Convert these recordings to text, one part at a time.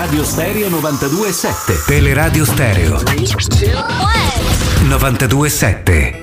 Teleradio Stereo 92.7. Teleradio Stereo 92.7.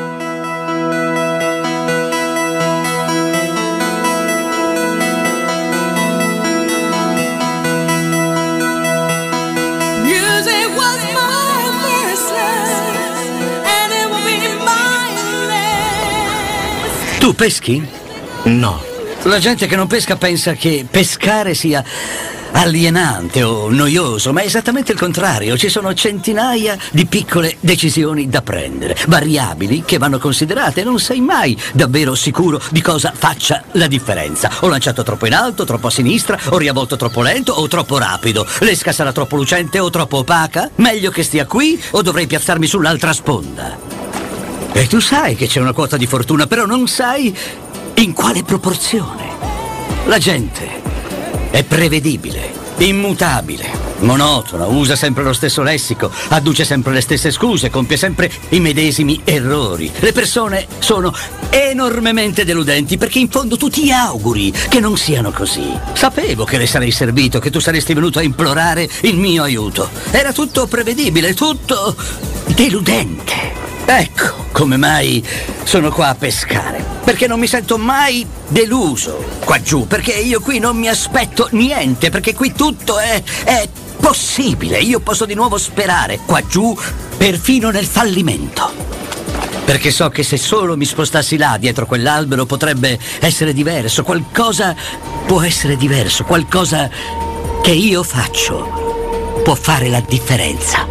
Tu peschi? No. La gente che non pesca pensa che pescare sia alienante o noioso, ma è esattamente il contrario. Ci sono centinaia di piccole decisioni da prendere, variabili che vanno considerate, e non sei mai davvero sicuro di cosa faccia la differenza. Ho lanciato troppo in alto, troppo a sinistra, ho riavvolto troppo lento o troppo rapido. L'esca sarà troppo lucente o troppo opaca? Meglio che stia qui o dovrei piazzarmi sull'altra sponda? E tu sai che c'è una quota di fortuna, però non sai in quale proporzione. La gente è prevedibile, immutabile, monotona, usa sempre lo stesso lessico, adduce sempre le stesse scuse, compie sempre i medesimi errori. Le persone sono enormemente deludenti perché in fondo tu ti auguri che non siano così. Sapevo che le sarei servito, che tu saresti venuto a implorare il mio aiuto. Era tutto prevedibile, tutto deludente. Ecco come mai sono qua a pescare, perché non mi sento mai deluso qua giù, perché io qui non mi aspetto niente, perché qui tutto è possibile. Io posso di nuovo sperare qua giù, perfino nel fallimento, perché so che se solo mi spostassi là dietro quell'albero potrebbe essere diverso, qualcosa può essere diverso, qualcosa che io faccio può fare la differenza.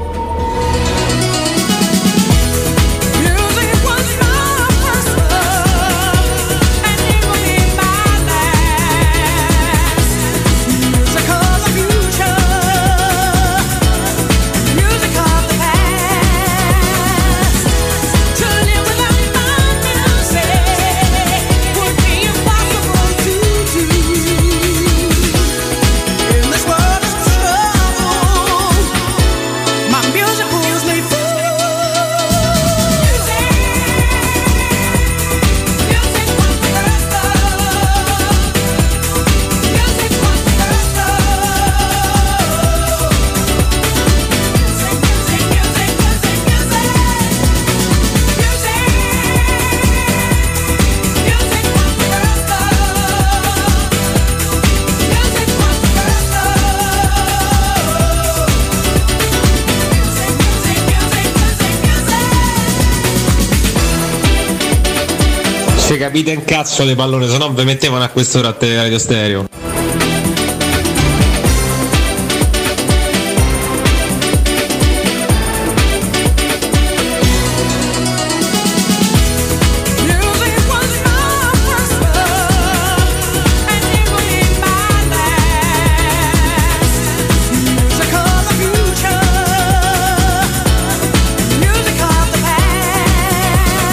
Se capite un cazzo di pallone, se no vi mettevano a quest'ora a Teleradio Stereo.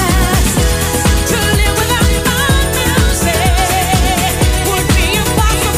Impossible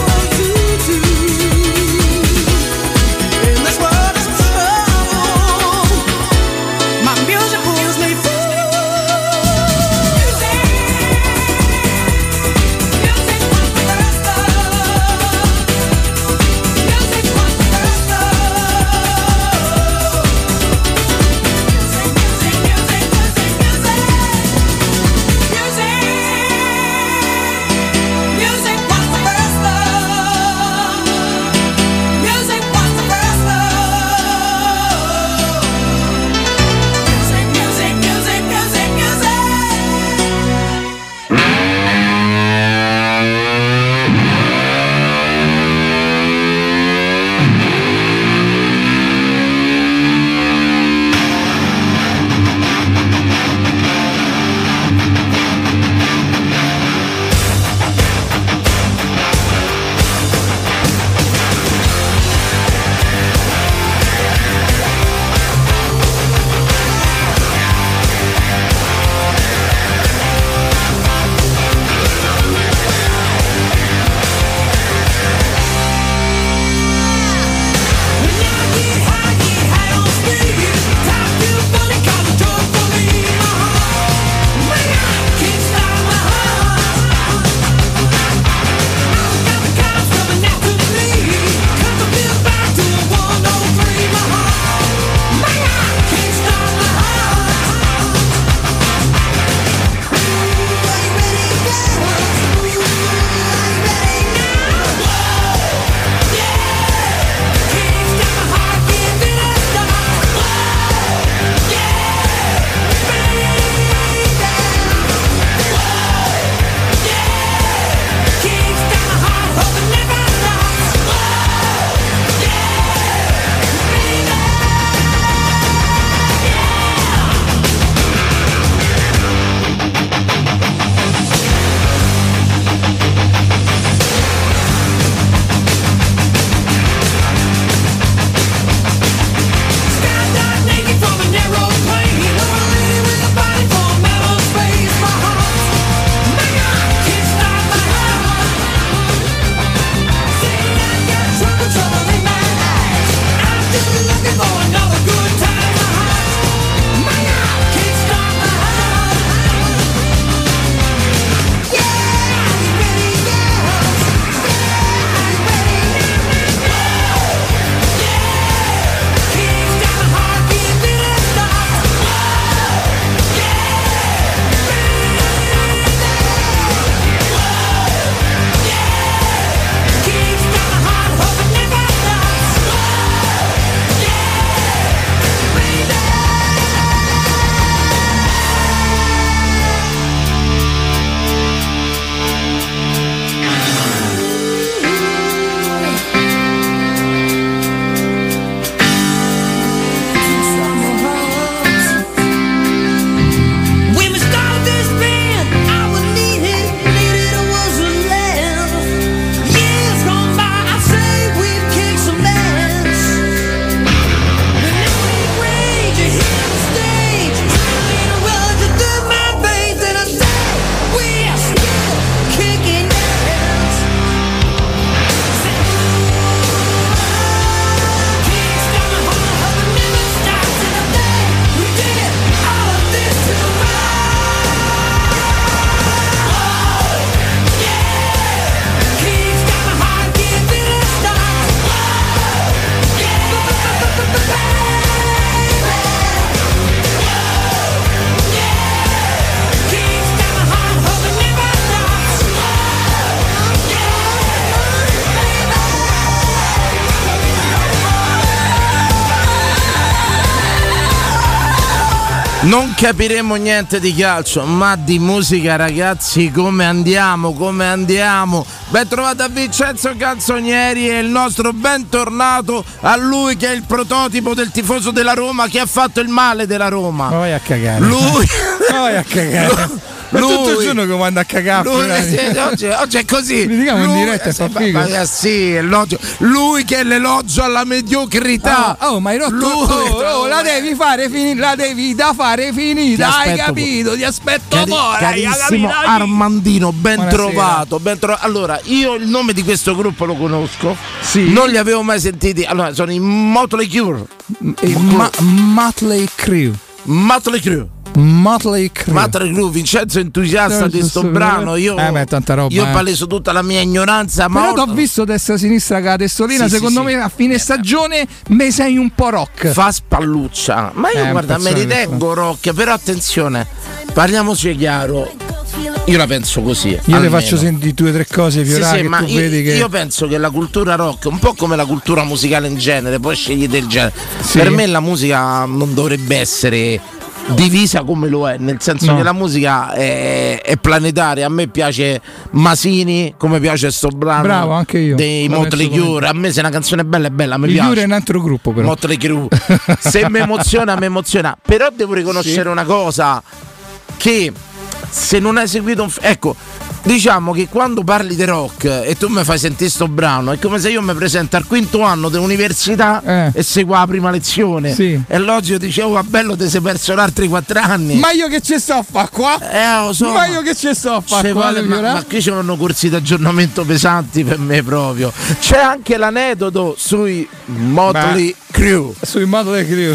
Non capiremo niente di calcio, ma di musica, ragazzi, come andiamo? Ben trovato a Vincenzo Canzonieri e il nostro bentornato a lui che è il prototipo del tifoso della Roma, che ha fatto il male della Roma. Ma vai a cagare. Lui vai a cagare. Ma tutto il giorno che manda a cagare. Oggi è così. Mi diciamo in diretta fa figo. Sì, elogio. Lui che è l'elogio alla mediocrità. Ma hai rotto. La devi fare finita. La devi da fare finita. Hai capito? Ti aspetto fuori. Carissimo Armandino, ben trovato. Allora, io il nome di questo gruppo lo conosco. Sì. Non li avevo mai sentiti. Allora, sono i Motley Crue. Motley Crue. Motley Crue, Vincenzo entusiasta di sto brano. Io tanta roba, io paleso tutta la mia ignoranza. Però ti ho visto destra-sinistra con la testolina. Secondo me a fine stagione me sei un po' rock. Fa spalluccia. Ma io guarda, me ritengo rock. Però attenzione, parliamoci chiaro. Io la penso così. Io le faccio sentire 2 o 3 cose fiorate. Ma io penso che la cultura rock, un po' come la cultura musicale in genere, poi scegliete il genere. Per me la musica non dovrebbe essere divisa come lo è, nel senso che la musica è planetaria. A me piace Masini, come piace sto brano. Bravo, anche io. Dei Motley Crue. A me se una canzone è bella, mi piace. Crue è un altro gruppo, però. Motley Crue. Se mi emoziona, mi emoziona. Però devo riconoscere una cosa, che se non hai seguito ecco, diciamo che quando parli di rock e tu mi fai sentire sto brano, è come se io mi presento al 5º anno dell'università e seguo la prima lezione. E l'oggi dicevo, va bello, ti sei perso altri 4 anni. Ma io che ci sto a fa qua? Lo so. Ma io che ci sto a fa qua? Ma qui ci sono corsi di aggiornamento pesanti per me proprio. C'è anche l'aneddoto sui Motley Crue. Sui Motley Crue.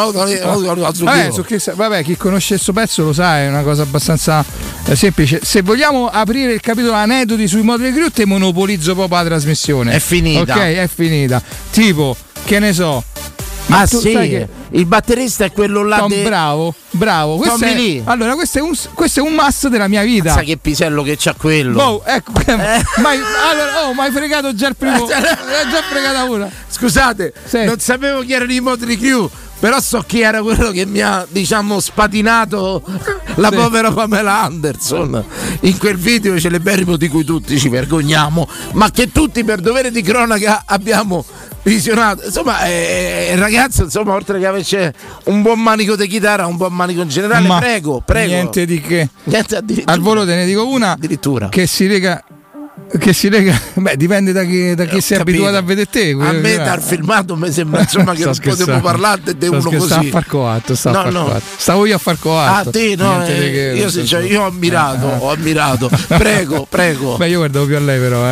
Vabbè, chi conosce questo pezzo lo sa, è una cosa abbastanza semplice. Se vogliamo aprire il capitolo aneddoti sui Motley Crue, te monopolizzo proprio la trasmissione. È finita. Ok, è finita. Tipo, che ne so. Ma sì, il batterista è quello là. Bravo. Allora, questo è un must della mia vita. Sai che pisello che c'ha quello. Ecco. Ma hai fregato già il primo. Già fregata una. Scusate, non sapevo chi erano i Motley Crue, però so chi era quello che mi ha, diciamo, spatinato la povera Pamela Anderson in quel video celeberrimo di cui tutti ci vergogniamo, ma che tutti per dovere di cronaca abbiamo visionato. Insomma, ragazzi, insomma, oltre che averci un buon manico di chitarra, un buon manico in generale, prego. Niente di che. Niente, al volo te ne dico una addirittura che si lega. Dipende da chi sei abituato a vedere te. A me dal filmato mi sembra, insomma, che non potevo parlare di uno così. Sta a far coatto. Stavo io a far coatto. Te no, io ho ammirato. Prego. Beh, io guardavo più a lei, però.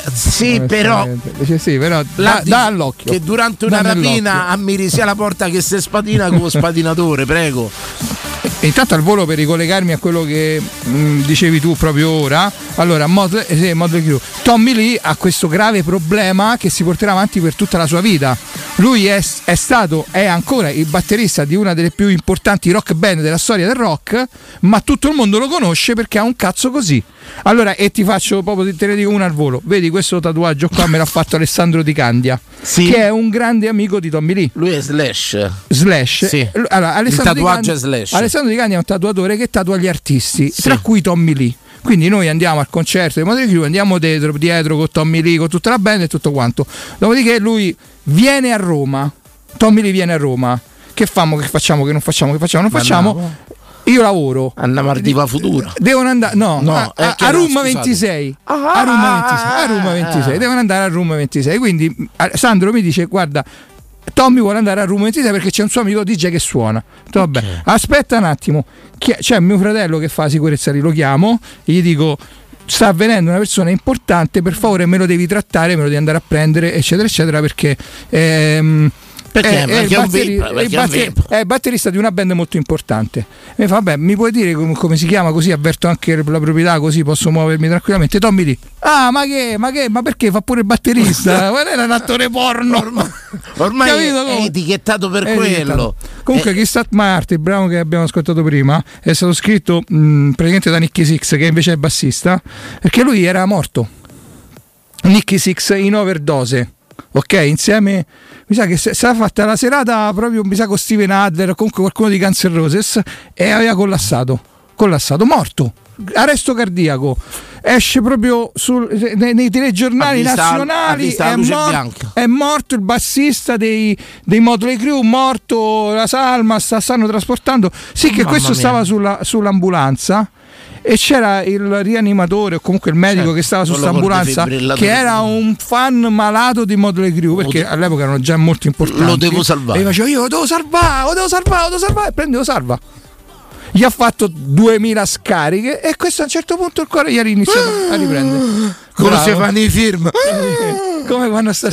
Però dà all'occhio. Che durante una rapina ammiri sia la porta che se spatina come spatinatore, prego. Intanto al volo, per ricollegarmi a quello che dicevi tu proprio ora, allora Motley Crue, Tommy Lee ha questo grave problema che si porterà avanti per tutta la sua vita. Lui è ancora il batterista di una delle più importanti rock band della storia del rock, ma tutto il mondo lo conosce perché ha un cazzo così. Allora, e ti faccio proprio, te ne dico una al volo. Vedi questo tatuaggio qua, me l'ha fatto Alessandro Di Candia, che è un grande amico di Tommy Lee. Lui è Slash. Sì. Allora, il tatuaggio è Slash. Alessandro Di Candia è un tatuatore che tatua gli artisti, tra cui Tommy Lee. Quindi noi andiamo al concerto di Motley Crue, andiamo dietro con Tommy Lee, con tutta la band e tutto quanto. Dopodiché lui viene a Roma. Tommy Lee viene a Roma. Che facciamo? Non facciamo. Io lavoro. Andiamo a Diva Futura. Devono andare a Room 26. A Room 26. Devono andare a Room 26. Quindi Sandro mi dice: guarda, Tommy vuole andare a Room 26 perché c'è un suo amico DJ che suona. Vabbè, aspetta un attimo. C'è mio fratello che fa la sicurezza, lo chiamo, gli dico: sta avvenendo una persona importante, per favore me lo devi trattare, me lo devi andare a prendere, eccetera eccetera, perché è il batterista di una band molto importante. Mi fa: vabbè, mi puoi dire come si chiama, così avverto anche la proprietà, così posso muovermi tranquillamente. Tommy Lee. Ma perché fa pure il batterista? Ma era un attore porno. Ormai è etichettato per quello. Comunque Kiss Start My Heart, il brano che abbiamo ascoltato prima, è stato scritto praticamente da Nicky Six, che invece è bassista, perché lui era morto. Nicky Six in overdose. ok? Insieme, mi sa che si era fatta la serata proprio, mi sa, con Steven Adler, comunque qualcuno di Guns N' Roses, e aveva collassato, morto, arresto cardiaco. Esce proprio nei telegiornali nazionali, è morto il bassista dei Motley Crue, morto la salma, stanno trasportando. Sì, che questo stava sull'ambulanza e c'era il rianimatore o comunque il medico che stava su quest'ambulanza, che era un fan malato di Motley Crue, perché all'epoca erano già molto importanti. Lo devo salvare. E facevo, io lo devo salvare, e prende, lo salva. Gli ha fatto 2000 scariche e questo a un certo punto il cuore gli ha iniziato a riprendere. Come si fanno i film? Come quando sta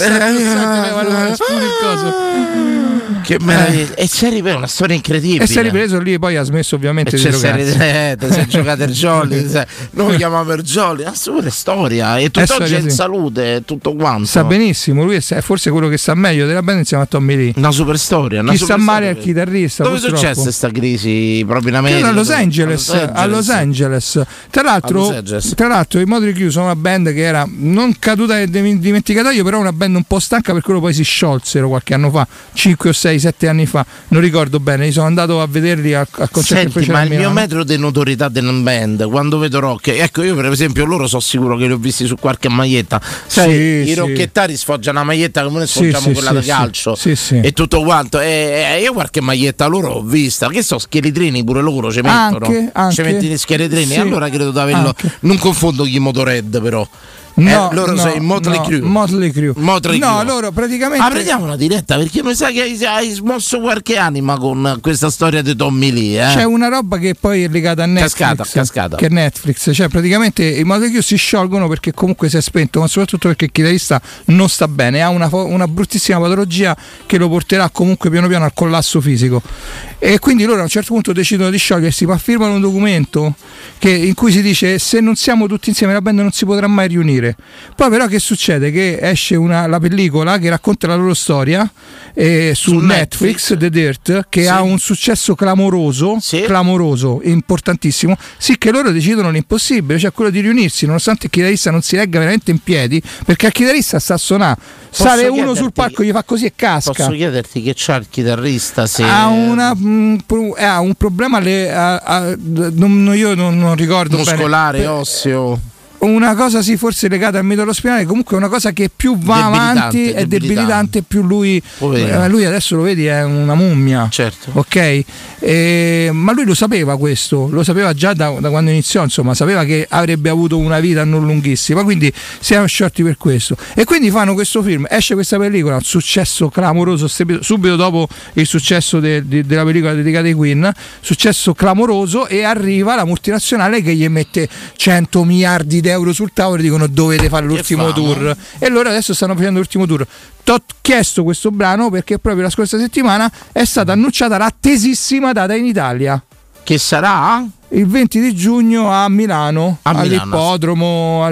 il coso. Che meraviglia. E si è ripreso, una storia incredibile. E si è ripreso lì, poi ha smesso ovviamente di drogarsi. Si è giocato il Jolly, noi lo chiamiamo il Jolly, una super storia. E tutt'oggi è in salute, tutto quanto. Sta benissimo, lui è forse quello che sta meglio della band insieme a Tommy Lee. Una super storia. Chi sta male è il chitarrista. Dove è successa questa crisi? Proprio in America? A Los Angeles. Tra l'altro i Motley Crue sono una band che era non caduta nel dimenticatoio, però una band un po' stanca, per quello poi si sciolsero qualche anno fa, 5 o 6, 7 anni fa, non ricordo bene. Io sono andato a vederli al concerto. Senti, ma il mio metro di notorietà della band, quando vedo rock, ecco, io per esempio loro sono sicuro che li ho visti su qualche maglietta. Sai, i rocchettari sfoggiano una maglietta come noi sfoggiamo quella da calcio e tutto quanto, e io qualche maglietta loro ho vista, che so, scheletrini pure loro ci mettono, ci mettono gli scheletrini, allora credo di averlo. Non confondo gli Motorhead, però loro sono i Motley Crue. Loro praticamente apriamo una diretta, perché mi sa che hai smosso qualche anima con questa storia di Tommy Lee. C'è una roba che poi è legata a Netflix, cascata. Che è Netflix, cioè praticamente i Motley Crue si sciolgono perché comunque si è spento, ma soprattutto perché il chitarrista non sta bene, ha una bruttissima patologia che lo porterà comunque piano piano al collasso fisico, e quindi loro a un certo punto decidono di sciogliersi, ma firmano un documento in cui si dice: se non siamo tutti insieme la band non si potrà mai riunire. Poi però che succede? Che esce la pellicola che racconta la loro storia su Netflix, The Dirt, che ha un successo clamoroso, importantissimo, sì, che loro decidono l'impossibile, cioè quello di riunirsi, nonostante il chitarrista non si regga veramente in piedi, perché il chitarrista sta a suonare, sale uno sul palco, gli fa così e casca. Posso chiederti che c'ha il chitarrista? Ha un problema io non ricordo muscolare, bene. osseo, una cosa forse legata al midollo spinale, comunque una cosa che più va avanti è debilitante, più lui adesso lo vedi è una mummia, certo, ok? Ma lui lo sapeva, questo lo sapeva già da quando iniziò, insomma sapeva che avrebbe avuto una vita non lunghissima, quindi siamo sciolti per questo, e quindi fanno questo film, esce questa pellicola, un successo clamoroso subito dopo il successo della pellicola dedicata ai Queen, successo clamoroso, e arriva la multinazionale che gli mette 100 miliardi di euro sul tavolo e dicono: dovete fare l'ultimo tour, e loro adesso stanno facendo l'ultimo tour. T'ho chiesto questo brano perché proprio la scorsa settimana è stata annunciata l'attesissima data in Italia, che sarà il 20 di giugno a Milano. All'ippodromo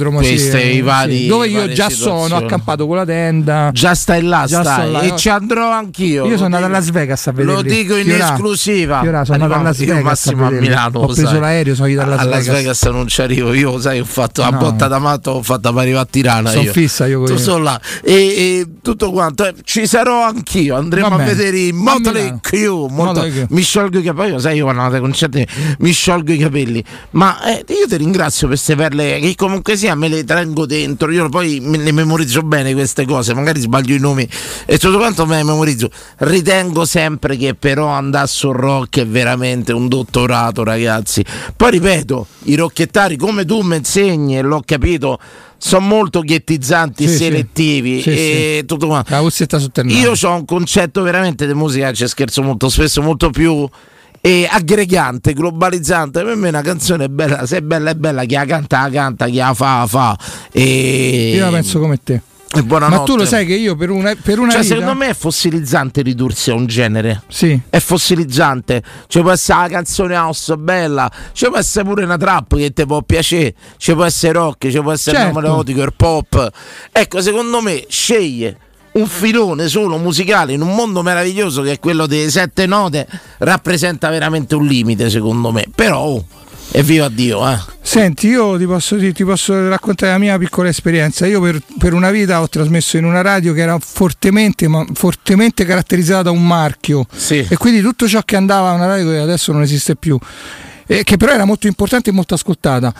i vari, dove io già sono accampato con la tenda, già stai là, e ci andrò anch'io. Io sono andato a Las Vegas a vedere, lo dico in esclusiva. Sono andato a Las Vegas, massimo a Milano, ho preso l'aereo, sono andato a Las Vegas non ci arrivo io, sai, ho fatto a botta da matto, ho fatto a arrivare a Tirana, sono fissa io tu sono là e tutto quanto, ci sarò anch'io, andremo a vedere i Motley Crue. Mi sciolgo i capelli, sai, io quando andate ai concerti mi sciolgo i capelli, ma io ti ringrazio per queste perle che comunque sia me le tengo dentro, io poi me le memorizzo bene queste cose, magari sbaglio i nomi e tutto quanto me le memorizzo, ritengo sempre che però andare sul rock è veramente un dottorato, ragazzi. Poi ripeto, i rocchettari, come tu mi insegni e l'ho capito, sono molto ghettizzanti, selettivi e tutto quanto. Io ho un concetto veramente di musica, ci scherzo molto spesso, molto più aggregante, globalizzante. Per me una canzone è bella, se è bella, chi la canta, chi la fa. Io la penso come te. Buonanotte. Ma tu lo sai che io per una vita... secondo me è fossilizzante ridursi a un genere. Sì. È fossilizzante. Ci può essere la canzone house bella, ci può essere pure una trap che ti può piacere, ci può essere rock, ci può essere melodico, il pop. Ecco, secondo me sceglie un filone solo musicale in un mondo meraviglioso che è quello delle 7 note, rappresenta veramente un limite, secondo me. Però E viva Dio, Senti, io ti posso raccontare la mia piccola esperienza. Io per una vita ho trasmesso in una radio che era fortemente caratterizzata da un marchio, sì. E quindi tutto ciò che andava a una radio che adesso non esiste più, che però era molto importante e molto ascoltata,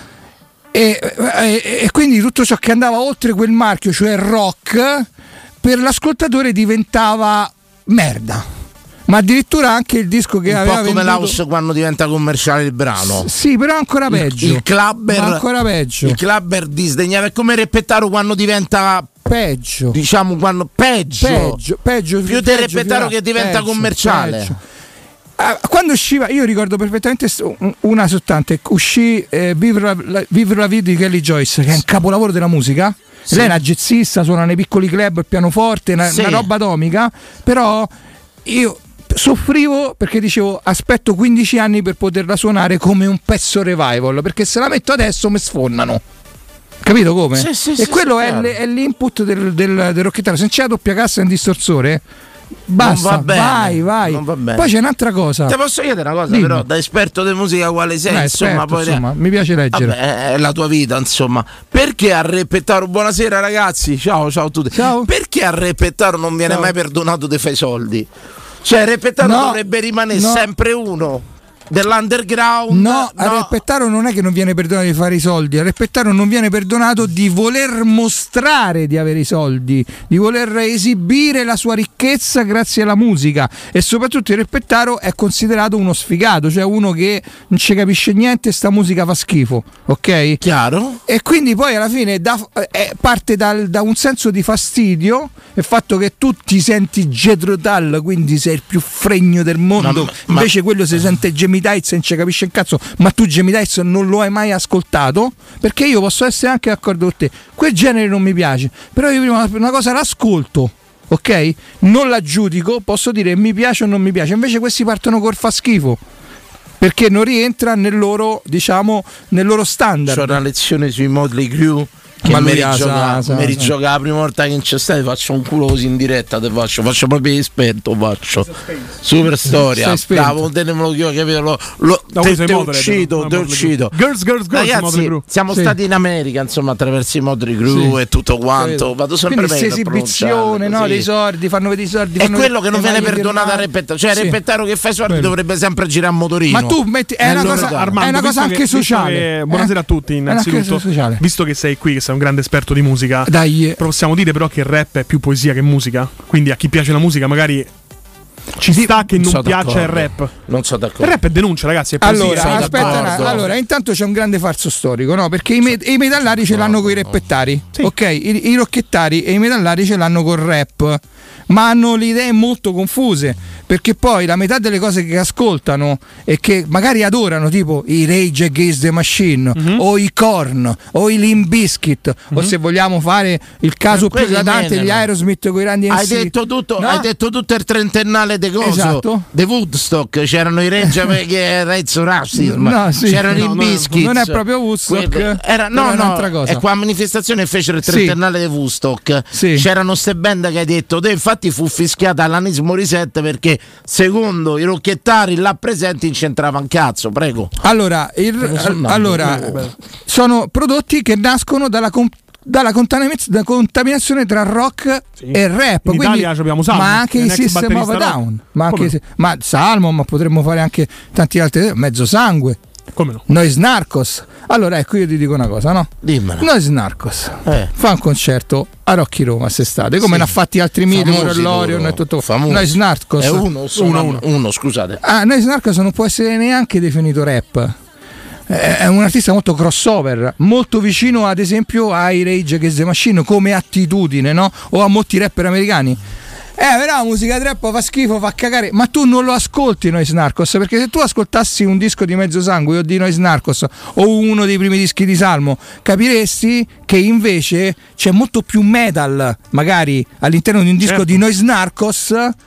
e quindi tutto ciò che andava oltre quel marchio, cioè rock, per l'ascoltatore diventava merda. Ma addirittura anche il disco che aveva venduto, come l'house quando diventa commerciale il brano. Sì, però ancora peggio. Il clubber, ancora peggio. Il clubber disdegnava, è come Repettaro quando diventa peggio. Diciamo quando peggio. Più del Repettaro che diventa commerciale. Peggio. Quando usciva, io ricordo perfettamente una soltanto, uscì Vivre la vita di Kelly Joyce, che è un capolavoro della musica. Sì. Lei è una jazzista, suona nei piccoli club, il pianoforte, una roba atomica, però io soffrivo perché dicevo aspetto 15 anni per poterla suonare come un pezzo revival, perché se la metto adesso mi sfondano, capito come? Sì, e quello è l'input del rocchettaro. Se c'è la doppia cassa e un distorsore, basta, vai. Non va bene. Poi c'è un'altra cosa. Ti posso chiedere una cosa? Dimmi. Però da esperto di musica quale sei, insomma, mi piace leggere. Vabbè, è la tua vita, insomma. Perché a Repettaro, buonasera ragazzi, ciao a tutti. Ciao. Perché a Repettaro non viene mai perdonato dei fai soldi? Cioè Repettaro dovrebbe rimanere sempre uno dell'underground. No, a Repettaro non è che non viene perdonato di fare i soldi, a Repettaro non viene perdonato di voler mostrare di avere i soldi, di voler esibire la sua ricchezza grazie alla musica, e soprattutto il Repettaro è considerato uno sfigato, cioè uno che non ci capisce niente, sta musica fa schifo, ok? Chiaro? E quindi poi alla fine parte da un senso di fastidio, il fatto che tu ti senti Jethro Tull, quindi sei il più fregno del mondo, invece quello si sente Jamie Tights e non ci capisce un cazzo, ma tu Jamie Tights non lo hai mai ascoltato, perché io posso essere anche d'accordo con te, quel genere non mi piace, però io prima una cosa l'ascolto, ok? Non la giudico, posso dire mi piace o non mi piace, invece questi partono col fa schifo, perché non rientra nel loro standard. C'ho una lezione sui Motley Crue che mi rigioca la prima volta che in c'è stato, faccio un culo così in diretta, faccio proprio esperto, super storia, bravo, tenemelo io, capito? Ti ho ucciso. Girls, ragazzi, siamo stati in America, insomma, attraverso i Motley Crue e tutto quanto, vado sempre bene. Questa esibizione, no, dei soldi, fanno vedere i soldi. È quello che non viene perdonato a Repettaro, cioè Repettaro che fa i soldi dovrebbe sempre girare a motorino. Ma tu metti, è una cosa anche sociale. Buonasera a tutti, innanzitutto, visto che sei qui, che sei un grande esperto di musica, possiamo dire però che il rap è più poesia che musica, quindi a chi piace la musica magari ci sta che non piaccia il rap. Non so d'accordo. Il rap è denuncia, ragazzi, è poesia. Allora, intanto c'è un grande falso storico, no? Perché i metallari ce l'hanno con i rappettari, ok? I rocchettari e i metallari ce l'hanno col rap, ma hanno le idee molto confuse, perché poi la metà delle cose che ascoltano e che magari adorano, tipo i Rage Against the Machine, o i Korn, o i Limp Bizkit, o se vogliamo fare il caso più eclatante, gli Aerosmith con i grandi MC. Hai detto tutto il trentennale de coso, esatto. De Woodstock, c'erano i Rage Against Racism, c'erano i Bizkit. Non è proprio Woodstock, era un'altra cosa. E qua manifestazione fecero il trentennale di Woodstock, c'erano ste band che hai detto te, infatti fu fischiata all'Anis Morissette perché secondo i rocchettari là presenti non c'entrava un cazzo. Prego. Allora, sono prodotti che nascono dalla contaminazione tra rock e rap. In Italia abbiamo Salmo, ma anche i System of a Down, ma Salmo, ma potremmo fare anche tanti altri, Mezzo Sangue. Come no? Noise Narcos. Allora ecco, io ti dico una cosa, no? Dimmela. Noise Narcos fa un concerto a Rocchi Roma quest'estate, come ne ha fatti altri miti, l'Orion e tutto. Noise Narcos è uno, scusate. Noise Narcos non può essere neanche definito rap. È un artista molto crossover, molto vicino ad esempio ai Rage Against the Machine come attitudine, no? O a molti rapper americani. Però la musica trap fa schifo, fa cagare, ma tu non lo ascolti Noise Narcos, perché se tu ascoltassi un disco di Mezzo Sangue o di Noise Narcos o uno dei primi dischi di Salmo, capiresti che invece c'è molto più metal magari all'interno di un disco di Noise Narcos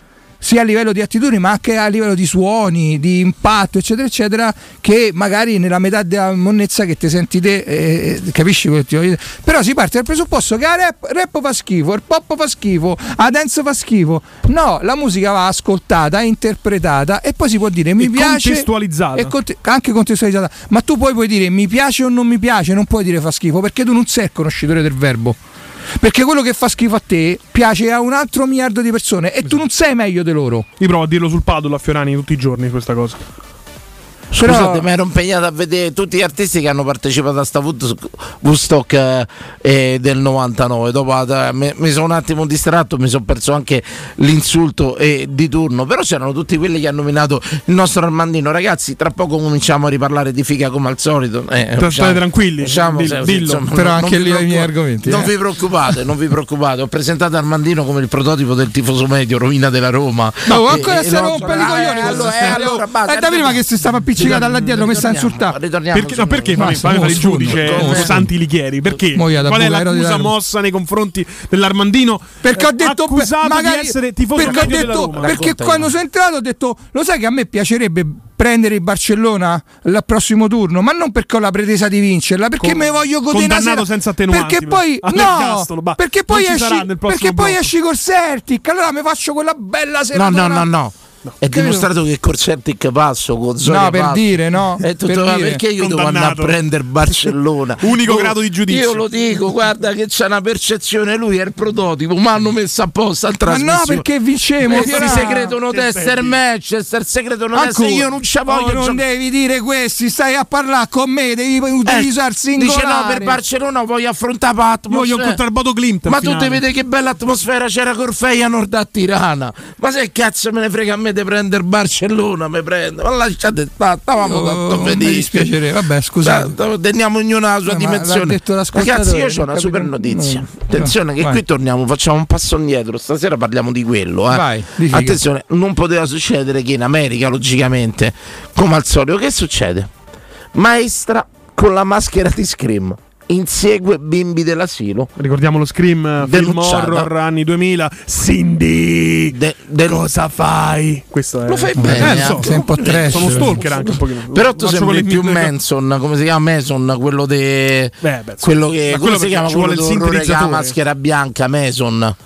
sia a livello di attitudini ma anche a livello di suoni, di impatto eccetera eccetera, che magari nella metà della monnezza che ti senti te, capisci quello che ti voglio dire? Però si parte dal presupposto che rap fa schifo, il pop fa schifo, la dance fa schifo. No, la musica va ascoltata, interpretata e poi si può dire mi piace, contestualizzata, anche contestualizzata, ma tu poi puoi dire mi piace o non mi piace, non puoi dire fa schifo, perché tu non sei il conoscitore del verbo. Perché quello che fa schifo a te piace a un altro miliardo di persone e tu non sei meglio di loro. Io provo a dirlo sul Padula a Fiorani tutti i giorni questa cosa. Scusate, mi ero impegnato a vedere tutti gli artisti che hanno partecipato a sta Woodstock del 99. Dopo mi sono un attimo distratto, mi sono perso anche l'insulto di turno. Però c'erano tutti quelli che hanno nominato il nostro Armandino. Ragazzi, tra poco cominciamo a riparlare di figa come al solito. State tranquilli, diciamo, dillo. Insomma, però anche lì i miei argomenti. Non vi preoccupate. Ho presentato Armandino come il prototipo del tifoso medio, rovina della Roma. No, ancora se rompe i coglioni. Allora, da prima che si stava appiccicata dalla dietro, mi sta insultando. Perché fammi fare il giudice Santi Lighieri? Perché? Qual è l'accusa mossa nei confronti dell'Armandino? Perché ho detto accusato di essere tifoso medio della Roma. Perché quando sono entrato ho detto lo sai che a me piacerebbe prendere il Barcellona al prossimo turno, ma non perché ho la pretesa di vincerla, perché me voglio godere condannato senza attenuanti, perché poi esci col Celtic, allora mi faccio quella bella serata. No. È dimostrato che col Celtic passo, con Zoria no, per passo. Dire, no. È tutto perché io devo andare a prendere Barcellona. Unico grado di giudizio. Io lo dico, guarda che c'è una percezione, lui è il prototipo, ma hanno messo apposta in trasmissione. Ma no, perché vincemo. Questi secretano Tester Manchester, secretano Tester, io non ci voglio. Non devi dire questi, stai a parlare con me, devi utilizzare il singolare. Dice no, per Barcellona voglio affrontare l'atmosfera. Voglio incontrare Bodo Klimt. Ma tu ti vedi che bella atmosfera c'era Corfeia Nord a Tirana. Ma se cazzo me ne frega a me di prendere Barcellona, mi prende. Ma lasciate stare, stavamo tanto felici. Mi dispiacerebbe, vabbè, scusate. Teniamo ognuno la sua dimensione. Ragazzi, io ho una super notizia. Attenzione che qui torniamo, facciamo un passo indietro. Stasera parliamo di quello. Vai, attenzione, non poteva succedere che in America, logicamente, come al solito, che succede? Maestra con la maschera di Scream insegue bimbi dell'asilo. Ricordiamo lo Scream, film horror anni 2000. Cindy, cosa fai? Questo è... Lo fai bene, sei un po' trash. Sono stalker anche un pochino. Però tu sembri più Manson, come si chiama Mason, quello de quello che come si chiama, quello dell'orrore che ha la maschera bianca, Mason.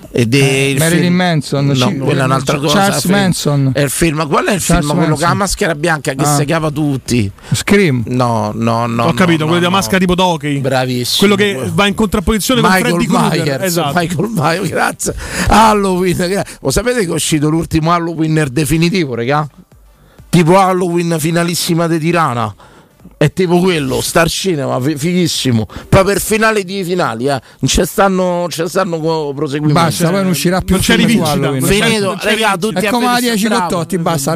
Marilyn Manson, no, quella è un'altra cosa. Charles Manson è il film. Qual è il film? Quello che ha la maschera bianca che segava tutti. Scream. No. Ho capito, quello della maschera tipo d'hockey. Bravissimo. Quello che va in contrapposizione con Freddy Krueger. Esatto. Michael Myers, grazie. Halloween. Lo sapete che è uscito l'ultimo Halloween definitivo, raga? Tipo Halloween finalissima di Tirana. È tipo quello, Star Cinema, fighissimo. Poi per finale di finali, non ci stanno proseguimenti. Basta, poi non uscirà più. Non c'è rivincita. Finito, raga, tutti è come la 10 Cottotti, basta,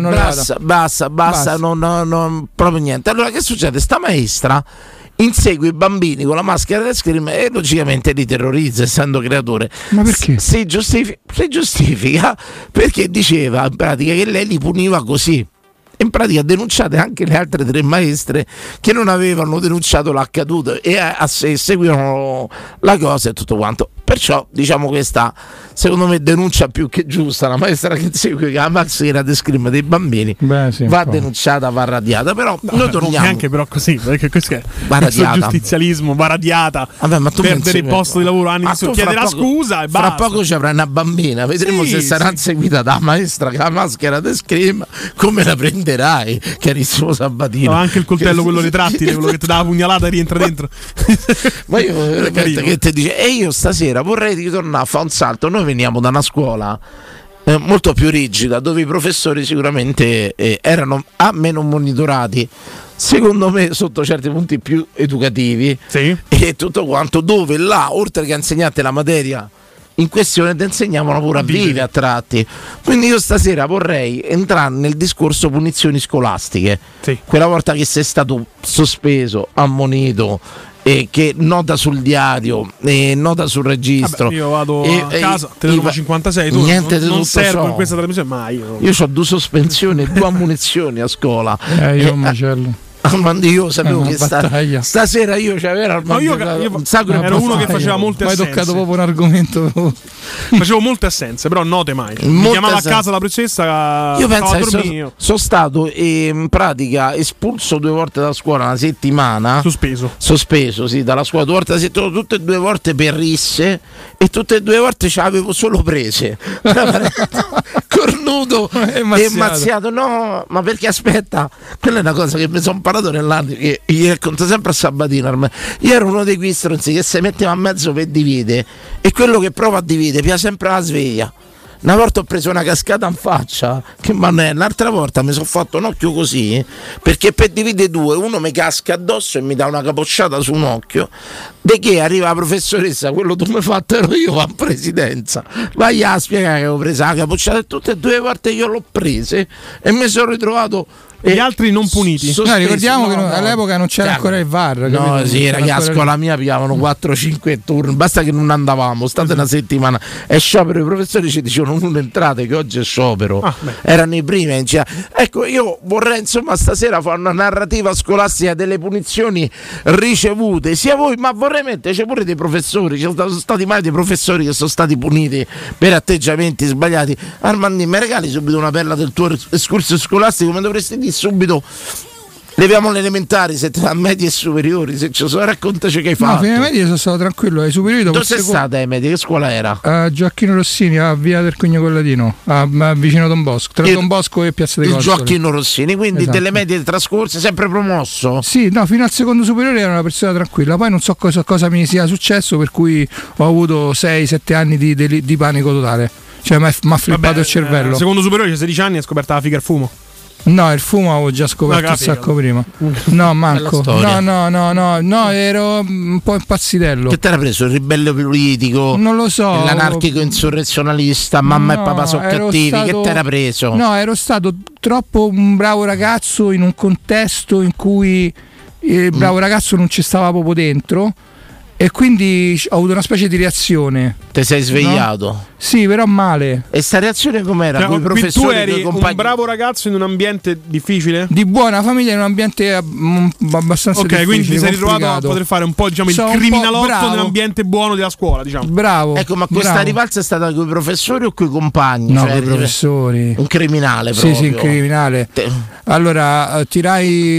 non proprio niente. Allora che succede? Sta maestra insegue i bambini con la maschera del Scream e logicamente li terrorizza, essendo creatore. Ma perché? Si giustifica perché diceva in pratica che lei li puniva così. In pratica denunciate anche le altre 3 maestre che non avevano denunciato l'accaduto e seguivano la cosa e tutto quanto. Perciò diciamo questa, secondo me, denuncia più che giusta. La maestra che segue la maschera di Scream dei bambini va denunciata, va radiata. Però noi torniamo. Neanche però così, perché questo è questo giustizialismo, va radiata. Vabbè, ma tu perdere il posto di lavoro, chiederà scusa e basta. Fra poco ci avrà una bambina, vedremo se sarà seguita da maestra che ha la maschera di Scream. Come la prenderai, carissimo Sabatino? Anche il coltello, quello retrattile, quello che ti dà la pugnalata e rientra dentro. Ma io che ti dice, e io stasera vorrei ritornare a fare un salto. Noi veniamo da una scuola molto più rigida, dove i professori sicuramente erano meno monitorati, secondo me sotto certi punti più educativi, e tutto quanto, dove là, oltre che a insegnate la materia in questione, ti insegnavano pure a vivere a tratti. Quindi io stasera vorrei entrare nel discorso punizioni scolastiche, quella volta che sei stato sospeso, ammonito, e che nota sul diario e nota sul registro. Vabbè, io vado a casa, te ne do 56, tu niente non servo ciò. In questa trasmissione, ma io ho 2 sospensioni e 2 ammonizioni a scola. Io un macello. Armando, io sapevo che stasera io c'avevo ero uno che faceva molte assenze. Poi hai toccato proprio un argomento. Facevo molte assenze, però note mai. Mi chiamava a casa la professoressa. Io penso che sono stato in pratica espulso 2 volte da scuola una settimana. Sospeso, sì, dalla scuola 2 volte la settimana, tutte e 2 volte per risse, e tutte e 2 volte ce l'avevo solo prese. Cornuto e mazziato. No, ma perché aspetta, quella è una cosa che mi sono imparato nell'anno, che gli racconto sempre a Sabatino. Io ero uno di quei stronzi che si metteva a mezzo per dividere, e quello che prova a dividere piace sempre la sveglia. Una volta ho preso una cascata in faccia, che mannè, l'altra volta mi sono fatto un occhio così, perché per dividere 2 uno mi casca addosso e mi dà una capocciata su un occhio, di che arriva la professoressa, quello tu mi hai fatto ero io a presidenza, vai a spiegare che avevo preso la capocciata, e tutte e 2 volte io l'ho prese e mi sono ritrovato gli altri non puniti. Ricordiamo che all'epoca non c'era ancora il VAR. No, sì, ragazzi, a scuola mia pigliavano 4-5 turni, basta che non andavamo, state una settimana, è sciopero, i professori ci dicevano non entrate che oggi è sciopero. Erano i primi, ecco, io vorrei insomma stasera fare una narrativa scolastica delle punizioni ricevute, sia voi, ma vorrei metterci pure dei professori, ci sono stati mai dei professori che sono stati puniti per atteggiamenti sbagliati. Armandino, mi regali subito una perla del tuo escurso scolastico, come dovresti dire subito, leviamo le elementari, se tra medie e superiori, se ci sono, raccontaci che hai fatto. No, fine medie sono stato tranquillo, ai superiori dove sei stata ai medie? Che scuola era? Gioacchino Rossini, a Via del Cugno Collatino, vicino Don Bosco, tra Don Bosco e Piazza dei Consoli. Gioacchino Rossini, quindi esatto. Delle medie trascorse sempre promosso? Sì, no, fino al secondo superiore ero una persona tranquilla, poi non so cosa mi sia successo, per cui ho avuto 6-7 anni di panico totale, cioè mi ha flippato il cervello. Secondo superiore, 16 anni, hai scoperto la figa al fumo? No, il fumo avevo già scoperto un sacco prima. No, manco. No, ero un po' impazzitello. Che te l'ha preso? Il ribelle politico? Non lo so. L'anarchico insurrezionalista? Mamma e papà sono cattivi? Che te l'ha preso? No, ero stato troppo un bravo ragazzo in un contesto in cui il bravo ragazzo non ci stava proprio dentro. E quindi ho avuto una specie di reazione. Te sei svegliato? No? Sì, però male. E sta reazione com'era? Con i professori, tu eri un bravo ragazzo in un ambiente difficile? Di buona famiglia, in un ambiente abbastanza difficile. Ok, quindi ti sei ritrovato a poter fare un po', diciamo, il criminalotto nell'ambiente buono della scuola, diciamo. Bravo. Ecco, ma questa rivalsa è stata con i professori o con i compagni? No, con i professori. Un criminale proprio. Sì, un criminale. Allora, tirai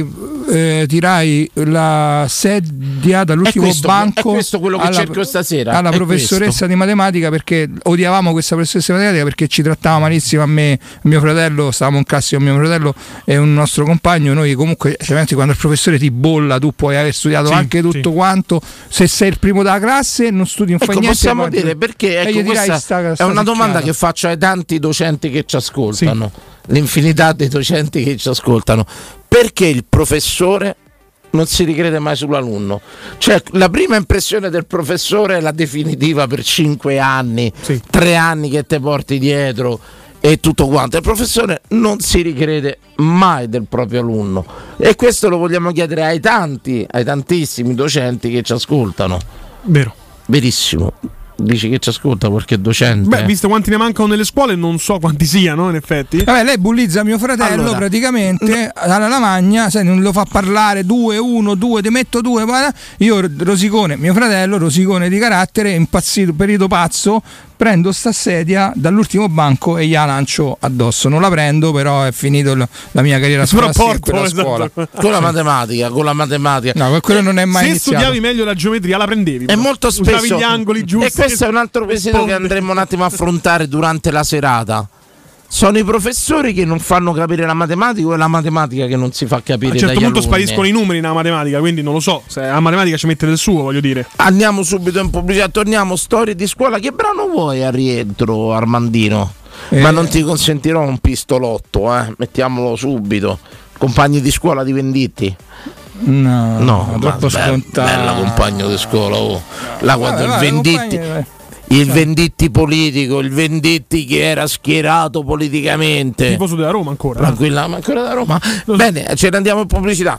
la sedia dall'ultimo banco. È questo quello che cerco stasera. Alla professoressa di matematica, perché odiavamo questa professoressa di matematica perché ci trattava malissimo a me, mio fratello, stavamo in classe con mio fratello e un nostro compagno. Noi comunque, quando il professore ti bolla, tu puoi aver studiato anche tutto quanto, se sei il primo della classe non studi, non fai niente. Possiamo dire perché questa è una domanda che faccio ai tanti docenti che ci ascoltano, l'infinità dei docenti che ci ascoltano: perché il professore non si ricrede mai sull'alunno? Cioè, la prima impressione del professore è la definitiva per 5 anni, 3 anni che te porti dietro e tutto quanto. Il professore non si ricrede mai del proprio alunno, e questo lo vogliamo chiedere ai tantissimi docenti che ci ascoltano. Vero. Verissimo. Dici che ci ascolta qualche docente? Beh, visto quanti ne mancano nelle scuole, non so quanti siano, in effetti. Vabbè, lei bullizza mio fratello praticamente alla lavagna, sai, non lo fa parlare, 2, 1, 2, ti metto 2. Io rosicone, mio fratello, rosicone di carattere, impazzito, perito pazzo, prendo sta sedia dall'ultimo banco e gliela lancio addosso. Non la prendo, però è finito la mia carriera scolastica per la scuola. Con la matematica. No, quello non è mai se iniziato. Studiavi meglio la geometria, la prendevi. E molto spesso usavi gli angoli giusti. E questo è un altro quesito che andremo un attimo a affrontare durante la serata. Sono i professori che non fanno capire la matematica o è la matematica che non si fa capire? A un certo punto spariscono i numeri nella matematica, quindi non lo so, se la matematica ci mette del suo, voglio dire. Andiamo subito in pubblicità, torniamo. Storie di scuola. Che brano vuoi a rientro, Armandino? Ma non ti consentirò un pistolotto, mettiamolo subito. Compagni di scuola di Venditti? No, troppo scontato. Bella compagno di scuola, il Venditti. Il Venditti politico, il Venditti che era schierato politicamente. Tifoso della Roma ancora. Tranquilla, ma ancora da Roma. Bene, ce ne andiamo in pubblicità.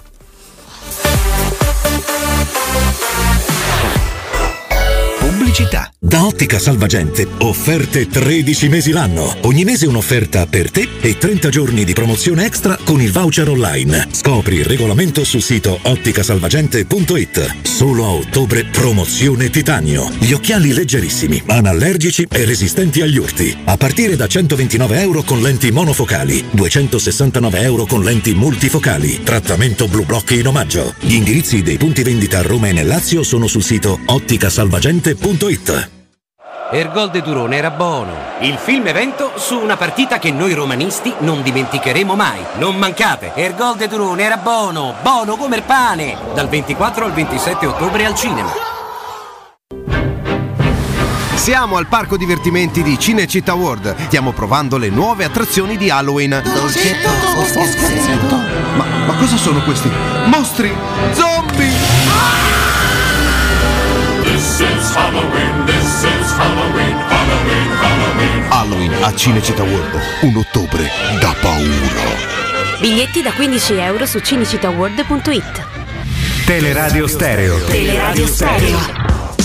pubblicità. Da Ottica Salvagente, offerte 13 mesi l'anno. Ogni mese un'offerta per te e 30 giorni di promozione extra con il voucher online. Scopri il regolamento sul sito otticasalvagente.it. Solo a ottobre promozione titanio. Gli occhiali leggerissimi, anallergici e resistenti agli urti. A partire da €129 con lenti monofocali, €269 con lenti multifocali. Trattamento Blue Block in omaggio. Gli indirizzi dei punti vendita a Roma e nel Lazio sono sul sito otticasalvagente.it. Ergol de Turone era buono. Il film evento su una partita che noi romanisti non dimenticheremo mai. Non mancate, Ergol de Turone era buono, buono come il pane. Dal 24 al 27 ottobre al cinema. Siamo al parco divertimenti di Cinecittà World. Stiamo provando le nuove attrazioni di Halloween. Ma cosa sono questi? Mostri! Zombie! This is Halloween, this is Halloween, Halloween, Halloween. Halloween a Cinecittà World, 1 ottobre da paura. Biglietti da €15 su cinecittàworld.it. Teleradio Stereo. Teleradio Stereo.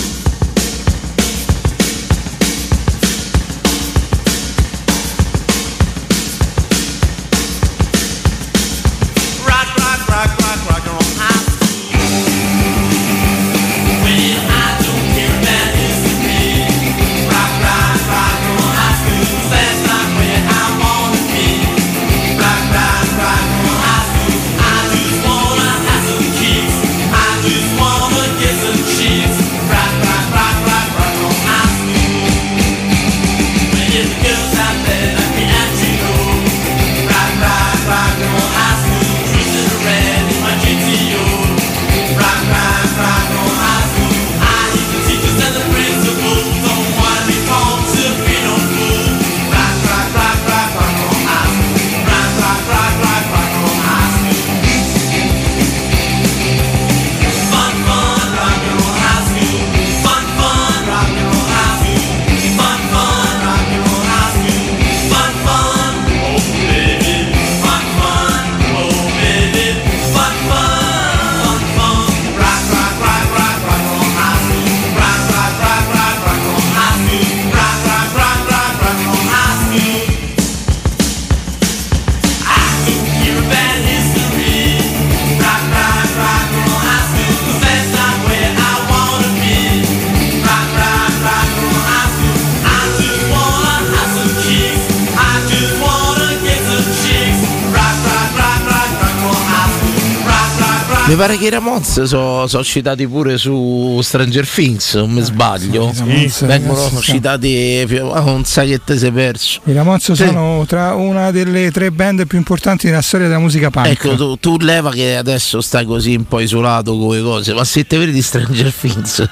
Mi pare che i Ramones sono citati pure su Stranger Things, non mi sbaglio. Vengono citati, non sai che te sei perso. I Ramones sono tra una delle 3 band più importanti della storia della musica punk. Ecco, tu leva che adesso stai così un po' isolato con le cose, ma se te vedi di Stranger Things,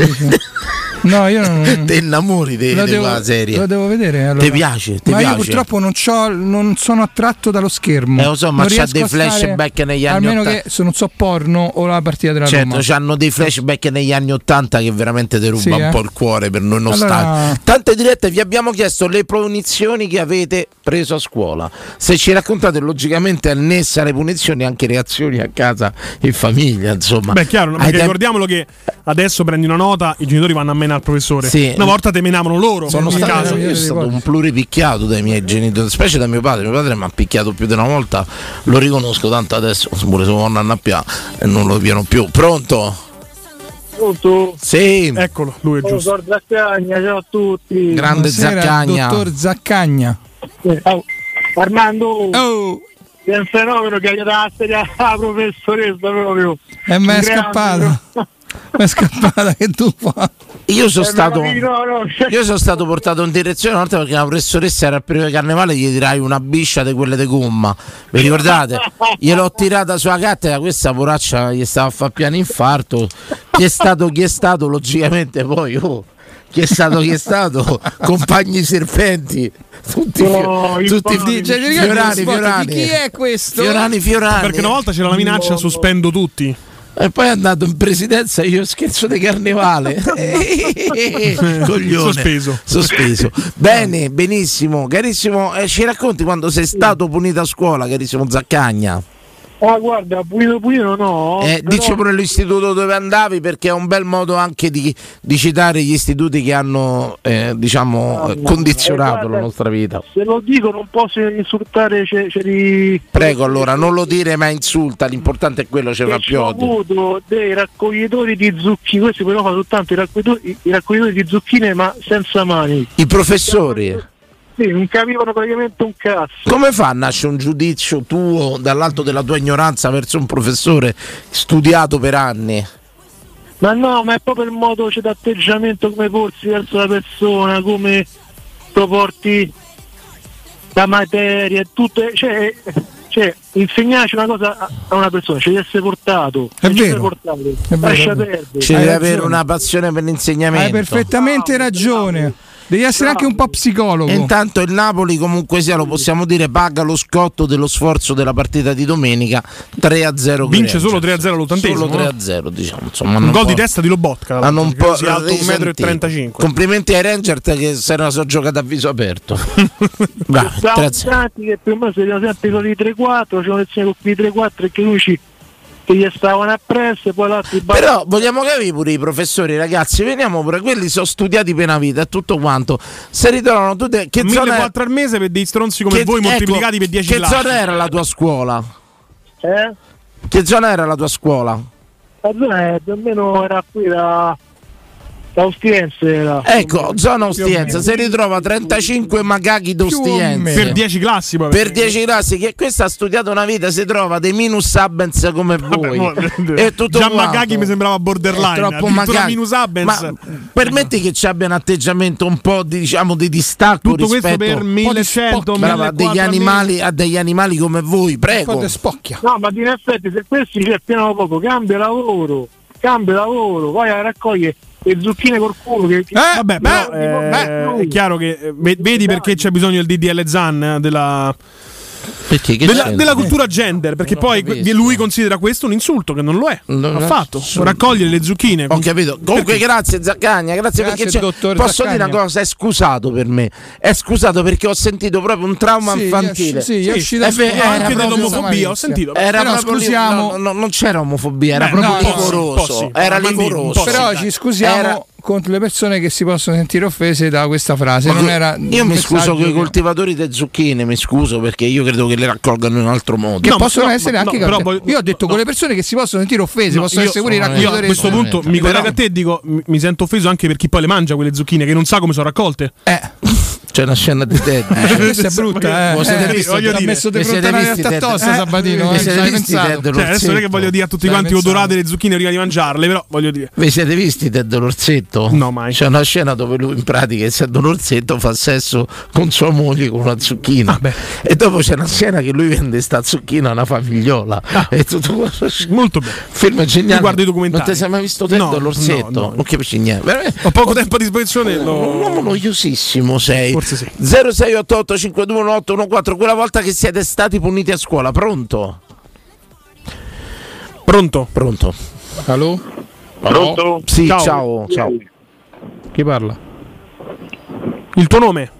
no, io non te innamori della serie. Lo devo vedere. Allora. Ti piace? Io purtroppo non sono attratto dallo schermo. Lo so, ma c'ha dei flashback negli anni 80. Almeno che se non so porno o la partita della Roma. Certo, c'hanno dei flashback negli anni 80 che veramente ti ruba un po' il cuore per noi nostalgici. Tante dirette, vi abbiamo chiesto le punizioni che avete preso a scuola. Se ci raccontate logicamente annesse alle punizioni anche reazioni a casa e famiglia, insomma. Beh, chiaro, perché ricordiamolo che adesso prendi una nota, i genitori vanno a menare al professore. Sì. Una volta te menavano loro. Io sono stato un pluripicchiato dai miei genitori, specie da mio padre. Mio padre mi ha picchiato più di una volta, lo riconosco, tanto adesso pure se vanno a annappiare e non lo piano più. Pronto? Pronto? Sì. Eccolo, lui è giusto. Dottor Zaccagna, ciao a tutti. Grande Zaccagna. Dottor Zaccagna. Armando. È un fenomeno che ha aiutato la serie la professoressa proprio. E mi è scappata. Mi è scappata che tu fa. Io sono stato portato in direzione una volta perché la professoressa era al periodo di carnevale, gli tirai una biscia di quelle di gomma. Vi ricordate? Gliel'ho tirata sulla cattedra, questa poraccia gli stava a fare piano infarto. Chi è stato logicamente poi chi è stato compagni serpenti tutti Fiorani chi è questo? Fiorani perché una volta c'era la minaccia sospendo tutti e poi è andato in presidenza io scherzo di carnevale coglione sospeso. Bene, benissimo, carissimo, ci racconti quando sei stato punito a scuola, carissimo Zaccagna? Guarda, pulito no. Però... Dici pure l'istituto dove andavi, perché è un bel modo anche di citare gli istituti che hanno condizionato la nostra vita. Se lo dico non posso insultare Prego, allora non lo dire, ma insulta, l'importante è quello, ce fa più odio. Ho avuto dei raccoglitori di zucchine, questi però fanno soltanto i raccoglitori di zucchine ma senza mani. I professori? Sì, non capivano praticamente un cazzo. Come fa a nascere un giudizio tuo dall'alto della tua ignoranza verso un professore studiato per anni? Ma no, ma è proprio il modo d'atteggiamento, come porsi verso la persona, come proporti la materia, tutto, cioè insegnarci una cosa a una persona, ci deve essere portato. È vero. Lascia perdere. Ci deve avere una passione per l'insegnamento. Hai perfettamente ragione. Devi essere anche un po' psicologo. Intanto il Napoli, comunque sia, lo possiamo dire, paga lo scotto dello sforzo della partita di domenica. 3-0. Vince solo 3-0 all'80esimo. Solo 3-0, diciamo. Insomma, un gol di testa di Lobotka. Hanno un po' alto 1,35 m. Complimenti ai Rangers che se la sono giocata a viso aperto. Tanti che per me si vedono sempre con i 3-4, c'è una lezione con i 3-4 e che lui che gli stavano appresso e poi l'altro. Però vogliamo capire pure i professori, ragazzi, veniamo pure, quelli sono studiati per una vita e tutto quanto, si ritrovano tutte che 1.400 al mese per dei stronzi come voi moltiplicati per 10 classi. Che zona era la tua scuola? Che zona era la tua scuola? La zona più o meno era qui da Ostiense era. Ecco, zona Ostiense, si ritrova 35 macachi d'Ostiense per 10 classi per 10 classi, che questa ha studiato una vita, si trova dei minus abens come voi. E tutto già macachi mi sembrava borderline, troppo macachi. Minus abens. Ma permetti che ci abbia un atteggiamento un po' di distacco tutto rispetto questo per 1100 a degli animali come voi, prego. Un po' spocchia. No, ma in effetti se questi c'è piano poco, cambia lavoro, vai a raccogliere le zucchine col culo che vabbè, però è chiaro che vedi perché c'è bisogno del DDL Zan della cultura gender, perché poi lui considera questo un insulto, che non lo è affatto. Raccogliere le zucchine. Ho capito. Comunque grazie Zaccagna, grazie perché posso dire una cosa, è scusato per me. È scusato perché ho sentito proprio un trauma infantile. Anche dell'omofobia ho sentito. Però scusiamo, non c'era omofobia, era proprio livoroso. Era livoroso. Però ci scusiamo contro le persone che si possono sentire offese da questa frase. Io mi scuso con i coltivatori di zucchine, mi scuso perché io credo che le raccolgano in un altro modo. Che possono essere anche io ho detto con le persone che si possono sentire offese, possono essere pure i raccoglitori. Io a questo punto mi collego a te e dico mi sento offeso anche per chi poi le mangia quelle zucchine, che non sa come sono raccolte. C'è una scena di te. Questa è brutta, ha messo di fronte alla realtà tosta Sabatino. Adesso non è che voglio dire a tutti quanti odorate le zucchine prima di mangiarle, però voglio dire. Vi siete visti Ted L'Orsetto? No, mai. C'è una scena dove lui in pratica, essendo L'Orsetto, fa sesso con sua moglie con una zucchina. E dopo c'è una scena che lui vende sta zucchina a una famigliola. E tutto molto bello. Film geniale. Guarda i documentari. Non ti sei mai visto Ted L'Orsetto? No. Non capisci niente. Ho poco tempo a disposizione. Un uomo noiosissimo sei. Forse sì. 0688 521814, quella volta che siete stati puniti a scuola. Pronto? Allo? Pronto? Sì, ciao. Chi parla? Il tuo nome?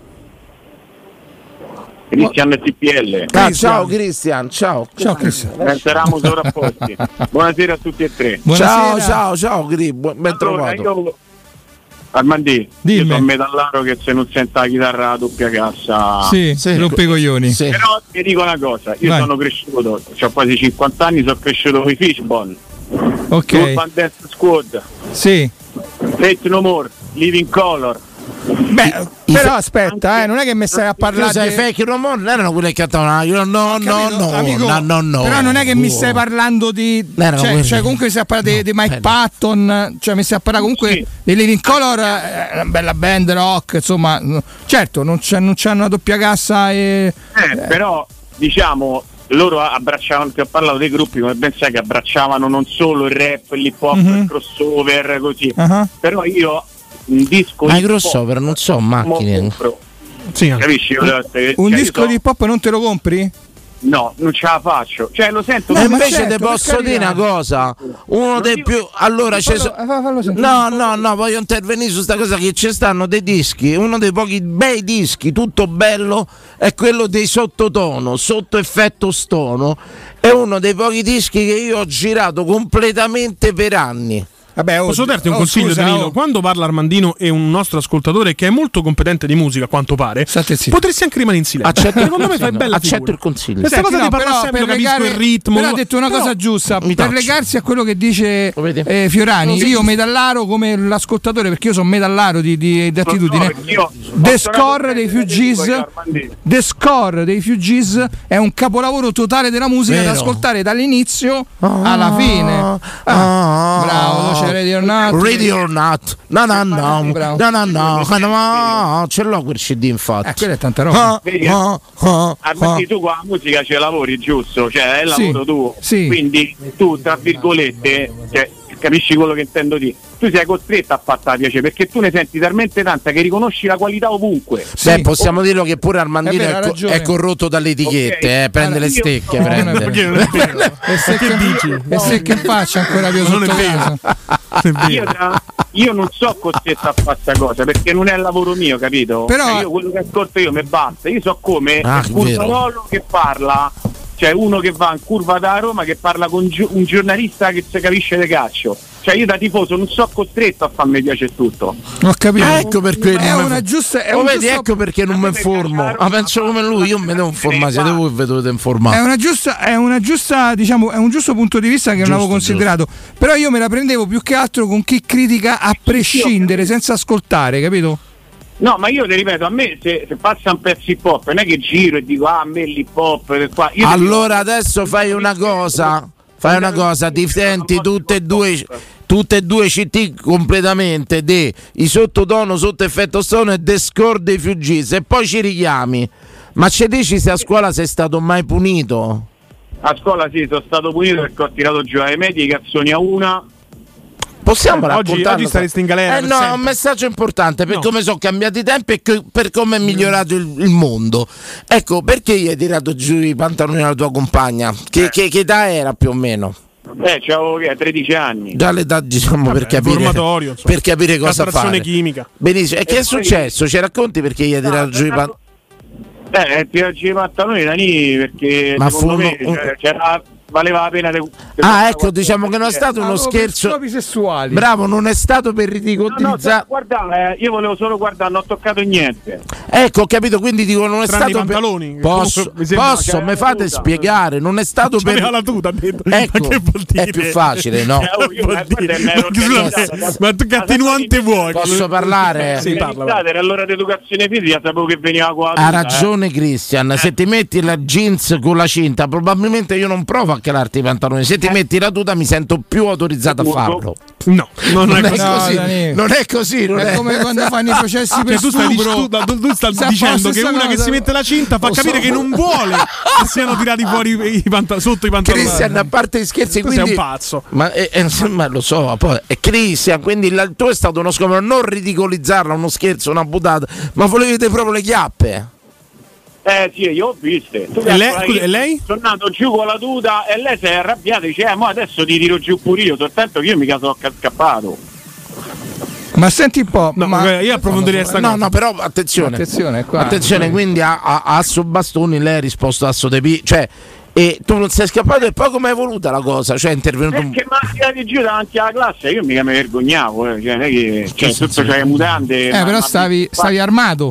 Cristian TPL. Ciao Cristian, ciao Cristian. Eravamo sovrapposti. Buonasera a tutti e tre. Buonasera. Ciao Gri, ben trovato. Armandi, io sono metallaro che se non senta la chitarra a doppia cassa rompe i coglioni. Però ti dico una cosa, io sono cresciuto, ho quasi 50 anni, sono cresciuto con i Fishbone, Urban Dance Squad, Fate No More, Living Color. Però aspetta, non è che mi stai a parlare di Fake No More, non erano quelle che cantavano no. Però non è che mi stai parlando di cioè comunque mi stai a parlare di Mike Patton, cioè mi stai a parlare comunque di Living Color, una bella band rock, insomma, certo, non c'hanno una doppia cassa però diciamo loro abbracciavano, che ho parlato dei gruppi, come ben sai, che abbracciavano non solo il rap, l'hip hop, il crossover, così. Però io un disco di crossover non so macchine. Capisci? Un disco di hip hop non te lo compri? No, non ce la faccio. Cioè, lo sento. E invece te posso dire una cosa. Uno dei più. Allora c'è. No, voglio intervenire su sta cosa che ci stanno dei dischi. Uno dei pochi bei dischi, tutto bello, è quello dei Sottotono, sotto effetto stono. È uno dei pochi dischi che io ho girato completamente per anni. Vabbè, posso darti un consiglio, Danilo? Quando parla Armandino e un nostro ascoltatore che è molto competente di musica, a quanto pare, potresti anche rimanere in silenzio. Secondo me fai bella accetto il consiglio. Questa cosa di parlare sempre, capisco il ritmo. Però ha detto una cosa giusta, per legarsi a quello che dice Fiorani. Io metallaro come l'ascoltatore, perché io sono metallaro di attitudine. The Score dei Fugees è un capolavoro totale della musica da ascoltare dall'inizio alla fine. Bravo, Radio or Not. No. Ce l'ho quel CD, infatti. Quella è tanta roba. Perché tu con la musica ce lavori, giusto? Cioè è il lavoro tuo. Sì. Quindi tu, tra virgolette, cioè, capisci quello che intendo dire? Tu sei costretto a farla piacere perché tu ne senti talmente tanta che riconosci la qualità ovunque. Beh, possiamo dirlo che pure Armandino è corrotto dalle etichette, prende le stecche. E se che faccia ancora più sotto casa? Io non so costretto a fare questa cosa perché non è il lavoro mio, capito? Però cioè, io quello che ascolto io mi basta. Io so come il Curvarolo che parla, cioè uno che va in curva da Roma che parla con un giornalista che si capisce di calcio. Cioè io da tifoso non so costretto a farmi piacere tutto. Ho capito. Ecco perché ecco perché non mi informo. Penso come lui, io mi devo informare, siete voi che dovete informare. È una giusta, diciamo, è un giusto punto di vista che non avevo considerato. Però io me la prendevo più che altro con chi critica a prescindere, senza ascoltare, capito? No, ma io ti ripeto, a me se passa un pezzo hip hop non è che giro e dico a me l'hip hop qua. Allora adesso fai una cosa, ti senti tutte e due CT completamente i Sottotono, sotto effetto stono e The Score dei Fugees e poi ci richiami. Ma ci dici se a scuola sei stato mai punito? A scuola sì, sono stato punito perché ho tirato giù alle medie cazzoni a una. Possiamo raccontarlo? Oggi staresti in galera. No, è un messaggio importante per come sono cambiati i tempi e per come è migliorato il mondo. Ecco, perché gli hai tirato giù i pantaloni alla tua compagna? Che età era più o meno? C'avevo 13 anni. Già l'età, diciamo, per capire cosa fare. Chimica. Benissimo. E che è successo? Ci racconti perché gli hai tirato giù i pantaloni? Tirato giù i pantaloni da lì perché secondo me c'era valeva la pena ecco, diciamo che non è stato uno scherzo scopi sessuali. Bravo, non è stato per ridicolizzare. Guarda, io volevo solo guardare, non ho toccato niente. Ecco, ho capito, quindi dico non è tranne stato i pantaloni. Posso, mi fate spiegare, non è stato per la tuta dentro. Ecco, ma che vuol dire? È più facile, no? Ma tu che attenuante vuoi? Posso parlare? Sì, parla. Era all'ora di educazione fisica, sapevo che veniva qua. Ha ragione Christian, se ti metti la jeans con la cinta, probabilmente io non provo a calarti i pantaloni. Se ti metti la tuta mi sento più autorizzato a farlo. No, non è così. Non è così. È come quando fanno i processi per stupro. Tu stai dicendo che una che si mette la cinta fa capire che non vuole che siano tirati fuori sotto i pantaloni. Christian, a parte gli scherzi, tu quindi sei un pazzo. Ma lo so, poi è Christian, quindi tu è stato uno scopo, non ridicolizzarla, uno scherzo, una buttata, ma volevate proprio le chiappe. Sì, io ho viste. E lei? Sono andato giù con la tuta e lei si è arrabbiata e dice ma adesso ti tiro giù pure io, soltanto che io mica sono scappato. Ma senti un po', io approfondirei questa cosa. No, però attenzione qua. Attenzione, quindi a Asso Bastoni lei ha risposto a Asso Depi, cioè e tu non sei scappato e poi come è evoluta la cosa? Cioè è intervenuto perché mi ha tirati giù davanti alla classe, io mica mi vergognavo, cioè non è che tutto c'è le mutande. Però stavi armato.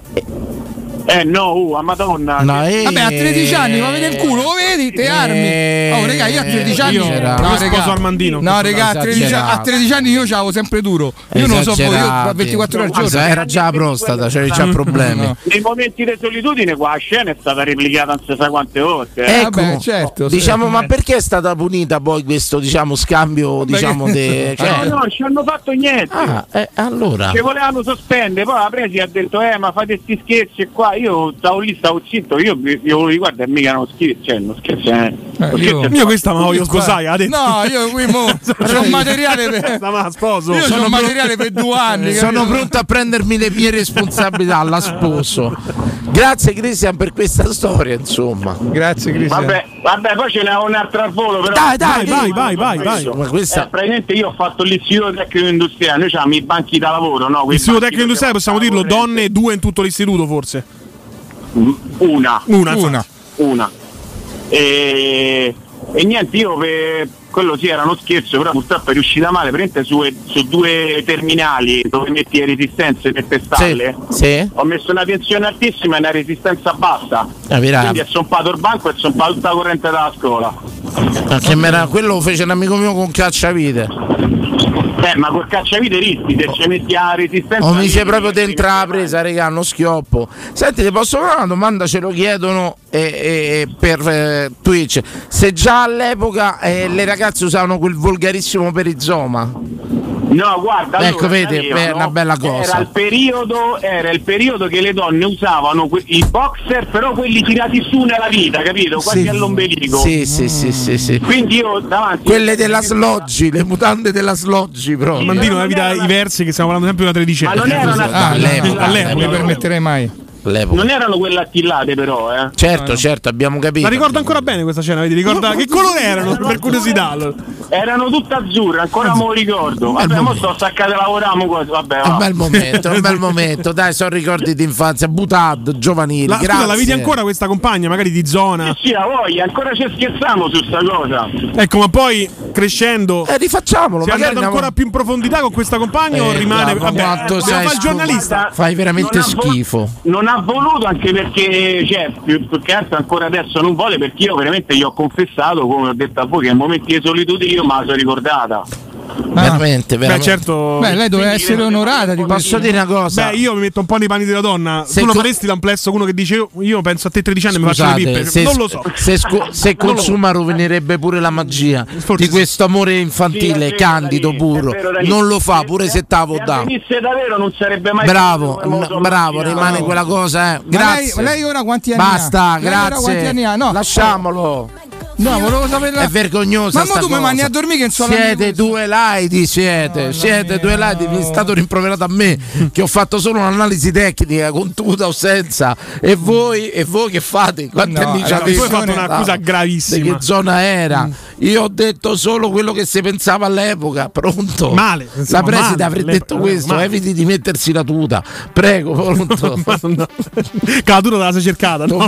No, a Madonna. Vabbè, a 13 anni, ma vedi il culo, lo vedi? Te armi. Oh, regà, io a 13 anni. No, sposo Armandino. No, regà, a 13 anni io c'avevo sempre duro. Io non lo so, io a 24 ore al giorno. Era già la prostata, cioè già problemi. No. Nei momenti di solitudine qua la scena è stata replicata non si sa quante volte. Ecco, vabbè, certo. Diciamo, ma perché è stata punita poi questo, diciamo, scambio, diciamo, no, ci hanno fatto niente. Allora. Ci volevano sospendere, poi la presi ha detto ma fate sti scherzi e qua. Io stavo zitto, io volevo guarda, mica uno scherzo, uno scherzo. Io questa ma voglio sposare, ha detto. No, io qui sono materiale per sposo. Io sono materiale per 2 anni. Sono pronto a prendermi le mie responsabilità, la sposo. Grazie Cristian per questa storia, insomma. Grazie Cristian. Vabbè, poi ce n'è un'altra al volo, però. Vai. Ma questa... praticamente io ho fatto l'istituto tecnico industriale, noi abbiamo i banchi da lavoro, no? L'istituto tecnico industriale possiamo dirlo, donne, 2 in tutto l'istituto forse? Una. E niente, io per quello sì era uno scherzo, però purtroppo è riuscita male, praticamente su 2 terminali dove metti le resistenze per testarle, sì. Ho messo una tensione altissima e una resistenza bassa, quindi è zompato il banco e zompato tutta la corrente della scuola. Quello lo fece un amico mio con cacciavite. Ma col cacciavite rischi, se ci metti la resistenza. O mi sei proprio dentro la presa, regà, uno schioppo. Senti, ti posso fare una domanda? Ce lo chiedono per Twitch. Se già all'epoca le ragazze usavano quel volgarissimo perizoma? No, guarda, ecco, vedi, è una bella cosa. Era il periodo che le donne usavano i boxer, però quelli tirati su nella vita, capito? Quasi all'ombelico. Sì. Quindi io davanti. Quelle della Sloggi, le mutande della Sloggi, proprio. Mandino, la vita i versi che stiamo parlando sempre una tredicenne. Ma non erano all'epoca. Non mi permetterei mai. Non erano quelle attillate, però, Certo, abbiamo capito. Ma ricordo ancora bene questa scena, vedi? Ricorda che colore erano, per curiosità? Erano tutte azzurre, ancora me lo ricordo. Vabbè, mo sto staccate a lavorare, vabbè. Un bel momento, dai, sono ricordi di infanzia, butad, giovanili. Scusa, la vedi ancora questa compagna, magari di zona? Sì, la voglia, ancora ci scherziamo su sta cosa. Ecco, ma poi crescendo rifacciamolo, sei andato ancora più in profondità con questa compagna o rimane fai il giornalista? Fai veramente schifo. Non ha voluto, anche perché più che altro ancora adesso non vuole, perché io veramente gli ho confessato, come ho detto a voi, che nei momenti di solitudine io me la sono ricordata. Veramente. Beh, certo. Lei doveva essere onorata di posso dire una cosa? Beh, io mi metto un po' nei panni della donna. Tu lo faresti l'amplesso uno che dice io penso a te 13 anni e mi faccio le pippe. Non lo so. Se consuma rovinerebbe pure la magia di questo amore infantile, candido, puro. Non lo fa, pure se t'avo da. Se davvero non sarebbe mai bravo, rimane quella cosa, Grazie. Lei ora quanti anni Basta, ha? grazie. No, lasciamolo. No, volevo sapere. È vergognosa. Ma tu mi mandi a dormire che non so. Siete due laidi, siete due laidi. Mi è stato rimproverato a me che ho fatto solo un'analisi tecnica con tuta o senza. E voi che fate? Quanti anni avete? Tu hai fatto un'accusa gravissima. Di che zona era? Io ho detto solo quello che si pensava all'epoca. Pronto? Male. La preside avrebbe detto questo. Eviti di mettersi la tuta. Prego, pronto. La tuta la sei cercata. No.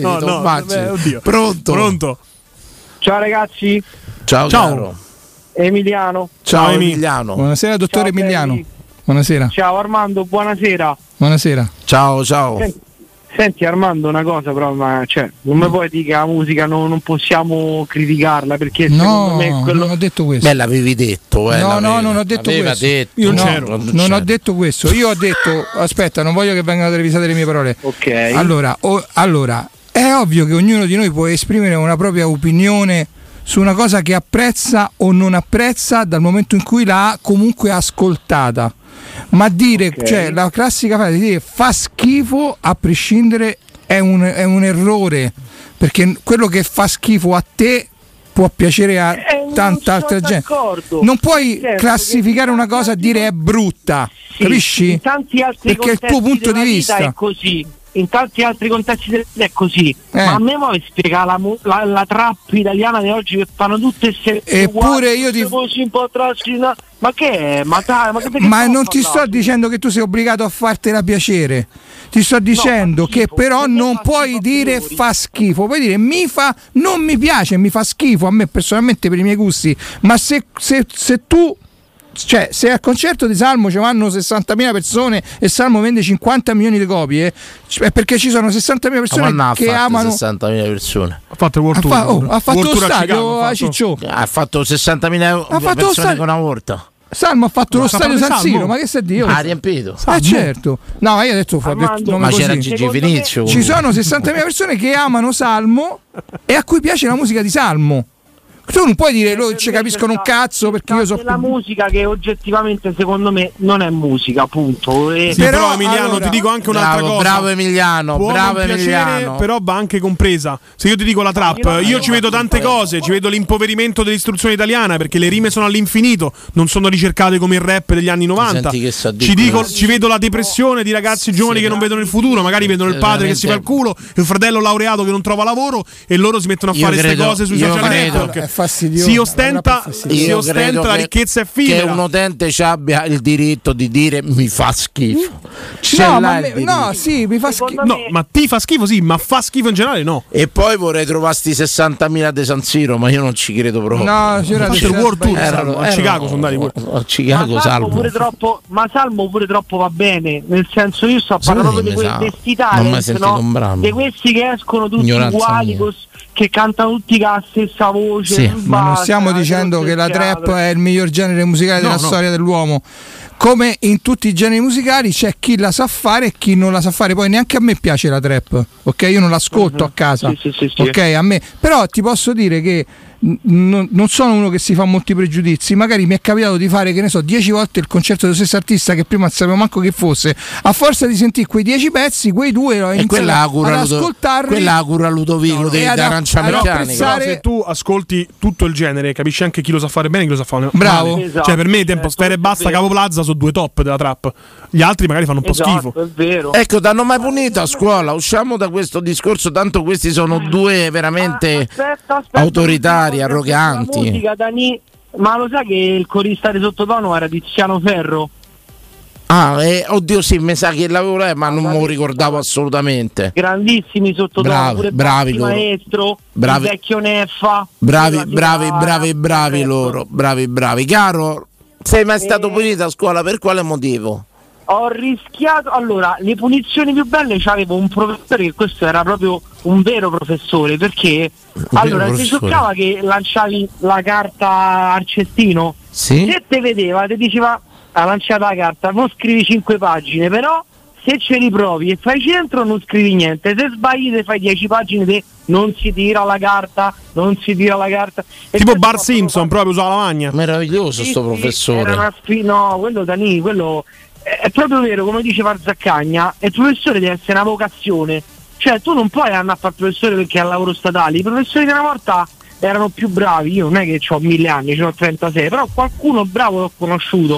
Pronto. Ciao ragazzi. Ciao. Caro. Emiliano. Ciao Emiliano. Buonasera dottore Emiliano. Buonasera. Ciao Armando, buonasera. Buonasera. Ciao. Senti Armando, una cosa però, non mi puoi dire che la musica non possiamo criticarla, perché secondo me non ho detto questo. Beh, l'avevi detto, non ho detto questo. Io non c'ero. Non ho detto questo. Io ho detto, aspetta, non voglio che vengano televisate le mie parole. Ok. Allora, è ovvio che ognuno di noi può esprimere una propria opinione su una cosa che apprezza o non apprezza dal momento in cui l'ha comunque ascoltata. Ma dire, cioè, la classica frase di dire fa schifo a prescindere è un errore, perché quello che fa schifo a te può piacere a tanta altra gente. Non puoi classificare una cosa e dire è brutta, capisci? In tanti altri perché il tuo punto di vista è così. In tanti altri contesti della vita è così. Ma a me vuoi spiegare la trap italiana di oggi che fanno tutte queste eppure io ti così un po' trascina. Ma che è? Ma non ti sto dicendo che tu sei obbligato a fartela piacere. Ti sto dicendo che però non puoi dire fa schifo, puoi dire non mi piace, mi fa schifo a me personalmente per i miei gusti, ma se tu, cioè, se al concerto di Salmo ci vanno 60.000 persone e Salmo vende 50 milioni di copie, è perché ci sono 60.000 persone che amano 60.000 persone. Ha fatto il World Tour. Ha fatto lo stadio a Ciccio. Ha fatto 60.000 persone con una volta. Salmo ha fatto lo stadio San Siro, ma che stai Dio? Ha riempito. Certo. No, io ho detto ma c'era Gigi Finizio. Ci sono 60.000 persone che amano Salmo e a cui piace la musica di Salmo. Tu non puoi dire loro ci capiscono un cazzo perché io so la musica che oggettivamente secondo me non è musica, appunto. Sì, però Emiliano, allora, ti dico anche un'altra cosa. Bravo Emiliano, bravo Emiliano. Però va anche compresa. Se io ti dico la trap, io ci vedo tante cose, ci vedo l'impoverimento dell'istruzione italiana perché le rime sono all'infinito, non sono ricercate come il rap degli anni 90. Ci vedo la depressione di ragazzi giovani che non vedono il futuro, magari vedono il padre che si fa il culo, il fratello laureato che non trova lavoro e loro si mettono a fare queste cose sui social network. Si ostenta la ricchezza è fine. Che un utente abbia il diritto di dire mi fa schifo. Mi fa schifo. No, ma ti fa schifo, sì, ma fa schifo in generale, no. E poi vorrei trovare sti 60.000 di San Siro, ma io non ci credo proprio. No, c'era il World Tour a Chicago sono andati a Chicago, Salmo. Salmo pure troppo va bene, nel senso io sto parlando proprio di questi talent, no? Di questi che escono tutti uguali, che cantano tutti con la stessa voce. Sì, ma non stiamo dicendo che la trap è il miglior genere musicale della storia dell'uomo. Come in tutti i generi musicali c'è chi la sa fare e chi non la sa fare. Poi neanche a me piace la trap, ok? Io non l'ascolto a casa, ok? A me, però ti posso dire che non sono uno che si fa molti pregiudizi. Magari mi è capitato di fare, che ne so, 10 volte il concerto dello stesso artista che prima non sapevo manco che fosse. A forza di sentire quei 10 pezzi, quei due ho iniziato ad ascoltarli. Quella cura Ludovico d'Arancia Meccanica. Però se tu ascolti tutto il genere, capisci anche chi lo sa fare bene e chi lo sa fare bravo. Male. Cioè per me Tempo Sfera e Basta, Capo Plaza sono due top della trap. Gli altri magari fanno un po' schifo. È vero. Ecco, t'hanno mai punito a scuola? Usciamo da questo discorso, tanto questi sono due veramente autoritari, arroganti. Musica, ma lo sai che il corista di sottotono era Tiziano Ferro? Oddio, sì, mi sa che l'avevo ma non me lo ricordavo assolutamente. Grandissimi sottotono, bravi loro. Maestro, il vecchio Neffa. Bravi loro, bravi. Caro, sei mai stato punito a scuola per quale motivo? Ho rischiato, allora, le punizioni più belle c'avevo un professore che questo era proprio un vero professore, perché ti scioccava che lanciavi la carta al cestino, sì? Se te vedeva, ti diceva ha lanciato la carta, non scrivi 5 pagine, però se ce li provi e fai centro non scrivi niente, se sbagli te fai 10 pagine non si tira la carta. E tipo Bart Simpson, proprio sulla lavagna. Meraviglioso sto professore. No, quello è proprio vero, come diceva Zaccagna, il professore deve essere una vocazione, cioè tu non puoi andare a fare professore perché ha lavoro statale. I professori di una volta erano più bravi, io non è che ho 1000 anni, ho 36, però qualcuno bravo l'ho conosciuto.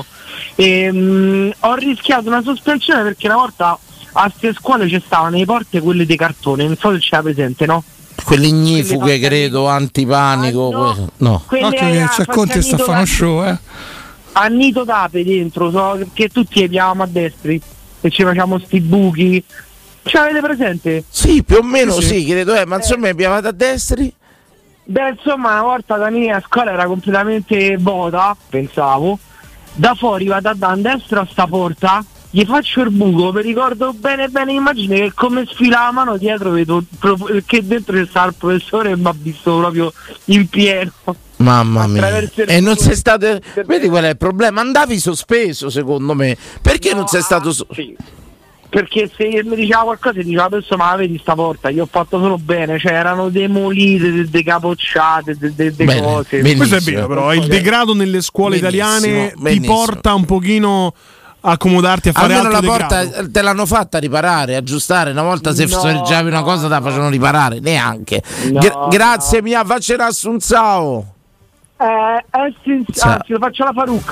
Ho rischiato una sospensione perché una volta a ste scuole ci stavano le porte quelle di cartone, non so se c'era presente, no? Quelle ignifughe, credo, antipanico. No. Che c'è Conte sta a fare uno show, a nido d'ape dentro, che tutti piavamo a destri e ci facciamo sti buchi. Ce l'avete presente? Sì, più o meno sì credo, ma insomma piavate a destri? Beh, insomma, una volta la mia scuola era completamente vuota, pensavo. Da fuori vado a destra a sta porta, gli faccio il buco, mi ricordo bene, immagino che come sfila la mano dietro vedo che dentro c'è sta il professore e mi ha visto proprio in pieno. Mamma mia. E non sei stato. Vedi qual è il problema? Andavi sospeso, secondo me. Perché non sei stato sì. Perché se mi diceva qualcosa diceva adesso ma vedi sta porta, io ho fatto solo bene, cioè erano demolite, decapocciate, cose. Questo è vero, però il degrado nelle scuole italiane ti porta un pochino a accomodarti a fare almeno altro la porta degrado. Te l'hanno fatta riparare, aggiustare. Una volta se sorreggiavi una cosa te la facevano riparare, neanche. Grazie mia, faccio l'assunzao. Anzi, lo faccio la Farouk.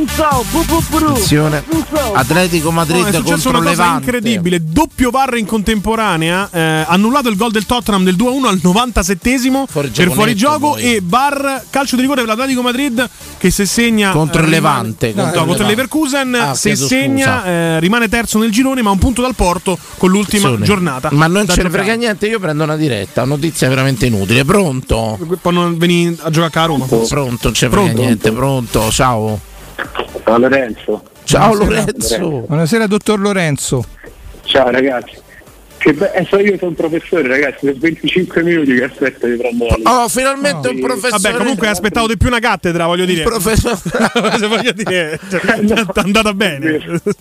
Attenzione, Atletico Madrid è contro una cosa Levante. Incredibile, doppio VAR in contemporanea, annullato il gol del Tottenham del 2-1 al 97esimo per fuorigioco e VAR calcio di rigore per l'Atletico Madrid che se segna contro il Levante, contro il Leverkusen, se segna rimane terzo nel girone ma un punto dal Porto con l'ultima giornata. Ma non ce ne frega niente, io prendo una diretta, notizia veramente inutile. Pronto? Poi non veni a giocare a Roma. Pronto, c'è niente, pronto, ciao. Ciao Lorenzo. Ciao Lorenzo. Buonasera dottor Lorenzo. Ciao ragazzi. Io sono un professore, ragazzi, per 25 minuti che aspetto di prendere la Oh, finalmente un professore. Vabbè, comunque aspettavo di più una cattedra, voglio dire. Voglio dire, è andata bene.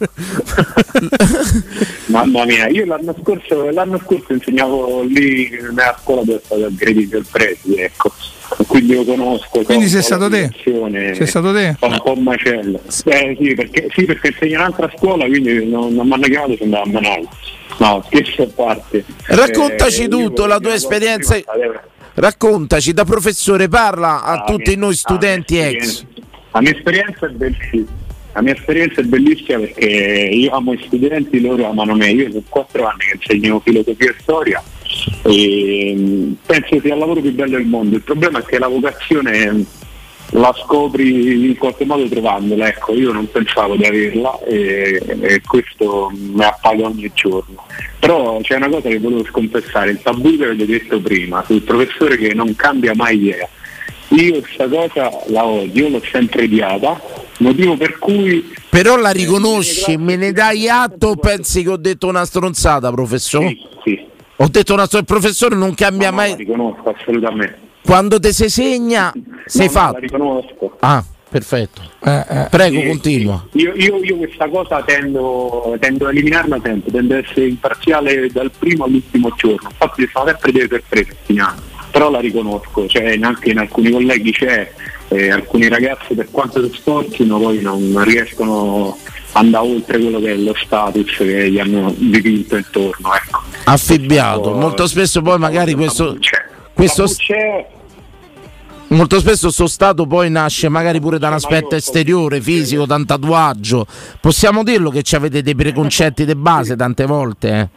Mamma mia, io l'anno scorso insegnavo lì nella scuola dove è stato aggredito il preside, ecco. Quindi io conosco. Quindi sei stato te? Sei stato te? Un po' macello. Sì, perché insegno un'altra scuola, quindi non mi hanno chiamato se andavo a Manalo. No, scherzo a parte. Raccontaci tutto, la tua esperienza. Raccontaci da professore, parla a tutti noi studenti ex. La mia esperienza è bellissima. La mia esperienza è bellissima perché io amo i studenti, loro amano me. Io sono 4 anni che insegno filosofia e storia e penso sia il lavoro più bello del mondo. Il problema è che la vocazione la scopri in qualche modo trovandola, ecco. Io non pensavo di averla e questo mi appaga ogni giorno. Però c'è una cosa che volevo sconfessare, il tabù che avete detto prima sul professore che non cambia mai idea. Io questa cosa la odio, l'ho sempre odiata, motivo per cui... Però la riconosci, me ne dai atto o pensi che ho detto una stronzata, professore? Sì. Ho detto una stronzata, il professore non cambia mai... La riconosco assolutamente. Quando te si segna, sei fatto. La riconosco. Ah, perfetto. Prego, continua. Io questa cosa tendo a eliminarla sempre, tendo ad essere imparziale dal primo all'ultimo giorno. Infatti sono sempre delle sorprese questi anni, però la riconosco, cioè anche in alcuni colleghi c'è, alcuni ragazzi per quanto si sforzino poi non riescono ad andare oltre quello che è lo status che gli hanno dipinto intorno, ecco. Affibbiato, molto spesso poi magari questo molto spesso sto stato poi nasce magari pure da un aspetto esteriore, fisico, da un tatuaggio. Possiamo dirlo che ci avete dei preconcetti di base tante volte?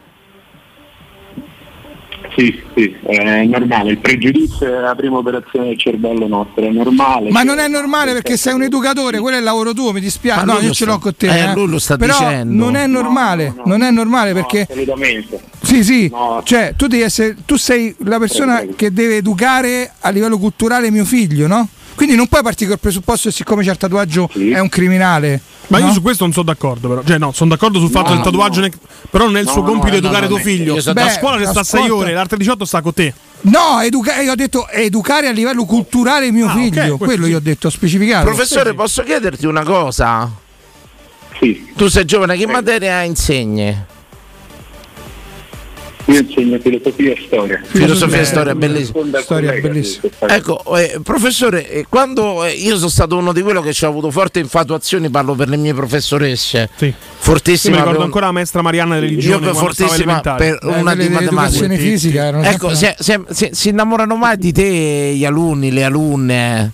Sì, è normale, il pregiudizio è la prima operazione del cervello nostro, è normale. Ma non è normale perché sei un educatore, quello è il lavoro tuo, mi dispiace. No, io ce l'ho con te. Lui lo sta però dicendo. Non è normale, non è normale perché. Assolutamente. Sì, no. Cioè tu sei la persona che deve educare a livello culturale mio figlio, no? Quindi non puoi partire col presupposto che siccome c'è il tatuaggio è un criminale. Ma io su questo non sono d'accordo, però. Cioè, no, sono d'accordo sul fatto del tatuaggio, però non è il suo compito educare tuo figlio. A scuola ci sta 6 ore, l'altra 18 sta con te. No, io ho detto educare a livello culturale mio figlio. Okay, quello io ho detto, specificato. Professore, posso chiederti una cosa? Sì. Tu sei giovane, che materia insegni? Io insegno filosofia e storia. Filosofia e storia, bellissima. Storia bellissima. Ecco, professore, quando io sono stato uno di quello che ci ha avuto forti infatuazioni, parlo per le mie professoresse. Sì. Fortissima. Io mi ricordo ancora la maestra Marianna di religione. Io fortissima per una di matematica. Fisica. Ecco, si innamorano mai di te gli alunni, le alunne?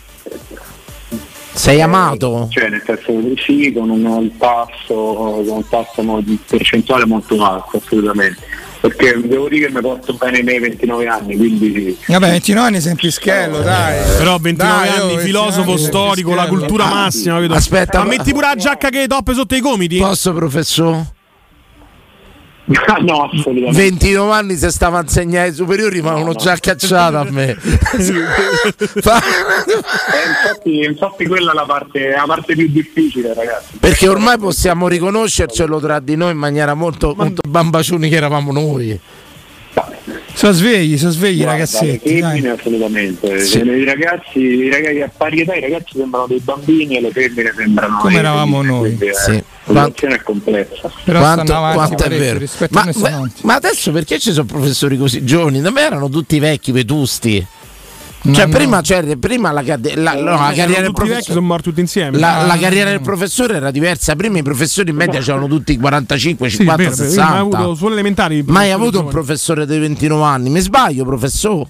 Sei amato? Cioè, nel senso sì, con un tasso di percentuale molto alto, assolutamente. Perché devo dire che mi porto bene i miei 29 anni, quindi... Vabbè, 29 anni sei un pischello, dai. Però 29 anni, filosofo storico, la cultura massima. Vedo. Aspetta, ma metti pure la giacca che è top sotto i gomiti? Posso, professore? No, assolutamente. 29 anni se stava a insegnare ai superiori, ma uno già cacciato a me. Infatti quella è la parte più difficile, ragazzi. Perché ormai possiamo riconoscercelo tra di noi in maniera molto bambaciuni che eravamo noi. Sono svegli ragazzetti. Assolutamente. Sì. I ragazzi a pari età, i ragazzi sembrano dei bambini e le femmine sembrano come eravamo noi. Sì. La situazione è complessa. Però quanto è vero. Ma adesso perché ci sono professori così giovani? Da me erano tutti vecchi, vetusti. Cioè, prima la carriera del professore sono morti tutti insieme. La carriera del professore era diversa. Prima i professori in media c'erano tutti 45, 50, 60. Mai avuto sulle elementari. Mai avuto un professore dei 29 anni. Mi sbaglio, professore?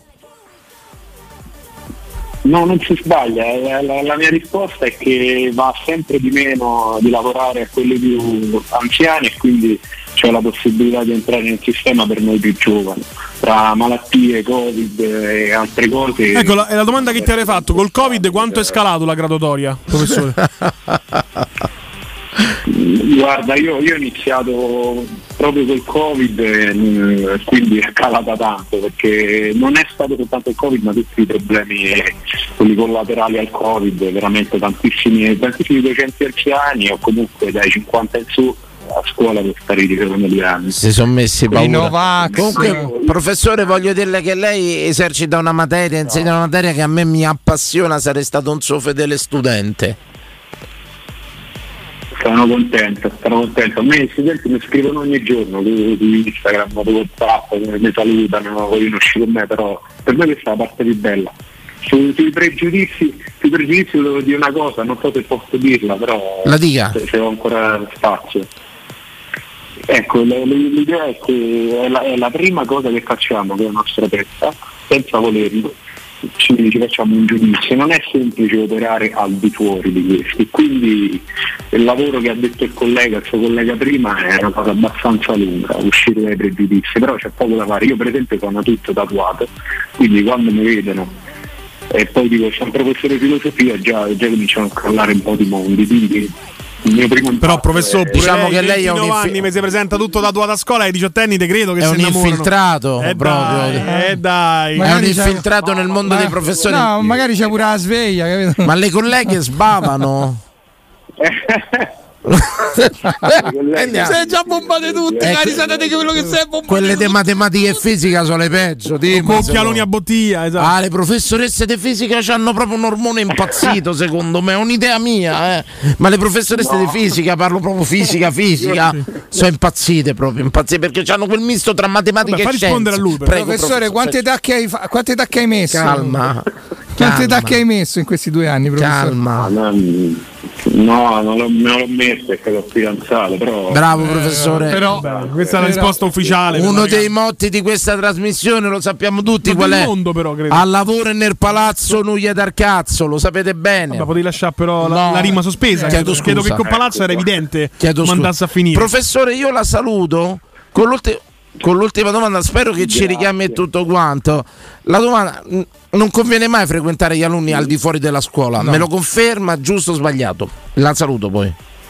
No, non si sbaglia. La mia risposta è che va sempre di meno di lavorare a quelli più anziani e quindi c'è la possibilità di entrare nel sistema per noi più giovani. Tra malattie, Covid e altre cose. Ecco, è la domanda che ti avrei fatto. Col Covid quanto è scalato la graduatoria, professore? Guarda, io ho iniziato proprio col Covid, quindi è calata tanto, perché non è stato soltanto il Covid, ma tutti i problemi, quelli collaterali al Covid, veramente tantissimi docenti anziani o comunque dai 50 in su a scuola per stare i 2 anni. Si sono messi paura. Novax. Comunque, professore, voglio dirle che lei esercita una materia, insegna una materia che a me mi appassiona, sarei stato un suo fedele studente. Sono contento. A me gli studenti mi scrivono ogni giorno su Instagram, su WhatsApp, mi salutano, vogliono uscire con me, però per me questa è la parte più bella. Sui pregiudizi devo dire una cosa, non so se posso dirla, però la dica. Se ho ancora spazio. Ecco, l'idea è che è la prima cosa che facciamo con la nostra testa, senza volerlo, ci facciamo un giudizio. Non è semplice operare al di fuori di questi, quindi il lavoro che ha detto il suo collega prima, è una cosa abbastanza lunga, uscire dai pregiudizi, però c'è poco da fare. Io per esempio sono tutto tatuato, quindi quando mi vedono e poi dico sono professore di filosofia, già cominciano a crollare un po' di mondi, quindi il mio primo però professore, diciamo che lei è un anni mi si presenta tutto tatuato a scuola, ai 18 anni te credo che è si un infiltrato proprio. Dai. È un infiltrato nel mondo dei professori. No, magari c'è pure la sveglia, capito? Ma le colleghe sbavano. sei già bombate tutte, sapete quello che sei bombato. Quelle di matematica e fisica sono le peggio, con occhialoni a bottiglia, esatto. Le professoresse di fisica hanno proprio un ormone impazzito, secondo me, è un'idea mia, ma le professoresse di fisica, parlo proprio fisica, sono impazzite perché hanno quel misto tra matematica e scienza. A lui, prego, professore, quante tacche hai messo? Calma. Quante tacche hai messo in questi 2 anni, professore? Calma. No, non l'ho messo perché ero fidanzato, però. Bravo professore. Però questa è la risposta ufficiale. Uno dei motti di questa trasmissione lo sappiamo tutti, qual è? Mondo, però, credo. Al lavoro e nel palazzo nuia dal cazzo, lo sapete bene. Potevi lasciare però la rima sospesa. Credo che con palazzo era evidente come andasse a finire. Professore, io la saluto con l'ultima domanda, spero che ci richiami tutto quanto. La domanda: non conviene mai frequentare gli alunni al di fuori della scuola? No. Me lo conferma, giusto o sbagliato? La saluto poi.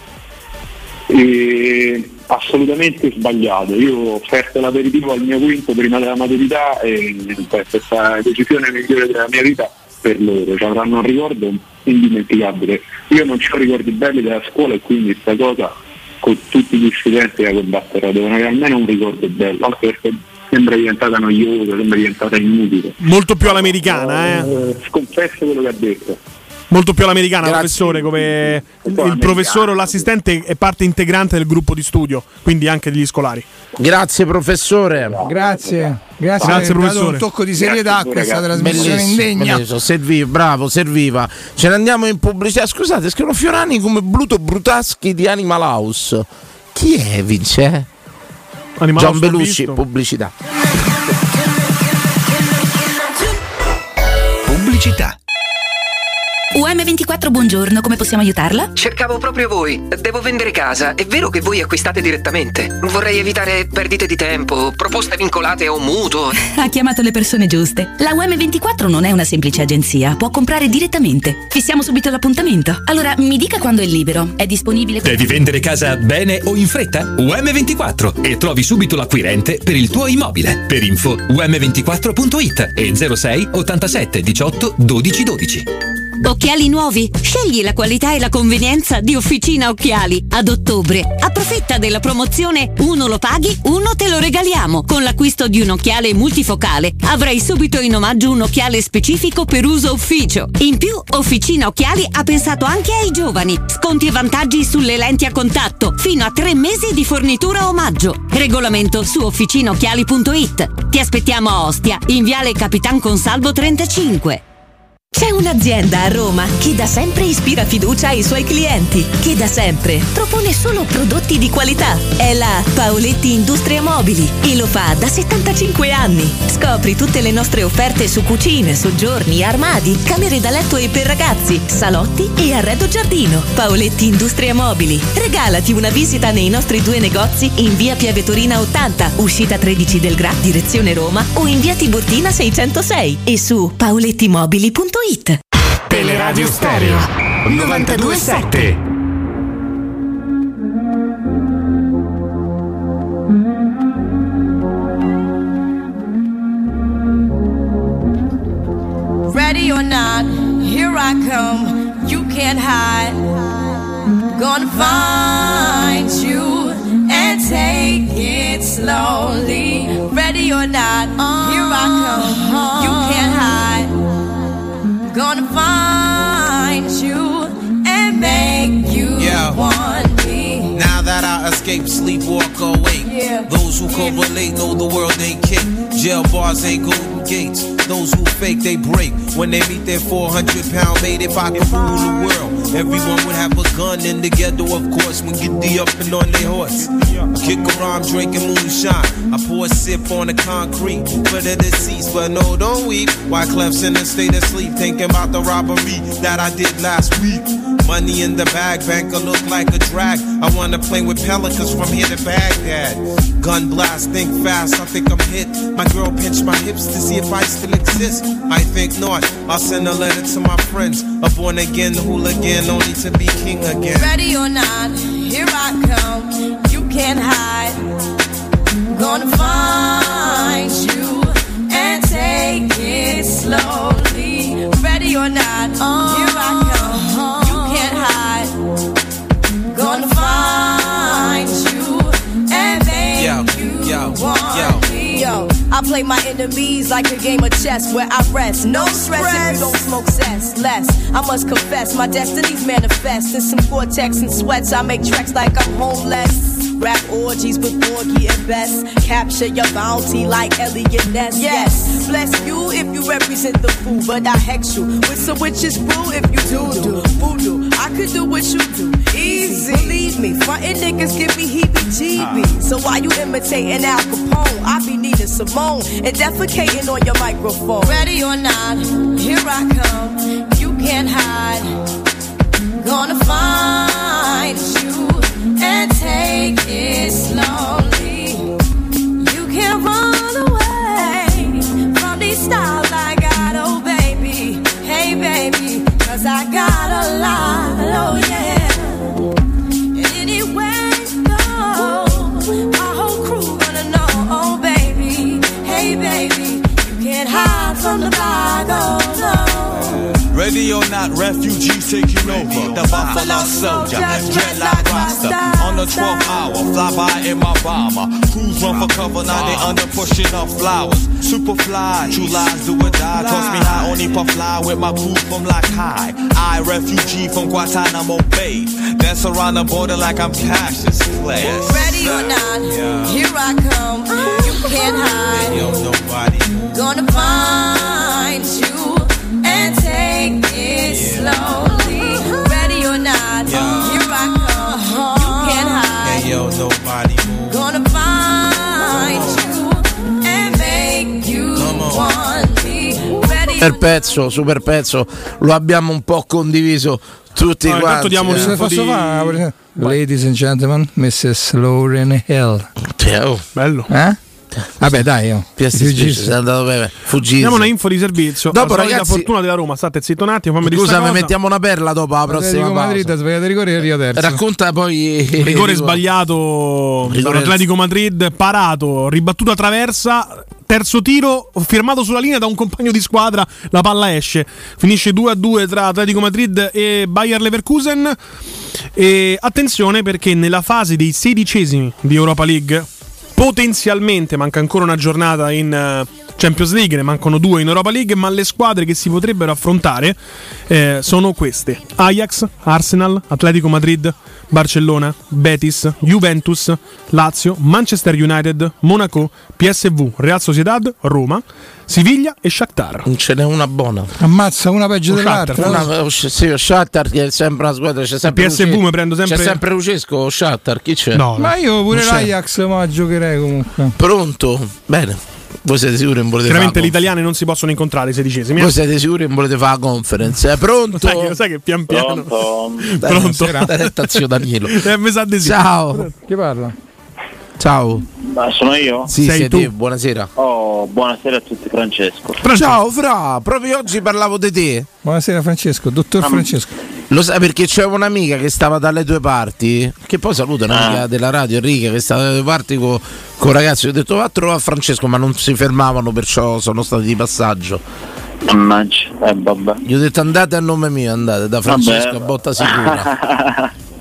Assolutamente sbagliato. Io ho offerto l'aperitivo al mio quinto prima della maturità e questa decisione migliore della mia vita per loro, cioè avranno un ricordo indimenticabile. Io non ho ricordi belli della scuola e quindi questa cosa con tutti gli studenti la combatterò, devono avere almeno un ricordo bello, anche perché sembra diventata noiosa, sembra diventata inutile. Molto più all'americana, Sconfesso quello che ha detto. Molto più all'americana, professore, come il professore o l'assistente è parte integrante del gruppo di studio, quindi anche degli scolari. Grazie professore. Grazie professore. Un tocco di serietà a questa trasmissione indegna. Serviva. Ce ne andiamo in pubblicità. Scusate, scrivono Fiorani come Bluto Brutaschi di Animal House. Chi è, Vince? Gian Belushi, pubblicità. Pubblicità. UM24, buongiorno, come possiamo aiutarla? Cercavo proprio voi. Devo vendere casa. È vero che voi acquistate direttamente? Vorrei evitare perdite di tempo, proposte vincolate a un mutuo. Ha chiamato le persone giuste. La UM24 non è una semplice agenzia, può comprare direttamente. Fissiamo subito l'appuntamento. Allora, mi dica quando è libero. È disponibile? Devi vendere casa bene o in fretta? UM24 e trovi subito l'acquirente per il tuo immobile. Per info um24.it e 06 87 18 12 12. Occhiali nuovi? Scegli la qualità e la convenienza di Officina Occhiali. Ad ottobre approfitta della promozione 1 lo paghi, 1 te lo regaliamo. Con l'acquisto di un occhiale multifocale avrai subito in omaggio un occhiale specifico per uso ufficio. In più, Officina Occhiali ha pensato anche ai giovani. Sconti e vantaggi sulle lenti a contatto, fino a 3 mesi di fornitura omaggio. Regolamento su officinaocchiali.it. Ti aspettiamo a Ostia, in viale Capitan Consalvo 35. C'è un'azienda a Roma che da sempre ispira fiducia ai suoi clienti, che da sempre propone solo prodotti di qualità. È la Paoletti Industria Mobili e lo fa da 75 anni. Scopri tutte le nostre offerte su cucine, soggiorni, armadi, camere da letto e per ragazzi, salotti e arredo giardino. Paoletti Industria Mobili. Regalati una visita nei nostri 2 negozi in via Pieve Torina 80, uscita 13 del Gra, direzione Roma, o in via Tiburtina 606 e su paolettimobili.it. Teleradio Stereo 92.7. Ready or not, here I come. You can't hide. Gonna find you and take it slowly. Ready or not, here I come. You can't hide. Gonna find you and make you want me. Now that I escape, sleep, walk awake. Those who correlate know the world ain't kick. Jail bars ain't golden gates. Those who fake, they break. When they meet their 400-pound mate, if I could rule the world, everyone would have a gun in the ghetto, of course, when Giddy up and on their horse. Kick around drinking moonshine. I pour a sip on the concrete for the deceased, but no, don't weep. Why Clef's in a state of sleep, thinking about the robbery that I did last week. Money in the bag, banker look like a drag. I wanna play with pelicans from here to Baghdad. Gun blast, think fast, I think I'm hit. My girl pinched my hips to see if I still exist. I think not, I'll send a letter to my friends. A born again hooligan, only to be king again. Ready or not, here I come. You can't hide. Gonna find you and take it slowly. Ready or not, here I come. You can't hide. Gonna find you and make you want me. Yo, I play my enemies like a game of chess where I rest. No stress if you don't smoke cess. Less, I must confess, my destinies manifest. In some Gore-Tex and sweats, I make tracks like I'm homeless. Rap orgies with Borgie and Best. Capture your bounty like Elliot Ness. Yes, bless you if you represent the fool, but I hex you with some witches brew if you do voodoo. I could do what you do, easy. Believe me, frontin' niggas give me heebie-jeebies. So while you imitating Al Capone, I be needing Simone and defecating on your microphone. Ready or not, here I come. You can't hide. Gonna find you and take it slowly. You can't run away from these styles I got, oh baby. Hey baby, 'cause I got a lot, oh yeah. And anywhere you go, my whole crew gonna know, oh baby. Hey baby, you can't hide from the bag, oh no. Ready or not, refugees taking over. The Buffalo Soldier, dreadlock roster. On the 12th hour, fly by in my bomber. Crews run for cover, now they under pushing up flowers. Super fly, true lies do or die. Toss me high, only puff fly with my crew from like high. I, refugee from Guantanamo Bay. Dance around the border like I'm Cassius Clay. Ready or not, here I come. You can't hide. Yo, nobody. Gonna find you and take it slowly. Ready or not, here I come. You can't hide. Hey, yo, nobody. Gonna find you and make you want me. Ready Super pezzo, lo abbiamo un po' condiviso tutti quanti. Posso fare? Ladies and gentlemen, Mrs. Lauryn Hill. Bello. Vabbè dai, sei andato bene. Fuggito. Diamo una info di servizio. Dopo, ragazzi, ragazzi, fortuna della Roma, state zitto un attimo. Scusa, mettiamo una perla dopo la prossima pausa. Madrid ha sbagliato rigore e Rio terzo. Racconta poi rigore sbagliato dall'Atletico Madrid, parato, ribattuta traversa. Terzo tiro firmato sulla linea da un compagno di squadra, la palla esce. Finisce 2-2 tra Atletico Madrid e Bayer Leverkusen. E attenzione perché nella fase dei 16esimi di Europa League, potenzialmente manca ancora una giornata in Champions League, ne mancano 2 in Europa League, ma le squadre che si potrebbero affrontare sono queste: Ajax, Arsenal, Atletico Madrid, Barcellona, Betis, Juventus, Lazio, Manchester United, Monaco, PSV, Real Sociedad, Roma, Siviglia e Shakhtar. Non ce n'è una buona. Ammazza, una peggio dell'altra. Sì, Shakhtar che è sempre una squadra, c'è sempre PSV mi prendo sempre. C'è sempre Lucesco, Shakhtar, chi c'è? No, ma io pure l'Ajax ma giocherei comunque. Pronto? Bene. Voi siete sicuri che non volete Chiaramente gli italiani non si possono incontrare i 16esimi. Voi siete sicuri che non volete fare la conference? Pronto? Sai che pian piano. Pronto? Zio Danilo. Mi sa di sì. Ciao. Chi parla? Ciao. Ma sono io? Sì, sei tu. Buonasera. Oh, buonasera a tutti, Francesco. Ciao Fra, proprio oggi parlavo di te. Buonasera Francesco, dottor Francesco. Lo sai perché c'è un'amica che stava dalle tue parti, che poi saluta un'amica della radio, Enrica, che stava dalle tue parti con ragazzi. Ho detto va a trovare Francesco, ma non si fermavano, perciò sono stati di passaggio. Vabbè. Gli ho detto andate a nome mio, andate da Francesco, a botta sicura.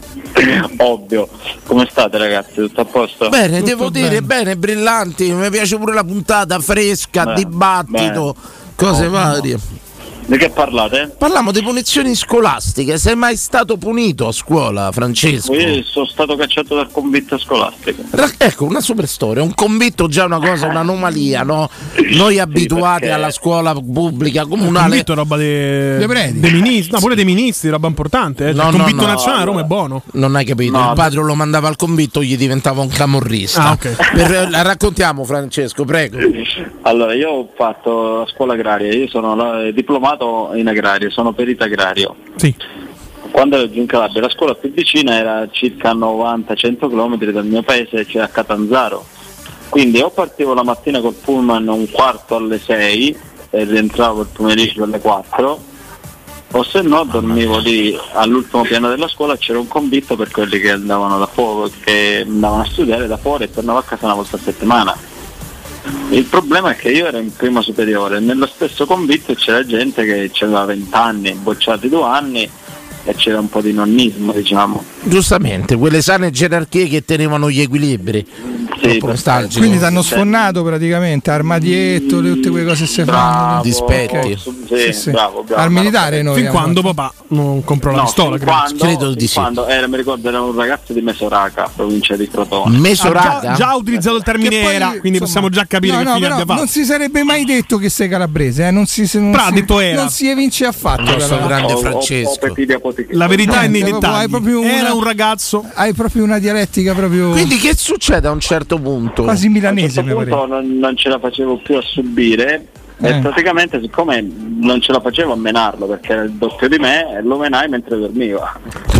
Ovvio. Come state ragazzi? Tutto a posto? Bene, tutto devo dire bene, brillanti. Mi piace pure la puntata fresca, dibattito, cose varie. Di che parlate? Parliamo di punizioni scolastiche. Sei mai stato punito a scuola, Francesco? Io sono stato cacciato dal convitto scolastico. Ecco, una super storia. Un convitto già una cosa, un'anomalia, no? Noi abituati perché... alla scuola pubblica comunale. Il convitto è roba dei ministri, no, pure dei ministri, roba importante. Il convitto nazionale a Roma è buono. Non hai capito, il padre lo mandava al convitto, gli diventava un camorrista. Okay. Raccontiamo, Francesco, prego. Allora, io ho fatto la scuola agraria, io sono diplomato in agrario, sono perito agrario. Sì. Quando ero giù in Calabria, la scuola più vicina era circa 90-100 km dal mio paese, cioè a Catanzaro. Quindi o partivo la mattina col pullman 5:45 e rientravo il pomeriggio alle 4, o se no dormivo lì all'ultimo piano della scuola. C'era un convitto per quelli che andavano da fuori, che andavano a studiare da fuori, e tornavo a casa una volta a settimana. Il problema è che io ero in prima superiore, nello stesso convitto c'era gente che aveva 20 anni, bocciati 2 anni, e c'era un po' di nonnismo, diciamo. Giustamente, quelle sane gerarchie che tenevano gli equilibri. Sì, quindi ti hanno sfonnato praticamente, armadietto, tutte quelle cose se fanno. Dispetti. Sì. Bravo. Al militare noi. Fin quando papà non comprò la pistola, credo di sì. Mi ricordo era un ragazzo di Mesoraca, provincia di Crotone. Mesoraca? Già ha utilizzato il termine poi, era, quindi insomma, possiamo già capire che fine abbia fatto. Non si sarebbe mai detto che sei calabrese, non si evince affatto. Grande Francesco. La verità è nei dettagli. Era un ragazzo. Hai proprio una dialettica proprio. Quindi che succede a un certo punto? Quasi milanese, a un certo punto non ce la facevo più a subire. E praticamente, siccome non ce la facevo a menarlo perché era il doppio di me, lo menai mentre dormiva.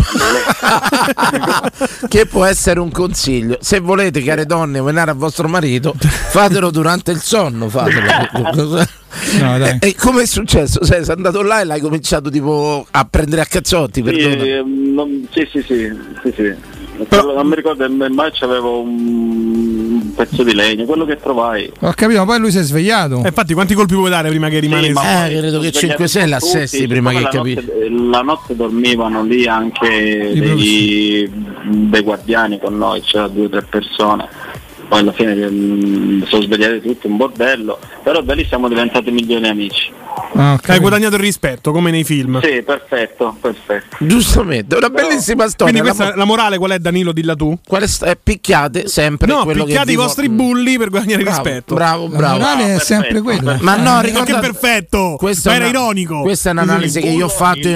Che può essere un consiglio: se volete, care donne, menare a vostro marito, fatelo durante il sonno, fatelo. No, dai. E come è successo? Sei andato là e l'hai cominciato tipo a prendere a cazzotti? Sì. Però non mi ricordo, mai c'avevo un pezzo di legno, quello che trovai. Ho capito, ma poi lui si è svegliato. Infatti quanti colpi puoi dare prima che rimane? Credo che 5-6 l'assessi prima che capisci. La notte dormivano lì anche dei guardiani con noi, c'era 2 o 3 persone. Poi alla fine sono svegliati tutti, un bordello, però da lì siamo diventati migliori amici. Hai guadagnato il rispetto, come nei film. Sì, perfetto. Giustamente, una bellissima storia. Quindi questa la morale qual è, Danilo? Dilla tu. Picchiate sempre. No, quello picchiate che i vostri bulli per guadagnare rispetto. Bravo. La morale è sempre quella. Ma no, ricordate, che perfetto. Ma era ironico. Questa è un'analisi che io ho fatto.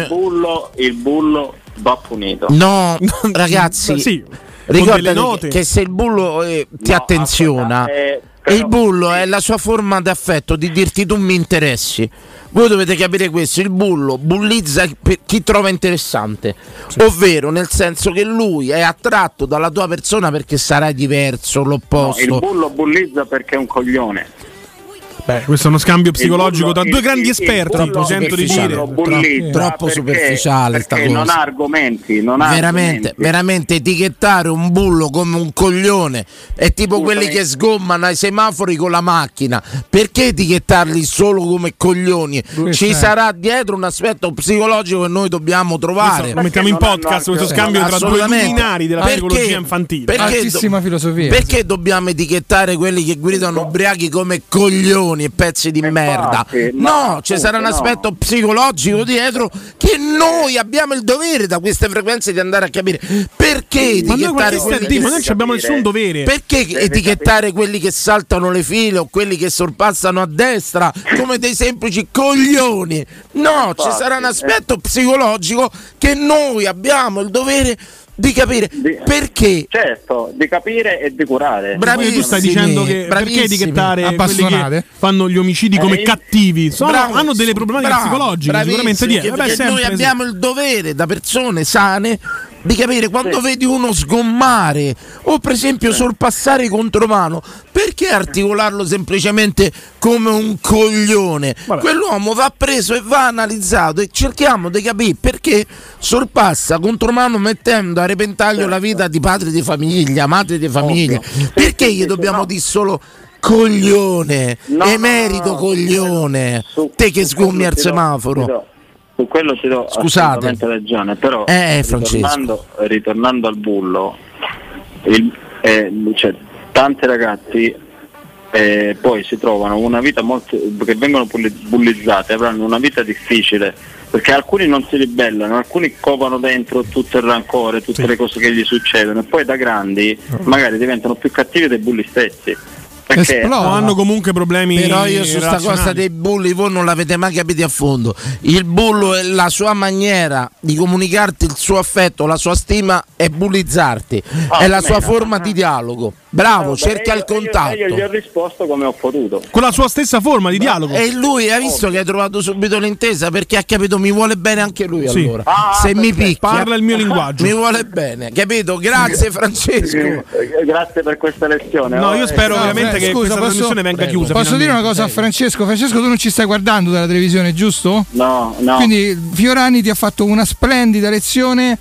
Il bullo va punito. No, ragazzi. Sì. Ricordate che se il bullo ti attenziona, il bullo è la sua forma d'affetto, di dirti tu mi interessi. Voi dovete capire questo: il bullo bullizza per chi trova interessante, ovvero nel senso che lui è attratto dalla tua persona perché sarai diverso, l'opposto. No, il bullo bullizza perché è un coglione. Questo è uno scambio psicologico tra due grandi esperti, troppo sento di dire. Troppo superficiale sta cosa. Non ha argomenti, veramente etichettare un bullo come un coglione è tipo quelli che sgommano ai semafori con la macchina. Perché etichettarli solo come coglioni? Ci sarà dietro un aspetto psicologico che noi dobbiamo trovare. Lo mettiamo in podcast questo scambio tra due luminari della psicologia infantile. Altissima filosofia. Perché dobbiamo etichettare quelli che guidano ubriachi come coglioni e pezzi di merda? No, ci sarà un aspetto psicologico dietro che noi abbiamo il dovere da queste frequenze di andare a capire. Perché etichettare quelli ma non abbiamo nessun dovere. Perché etichettare quelli che saltano le file o quelli che sorpassano a destra come dei semplici coglioni? No, ci sarà un aspetto psicologico che noi abbiamo il dovere di capire perché. Certo, di capire e di curare. Bravissimi, tu stai dicendo che perché etichettare quelli che fanno gli omicidi come cattivi? Hanno delle problematiche psicologiche sicuramente dietro. Noi abbiamo il dovere da persone sane di capire quando vedi uno sgommare o per esempio sorpassare contromano, perché articolarlo semplicemente come un coglione? Quell'uomo va preso e va analizzato e cerchiamo di capire perché sorpassa contromano mettendo a repentaglio la vita di padri di famiglia, madri di famiglia. Perché gli dobbiamo dire solo coglione, emerito coglione, te che sgommi al semaforo? Su quello ti do assolutamente ragione, però ritornando al bullo, cioè, tanti ragazzi poi si trovano una vita che vengono bullizzate, avranno una vita difficile, perché alcuni non si ribellano, alcuni covano dentro tutto il rancore, tutte le cose che gli succedono, e poi da grandi magari diventano più cattivi dei bulli stessi. Perché hanno comunque problemi. Però io su sta cosa dei bulli voi non l'avete mai capito a fondo. Il bullo è la sua maniera di comunicarti il suo affetto, la sua stima e bullizzarti. È la sua forma di dialogo. Bravo, cerca il contatto. Io gli ho risposto come ho potuto. Con la sua stessa forma di dialogo. E lui ha visto che hai trovato subito l'intesa, perché ha capito mi vuole bene anche lui, allora. Se mi picchia, parla il mio linguaggio. Mi vuole bene, capito? Grazie Francesco. Grazie per questa lezione. No, io spero veramente che questa trasmissione venga chiusa. Posso dire una cosa a Francesco? Francesco, tu non ci stai guardando dalla televisione, giusto? No. Quindi Fiorani ti ha fatto una splendida lezione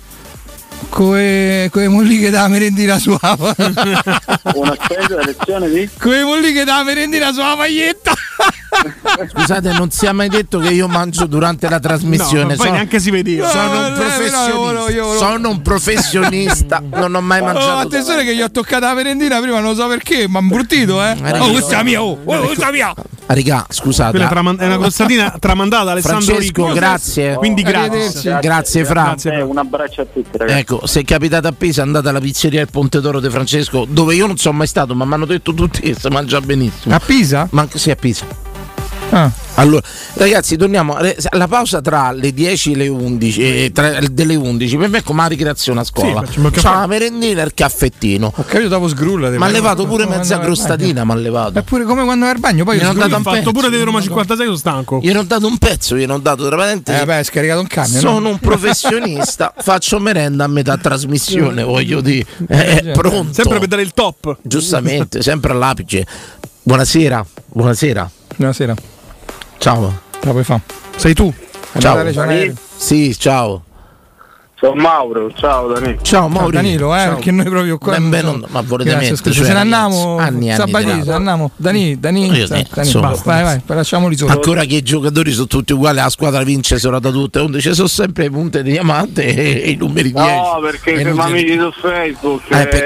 come molliche da merendina suava. Una splendida lezione di? Come molliche da merendina sulla maglietta. Scusate, non si è mai detto che io mangio durante la trasmissione. Poi neanche si vedeva. Sono un professionista. Non ho mai mangiato. Attenzione che gli ho toccato la merendina prima, non so perché, ma brutito, questa è mia, questa è mia. Raga, scusate. È una crostatina tramandata da Alessandro Francesco, Ricco. grazie. Quindi grazie. Grazie Fra. Un abbraccio a tutti, ragazzi. Ecco, se capitate a Pisa andate alla pizzeria Il Ponte d'Oro di Francesco, dove io non sono mai stato, ma mi hanno detto tutti che si mangia benissimo. A Pisa? Sì, a Pisa. Allora, ragazzi, torniamo alla pausa tra le 10 e le 11 delle 11. Per me è come la ricreazione a scuola. C'ha la merendina e il caffettino. Ho capito, dopo sgrulla. Mi ha levato pure mezza crostatina, mi ha levato. È pure come quando vai al bagno, poi io ho fatto pure di Roma 56, sono stanco. Io non ho dato un pezzo, io non ho dato veramente. Hai scaricato un camion. Sono un professionista, faccio merenda a metà trasmissione, voglio dire. Pronto. Sempre per dare il top. Giustamente, sempre all'apice. Buonasera. Ciao. La puoi fare? Sei tu? Ciao. Sì, ciao. Sono Mauro, ciao Danilo. Ciao Mauro. Danilo, perché noi proprio qua. Ma volete mettere? Se ne andiamo. Anni andiamo. Dani. Vai, lasciamoli solo. Ancora che i giocatori sono tutti uguali, la squadra vince solo da tutte, onde ci sono sempre le punte di diamante e i numeri 10. No, perché siamo amici su Facebook.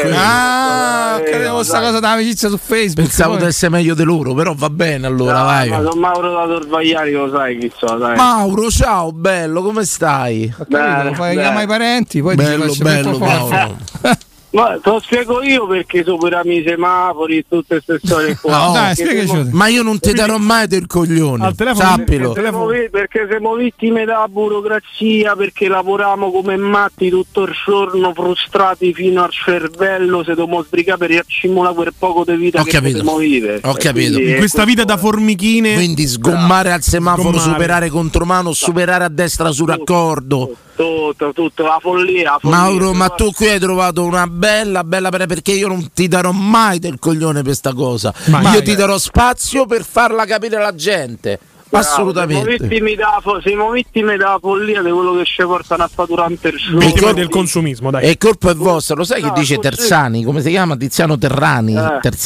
Credevo questa cosa dell'amicizia su Facebook. Pensavo di essere meglio di loro, però va bene allora, vai. Ma sono Mauro da Torvagliari, lo sai chi so, dai. Mauro, ciao, bello, come stai? Chiama i parenti, poi bello Mauro. Ma te lo spiego io perché superami i semafori e tutte queste storie qua. Ma io non ti darò mai del coglione, sappilo. Perché siamo vittime della burocrazia, perché lavoriamo come matti tutto il giorno, frustrati fino al cervello, se dobbiamo sbrigare per riaccimolare quel poco di vita che dobbiamo vivere. Ho capito. In questa vita da formichine. Quindi sgommare al semaforo, superare contromano, superare a destra sul raccordo. Tutto, la follia. Mauro, ma tu qui hai trovato una bella perché io non ti darò mai del coglione per sta cosa. Io ti darò spazio per farla capire alla gente. Assolutamente. Siamo vittime della follia di quello che ci portano a fare durante il giorno. Vittime del consumismo, dai. E il colpo è vostro, lo sai che dice Terzani? Come si chiama? Tiziano Terzani,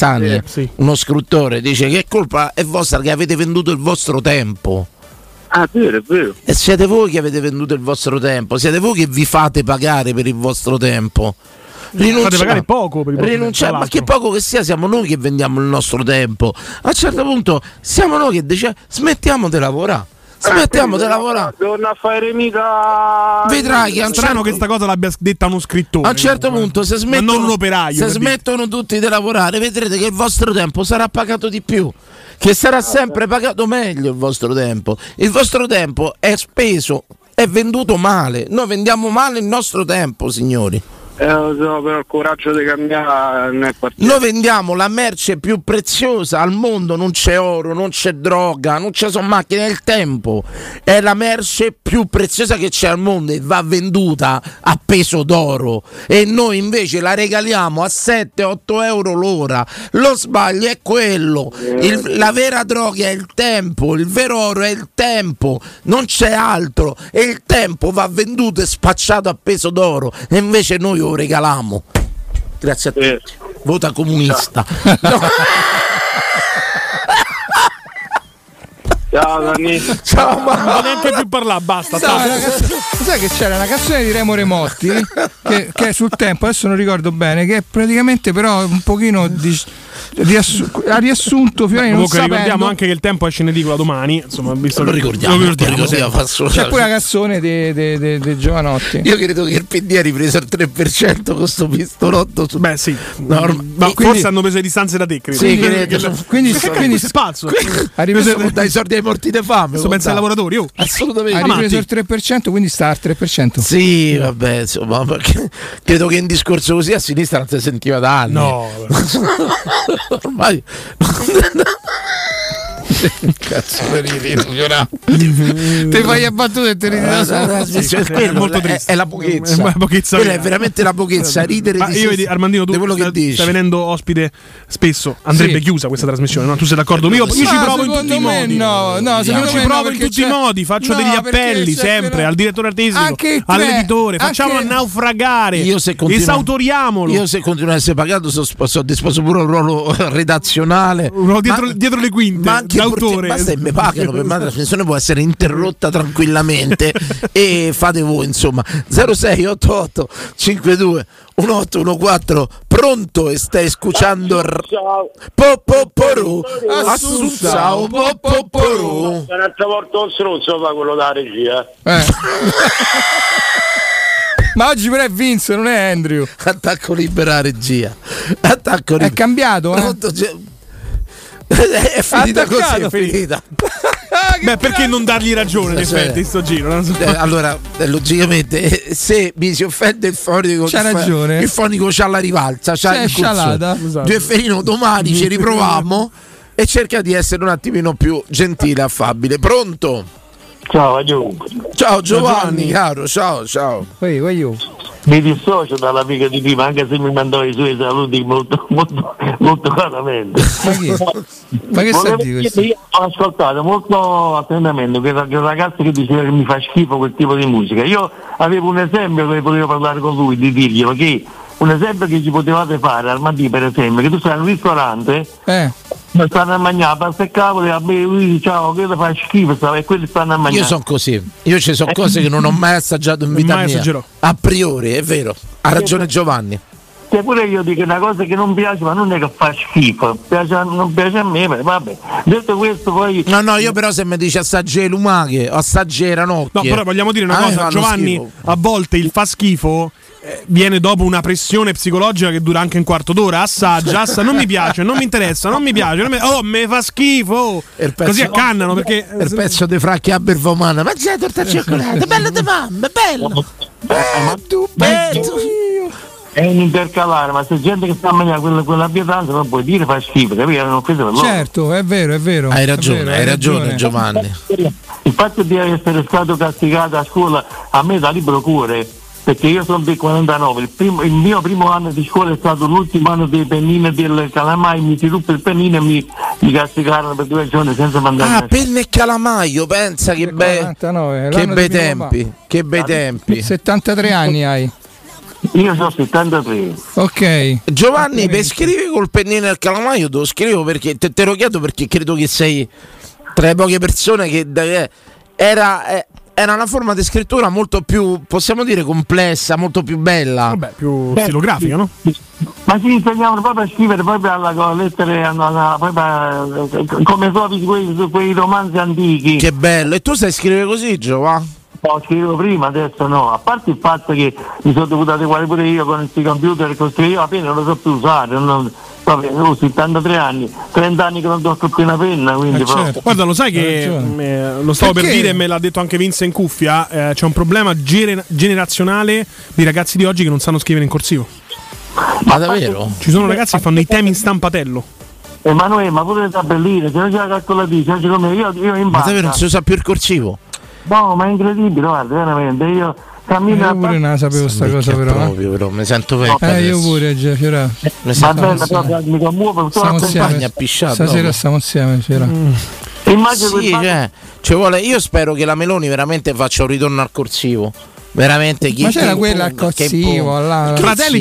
uno scrittore, dice che colpa è vostra che avete venduto il vostro tempo. È vero. E siete voi che avete venduto il vostro tempo, siete voi che vi fate pagare per il vostro tempo. Fate pagare poco per il vostro tempo. Ma che poco che sia, siamo noi che vendiamo il nostro tempo. A un certo punto siamo noi che diciamo smettiamo di lavorare. Smettiamo di lavorare. Torna a fare mica. Vedrai che è strano che sta cosa l'abbia detta uno scrittore. A un certo punto, se smettono, non un operaio, se smettono tutti di lavorare, vedrete che il vostro tempo sarà pagato di più. Che sarà sempre pagato meglio il vostro tempo. Il vostro tempo è speso, è venduto male. Noi vendiamo male il nostro tempo, signori. Lo so, però il coraggio di cambiare non è partito. Noi vendiamo la merce più preziosa al mondo, non c'è oro, non c'è droga, non ci sono macchine, è il tempo. È la merce più preziosa che c'è al mondo e va venduta a peso d'oro. E noi invece la regaliamo a 7-8 euro l'ora. Lo sbaglio è quello. La vera droga è il tempo, il vero oro è il tempo, non c'è altro. E il tempo va venduto e spacciato a peso d'oro. E invece noi lo regaliamo. Grazie a tutti. Vota comunista. No. Ciao Dani. Ciao Mauro. Non neanche più parlare, basta. Sai che c'era una canzone di Remo Remotti che è sul tempo, adesso non ricordo bene, che è praticamente però un pochino ha riassunto Fiorani. Comunque ricordiamo anche che il tempo esce in edicola domani, insomma, visto lo ricordiamo. C'è pure la canzone dei Giovanotti. Io credo che il PD ha ripreso il 3% con questo pistolotto. Beh sì, ma quindi, forse hanno preso le distanze da te, credo. Sì, credo. Quindi spazzo. Ha ripreso dai soldi ai morti di fame. Questo pensa ai lavoratori, assolutamente. Ha ripreso il 3%, quindi sta al 3%. Sì, vabbè, insomma, credo che in discorso così a sinistra non si sentiva da anni. No. Ormai cazzo per ti fai a battute e te ne è molto triste. È la pochezza. Quella è veramente la pochezza. Ridere di io vedi, Armandino, tu quello che dici. Stai venendo ospite spesso. Andrebbe chiusa questa trasmissione, no? Tu sei d'accordo? Io ci provo in tutti i modi. Io ci provo in tutti i modi. Faccio degli appelli sempre al direttore artistico, all'editore. Facciamo naufragare. Esautoriamolo. Io se continuo a essere pagato sono disposto pure un ruolo redazionale. Dietro le quinte. Ma anche basta che mi pagano per la trasmissione può essere interrotta tranquillamente e fate voi insomma. 0688 52 1814 pronto e stai scuchando Popoporu Assunzao Popoporu. Un'altra volta un stronzo fa quello da regia. Ma oggi però è Vince, non è Andrew. Attacco libera regia. È cambiato, È finita così, è finita. Beh, perché non dargli ragione in effetti sto giro? Allora, logicamente, se mi si offende il fonico, c'ha ragione. Il fonico c'ha la rivalsa, c'ha il scialata. Gefferino, domani ci riproviamo e cerca di essere un attimino più gentile, affabile. Pronto? Ciao Giovanni, caro, ciao. Mi dissocio dall'amica di prima, anche se mi mandò i suoi saluti molto caramente. Ma che senti questo? Io ho ascoltato molto attentamente quel ragazzo che diceva che mi fa schifo quel tipo di musica. Io avevo un esempio che potevo parlare con lui, di dirglielo, che un esempio che ci potevate fare al mattino, per esempio, che tu sei in un ristorante, stanno a mangiare pasta e cavoli, a me lui dice ciao, che fa schifo, e quelli stanno a mangiare. Io sono così, io ci sono cose che non ho mai assaggiato in vita mia. A priori, è vero, ha ragione Giovanni. Cioè pure io dico una cosa che non piace, ma non è che fa schifo, non piace a me, vabbè. Detto questo poi. No, io però se mi dici assaggi le lumache, assaggi le ranocchie. No, però vogliamo dire una cosa, Giovanni, schifo. A volte il fa schifo viene dopo una pressione psicologica che dura anche un quarto d'ora. Assaggia, non mi piace, non mi interessa, non mi piace, me fa schifo. Così accannano perché il pezzo di fracchi a bervomana, ma c'è torta al cioccolato, bella di mamma, bello. Tu bello. È un intercalare, ma se gente che sta a mangiare quella pietanza non puoi dire fa schifo, capito? Non credo per loro. Certo, è vero. Hai ragione Giovanni. Il fatto di essere stato castigato a scuola a me da libero cuore, perché io sono del 49, il mio primo anno di scuola è stato l'ultimo anno dei pennini del Calamai, mi si ruppe il pennino e mi castigarono per 2 giorni senza mandare. Penna e calamaio, pensa che bei tempi, che bei tempi. 73 anni hai. Io sono 73. Ok. Giovanni, per scrivere col pennino e il calamaio te lo scrivo perché te lo chiedo perché credo che sei tra le poche persone che era una forma di scrittura molto più, possiamo dire, complessa, molto più bella. Vabbè, più stilografica, no? Ma ci insegnavano proprio a scrivere proprio alla lettere, come quei romanzi antichi. Che bello, e tu sai scrivere così, Giovanni? No, scrivevo prima, adesso no, a parte il fatto che mi sono dovuto adeguare pure io con questi computer, io la penna non lo so più usare, ho 73 anni, 30 anni che non tocco più una penna, quindi certo. Guarda, lo sai che lo stavo per dire e me l'ha detto anche Vince in cuffia, c'è un problema generazionale di ragazzi di oggi che non sanno scrivere in corsivo. Ma davvero? Ci sono ragazzi che fanno i temi in stampatello. Emanuele, ma pure le tabelline, se non c'è la calcolatrice, come io in ma davvero non si usa più il corsivo? No, ma è incredibile, guarda, veramente, io cammino. Io pure non sapevo sta cosa però. Mi sento vecchio. Io pure, Fiora. Va bene, proprio mi commuovo, stasera stiamo insieme, Fiora. Immagino sì, ci vuole, io spero che la Meloni veramente faccia un ritorno al corsivo. Veramente ma c'era quella al corsivo là. Fratelli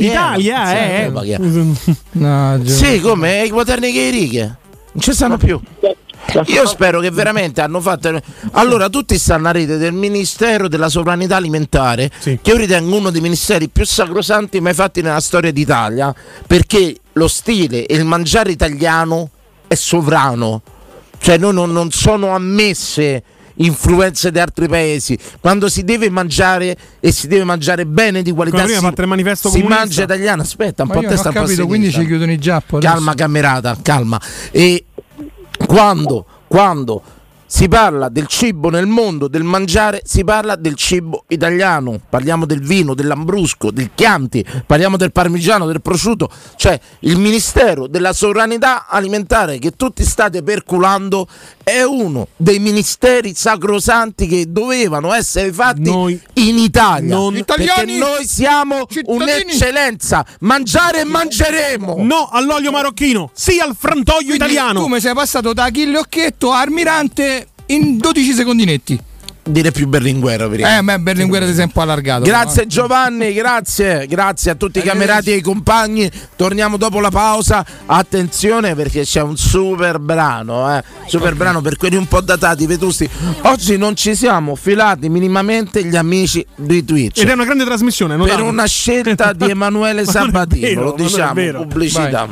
d'Italia, No, sì, come i quaderni che righe. Non ci stanno più. Io spero che veramente hanno fatto. Allora, tutti stanno a rete del Ministero della Sovranità Alimentare, che io ritengo uno dei ministeri più sacrosanti mai fatti nella storia d'Italia, perché lo stile e il mangiare italiano è sovrano, cioè noi non sono ammesse influenze di altri paesi. Quando si deve mangiare e si deve mangiare bene di qualità, si mangia italiano. Aspetta un po', a testa, capito, quindi ci chiudono i giappo. Calma camerata, calma. E quando si parla del cibo nel mondo, del mangiare, si parla del cibo italiano. Parliamo del vino, dell'ambrusco, del Chianti, parliamo del parmigiano, del prosciutto. Cioè il Ministero della Sovranità Alimentare che tutti state perculando è uno dei ministeri sacrosanti che dovevano essere fatti in Italia, perché noi siamo un'eccellenza. Mangiare e mangeremo. No all'olio marocchino, sì al frantoio italiano. Come sei passato da Achille Occhetto a Almirante in 12 secondi netti. Dire più Berlinguer. Berlinguer si è un po' allargato. Grazie no? Giovanni, grazie a tutti i camerati e ai compagni. Torniamo dopo la pausa. Attenzione perché c'è un super brano, brano per quelli un po' datati, vetusti. Oggi non ci siamo filati minimamente gli amici di Twitch. Ed è una grande trasmissione, per una scelta di Emanuele Sabatino, lo diciamo, pubblicità.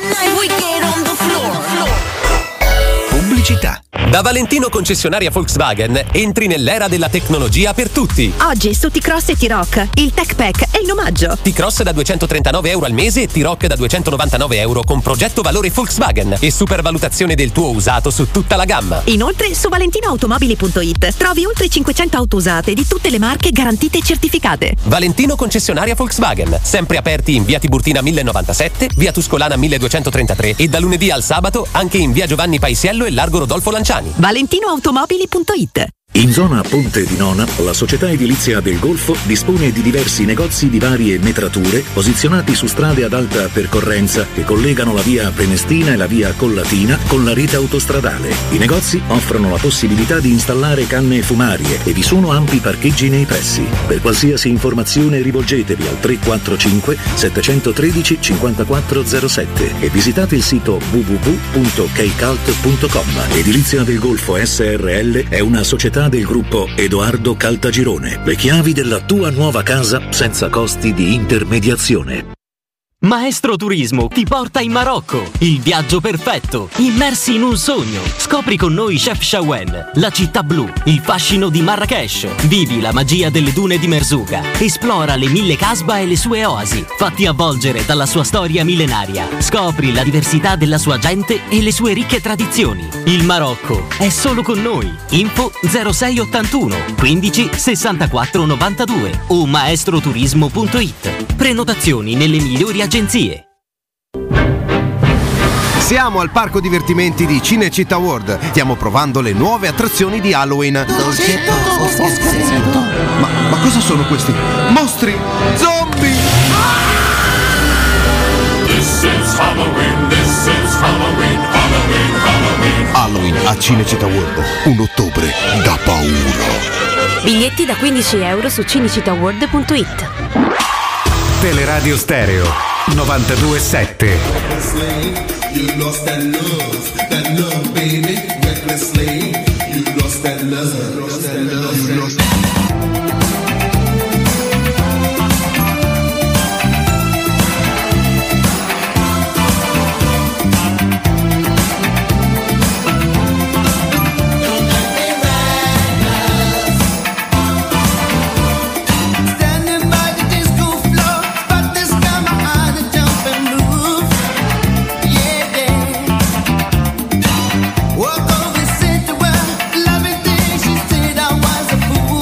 Pubblicità. Da Valentino concessionaria Volkswagen entri nell'era della tecnologia per tutti. Oggi su T-Cross e T-Rock il Tech Pack è in omaggio. T-Cross da €239 al mese e T-Rock da €299 con progetto valore Volkswagen e supervalutazione del tuo usato su tutta la gamma. Inoltre su valentinoautomobili.it trovi oltre 500 auto usate di tutte le marche garantite e certificate. Valentino concessionaria Volkswagen, sempre aperti in via Tiburtina 1097, via Tuscolana 1233 e da lunedì al sabato anche in via Giovanni Paisiello e largo Rodolfo Lanciani. valentinoautomobili.it. In zona Ponte di Nona, la società edilizia del Golfo dispone di diversi negozi di varie metrature posizionati su strade ad alta percorrenza che collegano la via Prenestina e la via Collatina con la rete autostradale. I negozi offrono la possibilità di installare canne fumarie e vi sono ampi parcheggi nei pressi. Per qualsiasi informazione rivolgetevi al 345 713 5407 e visitate il sito www.keicalt.com. Edilizia del Golfo SRL è una società del gruppo Edoardo Caltagirone. Le chiavi della tua nuova casa senza costi di intermediazione. Maestro Turismo ti porta in Marocco, il viaggio perfetto, immersi in un sogno. Scopri con noi Chef Shawen, la città blu, il fascino di Marrakech. Vivi la magia delle dune di Merzouga. Esplora le 1000 casbah e le sue oasi. Fatti avvolgere dalla sua storia millenaria. Scopri la diversità della sua gente e le sue ricche tradizioni. Il Marocco è solo con noi. Info 0681 15 64 92 o maestroturismo.it. Prenotazioni nelle migliori agenzie. Siamo al parco divertimenti di Cinecittà World. Stiamo provando le nuove attrazioni di Halloween. Ma cosa sono questi? Mostri! Zombie! This is Halloween, this is Halloween, Halloween, Halloween. Halloween a Cinecittà World. Un ottobre da paura. Biglietti da €15 su cinecittàworld.it. Teleradio Stereo 92.7. You lost that love, baby. Recklessly, you lost that love, you lost that love, you lost that love. Walk over, sit where loving things. She said I was a fool.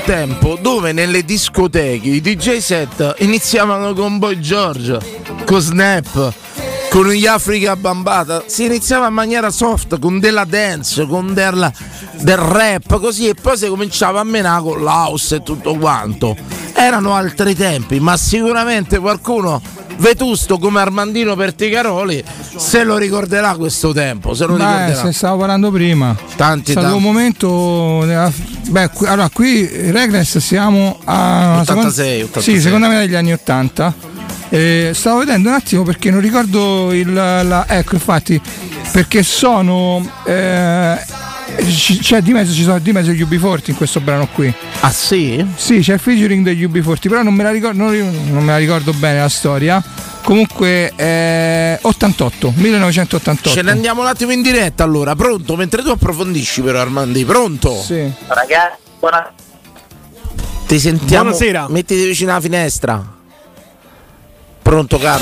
tempo dove nelle discoteche i DJ set iniziavano con Boy George, con Snap, con gli Africa Bambata, si iniziava in maniera soft con della dance, con del rap, così, e poi si cominciava a menare con l'house e tutto quanto. Erano altri tempi, ma sicuramente qualcuno vetusto come Armandino Perticaroli se lo ricorderà questo tempo, se lo ricorderà. Se stavo parlando prima, è stato un momento. Allora qui Reckless siamo a 86. Sì, seconda metà degli anni 80. Stavo vedendo un attimo perché non ricordo ecco, infatti, perché sono c'è di mezzo gli UB40 in questo brano qui. Ah sì? Sì, c'è il featuring degli UB40, però non me la ricordo bene la storia. Comunque 1988. Ce ne andiamo un attimo in diretta allora, pronto? Mentre tu approfondisci però Armandi, pronto? Sì. Ragazzi, ti sentiamo. Buonasera. Mettiti vicino alla finestra. Pronto caro?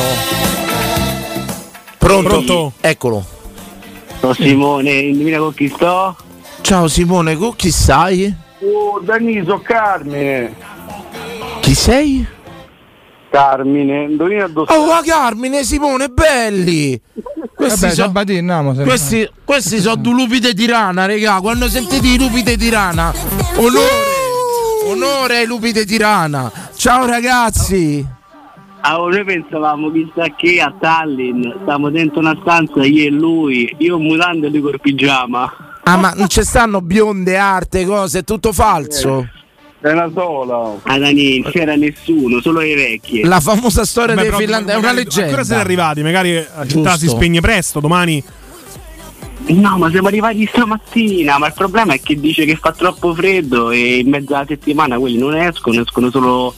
Pronto? Eccolo. Sono Simone, indovina con chi sto? Ciao Simone, con chi sai? Daniso, Carmine. Chi sei? Carmine, indovina dove Oh, ma Carmine, Simone, belli! Questi sono due lupi di Tirana, regà. Quando sentite i lupi di Tirana, onore ai lupi di Tirana. Ciao ragazzi. Noi pensavamo chissà che a Tallinn, stiamo dentro una stanza io e lui, io mutande e lui col pigiama. Ah, ma non ci stanno bionde, arte, cose, è tutto falso? È una sola. Dani, non c'era nessuno, solo i vecchi. La famosa storia dei finlandesi è una leggenda. Ancora siete arrivati, magari la città si spegne presto, domani. No, ma siamo arrivati stamattina, ma il problema è che dice che fa troppo freddo e in mezzo alla settimana quelli non escono solo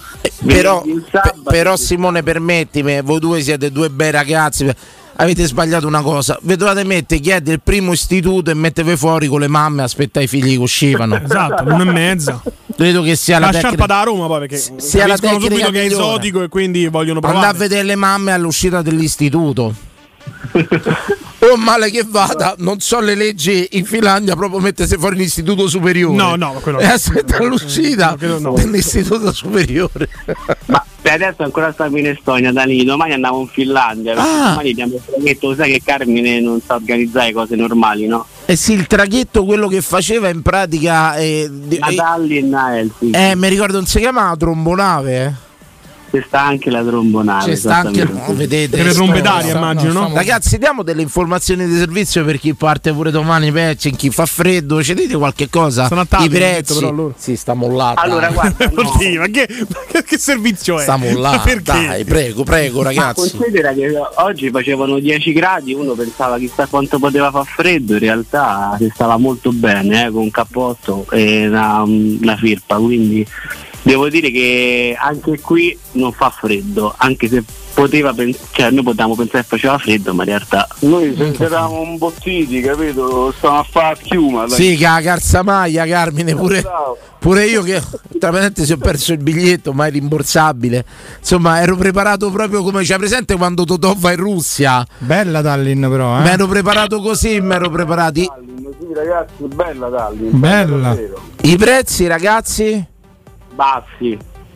però Simone, permettimi, voi due siete due bei ragazzi, avete sbagliato una cosa, vi dovete mettere chi è del primo istituto e mettevi fuori con le mamme, aspetta i figli che uscivano. Esatto, l'1:30. Credo che sia la sciarpa da Roma, poi, perché sia la tecnica subito che è esotico e quindi vogliono provare. Andate a vedere le mamme all'uscita dell'istituto. Oh, male che vada, non so le leggi in Finlandia, proprio mettersi fuori l'istituto superiore. No, quello aspetta l'uscita dell'istituto superiore. Ma adesso ancora stiamo in Estonia, Dani, domani andiamo in Finlandia, domani abbiamo il traghetto, sai che Carmine non sa organizzare cose normali, no? Eh sì, il traghetto, quello che faceva in pratica a Tallinn a Helsinki. Mi ricordo, non si chiamava trombonave, C'è sta anche la trombonave. C'è sta anche, vedete, le trombe d'aria, immagino, no? Ragazzi, diamo delle informazioni di servizio per chi parte pure domani, c'è chi fa freddo, ci dite qualche cosa? Sono a tavola, i prezzi però loro. Sì, sta mollata. Allora guarda, no. Oddio, ma che servizio è? Sta mollata, dai, prego ragazzi. Ma considera che oggi facevano 10 gradi, uno pensava chissà quanto poteva far freddo, in realtà si stava molto bene, con un cappotto e una firpa, quindi devo dire che anche qui non fa freddo, anche se noi potevamo pensare che faceva freddo, ma in realtà noi eravamo un bottiti, capito? Stavamo a fare chiuma. Sì, che la calzamaglia, Carmine, pure io che tra parentesi ho perso il biglietto, ma è rimborsabile. Insomma, ero preparato proprio come c'è presente quando Totò va in Russia. Bella Tallinn però, Mi ero preparato così, mi ero preparati. Sì, ragazzi, bella Tallinn. Bella. I prezzi, ragazzi? Bassi.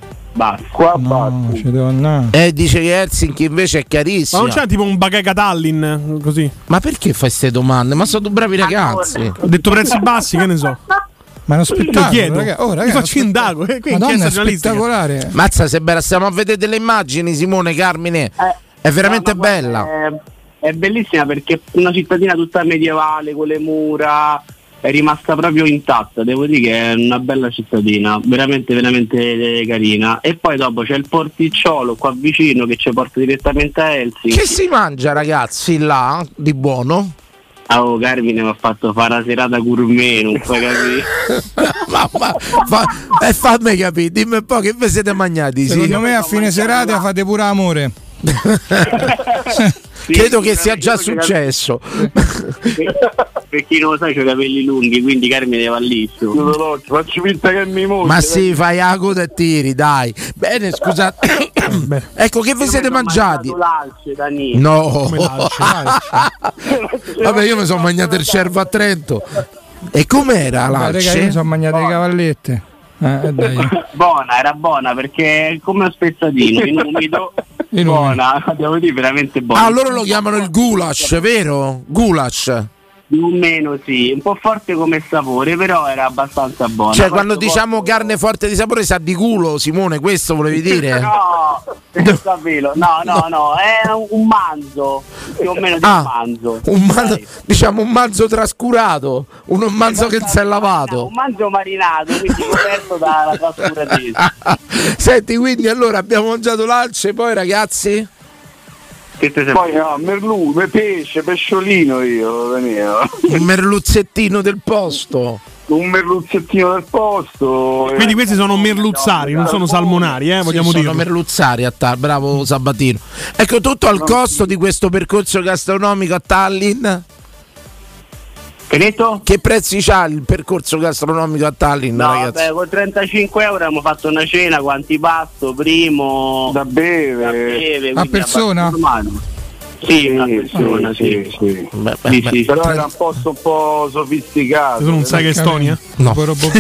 Qua bassi. Dice che Helsinki invece è carissimo. Ma non c'è tipo un Bagega Tallinn così? Ma perché fai queste domande? Ma sono bravi ragazzi. Ho detto prezzi bassi, che ne so. Ma è uno spettacolo, ragazzi. Mi faccio indago. Madonna, è spettacolare. Mazza, se bella, stiamo a vedere delle immagini, Simone, Carmine. È veramente bella. È bellissima perché è una cittadina tutta medievale con le mura. È rimasta proprio intatta, devo dire che è una bella cittadina, veramente carina. E poi dopo c'è il porticciolo qua vicino che ci porta direttamente a Helsinki. Che si mangia, ragazzi, là di buono? Carmine mi ha fatto fare la serata gourmet, non puoi capire. Fammi capire, dimmi un po' che vi siete mangiati. Secondo me a fine serata fate pure amore. Sì, credo che sia già successo. Per chi non lo sa, c'ho i capelli lunghi, quindi Carmine va liscio. Faccio finta che mi muoio. Ma sì, fai la coda e tiri, dai. Bene, scusate. Ecco, che vi siete mangiati? L'alce, Dani. No. Vabbè, io mi sono mangiato il cervo a Trento. E com'era l'alce? Io mi sono mangiato le cavallette. Dai. Buona, era buona perché è come uno spezzatino in umido. Buona, devo dire veramente buona. Ah, loro lo chiamano il goulash, vero? Goulash. Più o meno sì, un po' forte come sapore, però era abbastanza buona. Cioè, quando diciamo carne forte di sapore sa di culo, Simone, questo volevi dire? No, è un manzo, più o meno di un manzo. Diciamo un manzo trascurato, un manzo che non si è lavato. Un manzo marinato, quindi coperto dalla trascuratezza. Senti, quindi allora abbiamo mangiato l'alce, poi ragazzi? Poi merlù, pesce, pesciolino io venivo. Un merluzzettino del posto. Un merluzzettino del posto. Quindi questi sono merluzzari, non sono salmonari, vogliamo dire. Sono merluzzari bravo Sabatino. Ecco, tutto al costo di questo percorso gastronomico a Tallinn. Che prezzi c'ha il percorso gastronomico a Tallinn, ragazzi? Con 35 euro abbiamo fatto una cena con antipasto, primo da beve a persona? Sì, una persona, sì. Però era un posto un po' sofisticato. Tu non sai che è Estonia? No.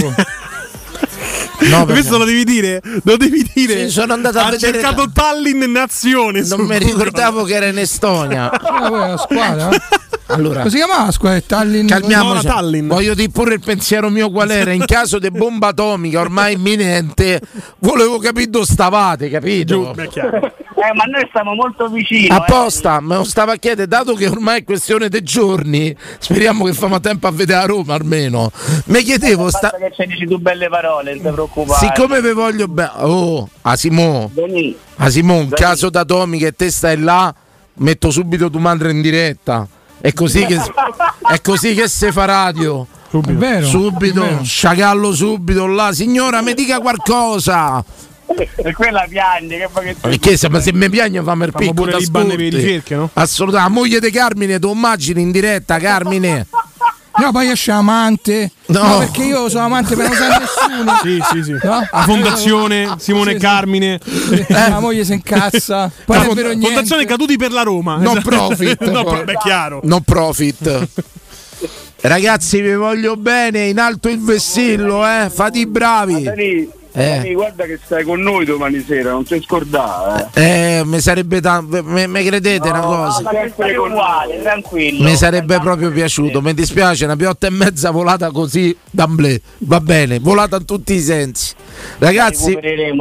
No, questo lo devi dire. Sì, sono andato a vedere. Ha cercato Tallinn nazione. Non mi ricordavo che era in Estonia. La squadra? Allora, come si chiamava la squadra? Tallinn? Calmiamoci. Voglio dire pure il pensiero mio qual era. In caso di bomba atomica ormai imminente, volevo capire dove stavate, capito? Ma noi stiamo molto vicini. Apposta, me lo stavo a chiedere, dato che ormai è questione dei giorni, speriamo che famo tempo a vedere a Roma almeno. Mi chiedevo che ci dici tu belle parole, non ti preoccupare. Siccome vi voglio bene. Simone, in caso d'atomica e te stai là, metto subito tua madre in diretta. È così che si fa radio. Subito. Sciagallo subito là. Signora, mi dica qualcosa. E quella piagne perché se mi piagne fammi il picco da ricerche, no? Assolutamente. La moglie di Carmine, tu immagini in diretta Carmine? No, poi esce amante. No, perché io sono amante per non usare nessuno. Sì. No? La fondazione Simone Carmine. La moglie si incazza. Poi non è vero niente. Fondazione Caduti per la Roma. Non profit. Beh, chiaro. Non profit. Ragazzi, vi voglio bene. In alto il vessillo, fate i bravi. Guarda che stai con noi domani sera, non ti scordare. Mi sarebbe mi credete una cosa? Tranquillo. Mi sarebbe proprio piaciuto. Mi dispiace, una piotta e mezza volata così d'amblè. Va bene, volata in tutti i sensi. Ragazzi,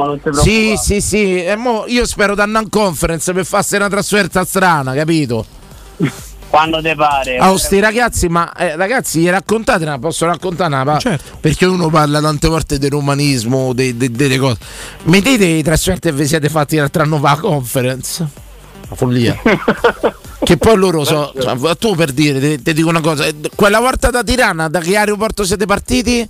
sì. Io spero da non conference per farsi una trasferta strana, capito? Quando te pare. Sti ragazzi, ragazzi, gli raccontate, posso raccontare una certo. Perché uno parla tante volte dell'umanismo, delle cose. Mettete i trasferti che vi siete fatti l'altro anno a conference. La follia. Che poi loro tu per dire, ti dico una cosa, quella volta da Tirana, da che aeroporto siete partiti?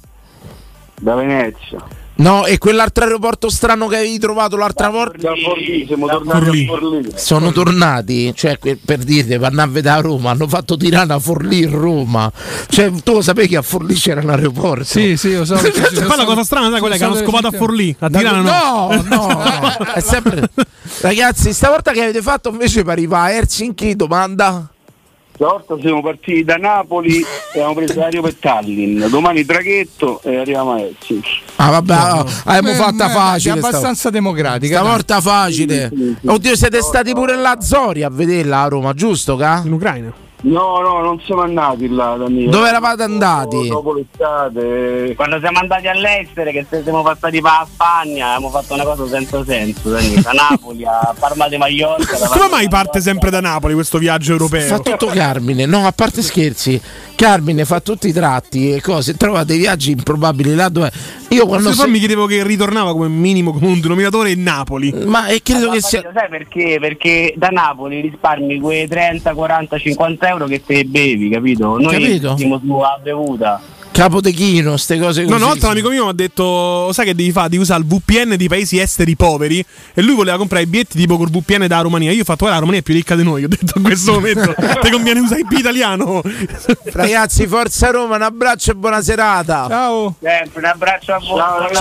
Da Venezia. No, e quell'altro aeroporto strano che avevi trovato l'altra volta? Da Forlì, siamo tornati a Forlì. Sono tornati, cioè per dire, vanno a vedere a Roma, hanno fatto Tirana, Forlì, Roma. Cioè, tu lo sapevi che a Forlì c'era un aeroporto? Sì, lo so. Poi la cosa strana è quella che hanno scopato a Forlì, a Tirana no. È sempre. Ragazzi, stavolta che avete fatto invece per arrivare a Helsinki, domanda? Stavolta siamo partiti da Napoli e abbiamo preso l'aereo per Tallinn. Domani traghetto e arriviamo a Helsinki. Abbiamo fatta facile. È abbastanza democratica. Stavolta facile. Oddio, siete stati pure là Zori a vederla a Roma, giusto? In Ucraina. No, non siamo andati là da me. Dove eravate andati? Dopo l'estate. Quando siamo andati all'estero, che siamo passati per la Spagna, abbiamo fatto una cosa senza senso, da Napoli a Parma di Maiorca. Come mai parte sempre da Napoli questo viaggio europeo? Fa tutto Carmine, no, a parte scherzi. Carmine fa tutti i tratti e cose, trova dei viaggi improbabili là dove io quando poi mi chiedevo che ritornava come minimo come un denominatore in Napoli. Ma credo che sia. Sai perché? Perché da Napoli risparmi quei 30, 40, 50 euro che te bevi, capito? Noi siamo sulla bevuta. Capotechino, ste cose così. No, una volta un amico mio mi ha detto: sai che devi fare? Devi usare il VPN di paesi esteri poveri. E lui voleva comprare i biglietti tipo col VPN da Romania. Io ho fatto: la Romania è più ricca di noi. Io ho detto: in questo momento ti conviene usare il italiano. Ragazzi, forza Roma, un abbraccio e buona serata. Ciao. Sempre un abbraccio a voi.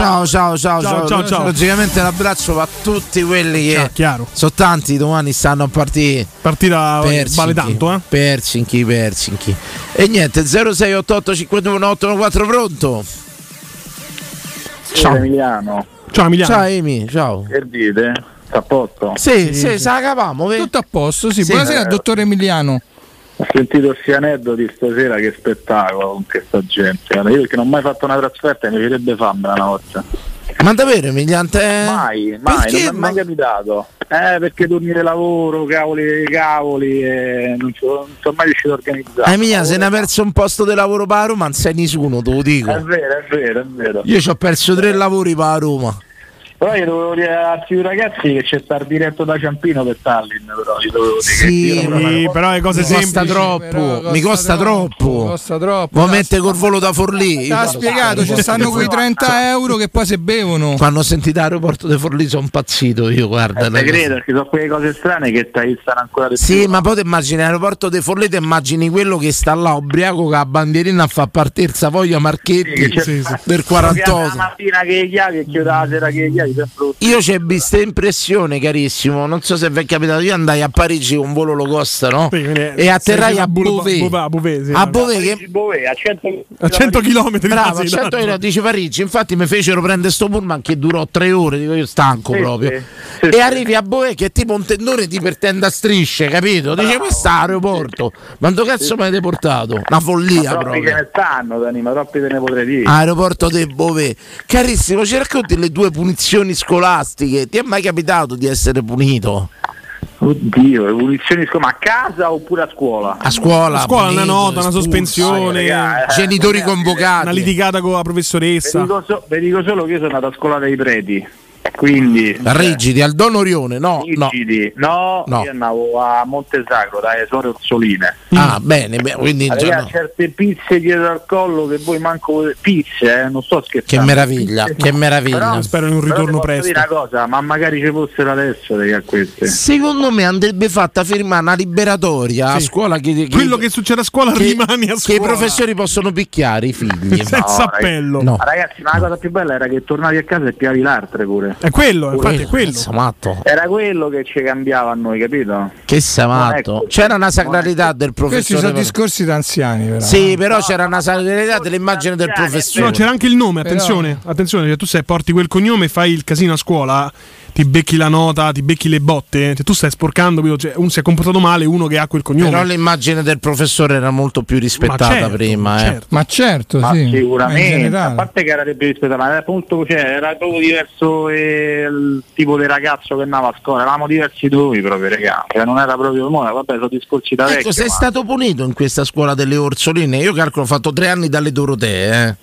Ciao. Logicamente l'abbraccio va a tutti quelli che sono tanti, domani stanno a partire. Partita vale tanto, Helsinki. E niente, 0688 521 814, pronto? Ciao Emiliano. Ciao Emiliano. Ciao Emi, ciao. Che dite? Sta a posto? Sì, se la capamo. Tutto a posto, sì. Buonasera, dottor Emiliano. Ho sentito questi aneddoti stasera, che spettacolo con questa gente. Io perché non ho mai fatto una trasferta mi piacerebbe farmela una volta. Ma davvero Emiliano? Mai, non mi è mai capitato. Perché turni di lavoro, cavoli, non sono mai riuscito a organizzare. Emiliano, se ne ha perso un posto di lavoro per Roma, non sei nessuno, te lo dico. È vero. Io ci ho perso 3 lavori per Roma. Però io dovevo dire a questi ragazzi che c'è star diretto da Ciampino per Tallinn, però gli dovevo dire però le cose semplici mi costa troppo. Ma mette col volo da Forlì. T'ha spiegato, ci stanno quei 30 euro che poi se bevono. Quando ho sentito l'aeroporto di Forlì sono impazzito io, guarda. Te credo, perché sono quelle cose strane che ti stanno ancora di più. Sì, ma poi ti immagini l'aeroporto di Forlì, ti immagini quello che sta là ubriaco con la bandierina a far partire il Savoia Marchetti del 48. La mattina che chiavi e chiude la sera che chiavi. Io c'è questa impressione, carissimo, non so se vi è capitato, io andai a Parigi con volo low cost, no? E atterrai a Beauvais. A Beauvais, a 100 km. Bravo, a 100 km dice Parigi. Infatti mi fecero prendere sto pullman che durò 3 ore, dico io stanco proprio. E arrivi a Beauvais che è tipo un tendone di per tenda a strisce, capito? Dice questo aeroporto. Quanto cazzo mi hai deportato? Una follia proprio. Ce ne stanno, Dani, ma troppi te ne potrei dire. Aeroporto di Beauvais. Carissimo, ci racconti le 2 punizioni scolastiche? Ti è mai capitato di essere punito? Oddio, le punizioni ma a casa oppure a scuola? A scuola, una nota, una sospensione, genitori convocati, una litigata con la professoressa. Vi dico solo che io sono andato a scuola dei preti. Quindi Rigidi al Don Orione, no, Rigidi, no. Io andavo a Monte Sacro dalle Sore Orsoline. Bene, quindi certe pizze dietro al collo che voi manco pizze, non sto scherzando. Che meraviglia, che meraviglia. Però, spero in un ritorno presto. Dire una cosa, ma magari ci fossero adesso a queste. Secondo me andrebbe fatta firmare una liberatoria a scuola quello che succede a scuola rimane a scuola. Che i professori possono picchiare i figli senza appello. No. Ragazzi, ma la cosa più bella era che tornavi a casa e piavi l'altre pure. È quello, infatti è quello. Era quello che ci cambiava a noi, capito? Che samatto. C'era una sacralità del professore. Questi sono discorsi da anziani, però. Sì, però c'era una sacralità dell'immagine del professore. No, c'era anche il nome, attenzione, cioè, tu se porti quel cognome e fai il casino a scuola, ti becchi la nota, ti becchi le botte, tu stai sporcando, cioè, uno si è comportato male, uno che ha quel cognome. Però l'immagine del professore era molto più rispettata prima, certo. Ma certo, sì. Sicuramente, a parte che era più rispettata, ma era appunto, era proprio diverso il tipo di ragazzo che andava a scuola, eravamo diversi noi proprio, ragazzi, cioè, non era proprio vabbè, sono discorsi da vecchio. Sei stato punito in questa scuola delle Orsoline? Io calcolo ho fatto 3 anni dalle Dorotee,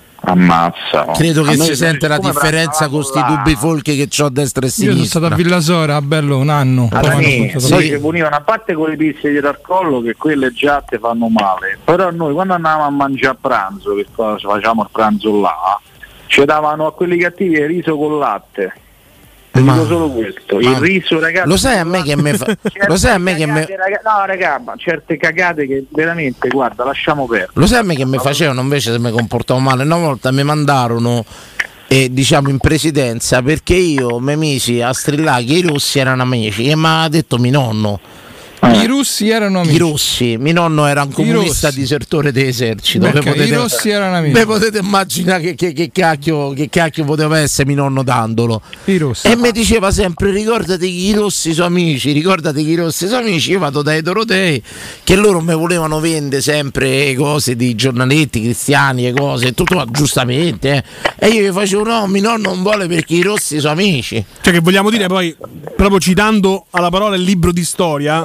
Ammazza. Credo che si sente la differenza con sti dubbi folchi che c'ho a destra e sinistra. Io sono stato a Villasora, bello, un anno. Noi ci punivano, a parte con le pizze dietro al collo, che quelle già te fanno male. Però noi quando andavamo a mangiare a pranzo, che cosa facciamo il pranzo là, ci davano a quelli cattivi il riso con latte. Dico solo questo, il riso, ragazzi. Lo sai a me che me fa. Lo sai a me che me. No, raga, ma certe cagate che veramente, guarda, lasciamo perdere. Lo sai a me che mi facevano invece se mi comportavo male? Una volta mi mandarono diciamo in presidenza perché io mi misi a strillare che i russi erano amici e mi ha detto mio nonno. I russi erano amici. I russi, mio nonno era un comunista disertore dell'esercito. I russi erano amici. Beh, potete immaginare che cacchio poteva essere mio nonno dandolo. I russi. E mi diceva sempre: ricordati che i russi sono amici, ricordati che i russi sono amici. Io vado dai Dorotei, che loro mi volevano vendere sempre cose di giornaletti cristiani e cose, tutto giustamente. E io gli facevo: no, mio nonno non vuole perché i russi sono amici. Cioè, che vogliamo dire poi, proprio citando alla parola il libro di storia.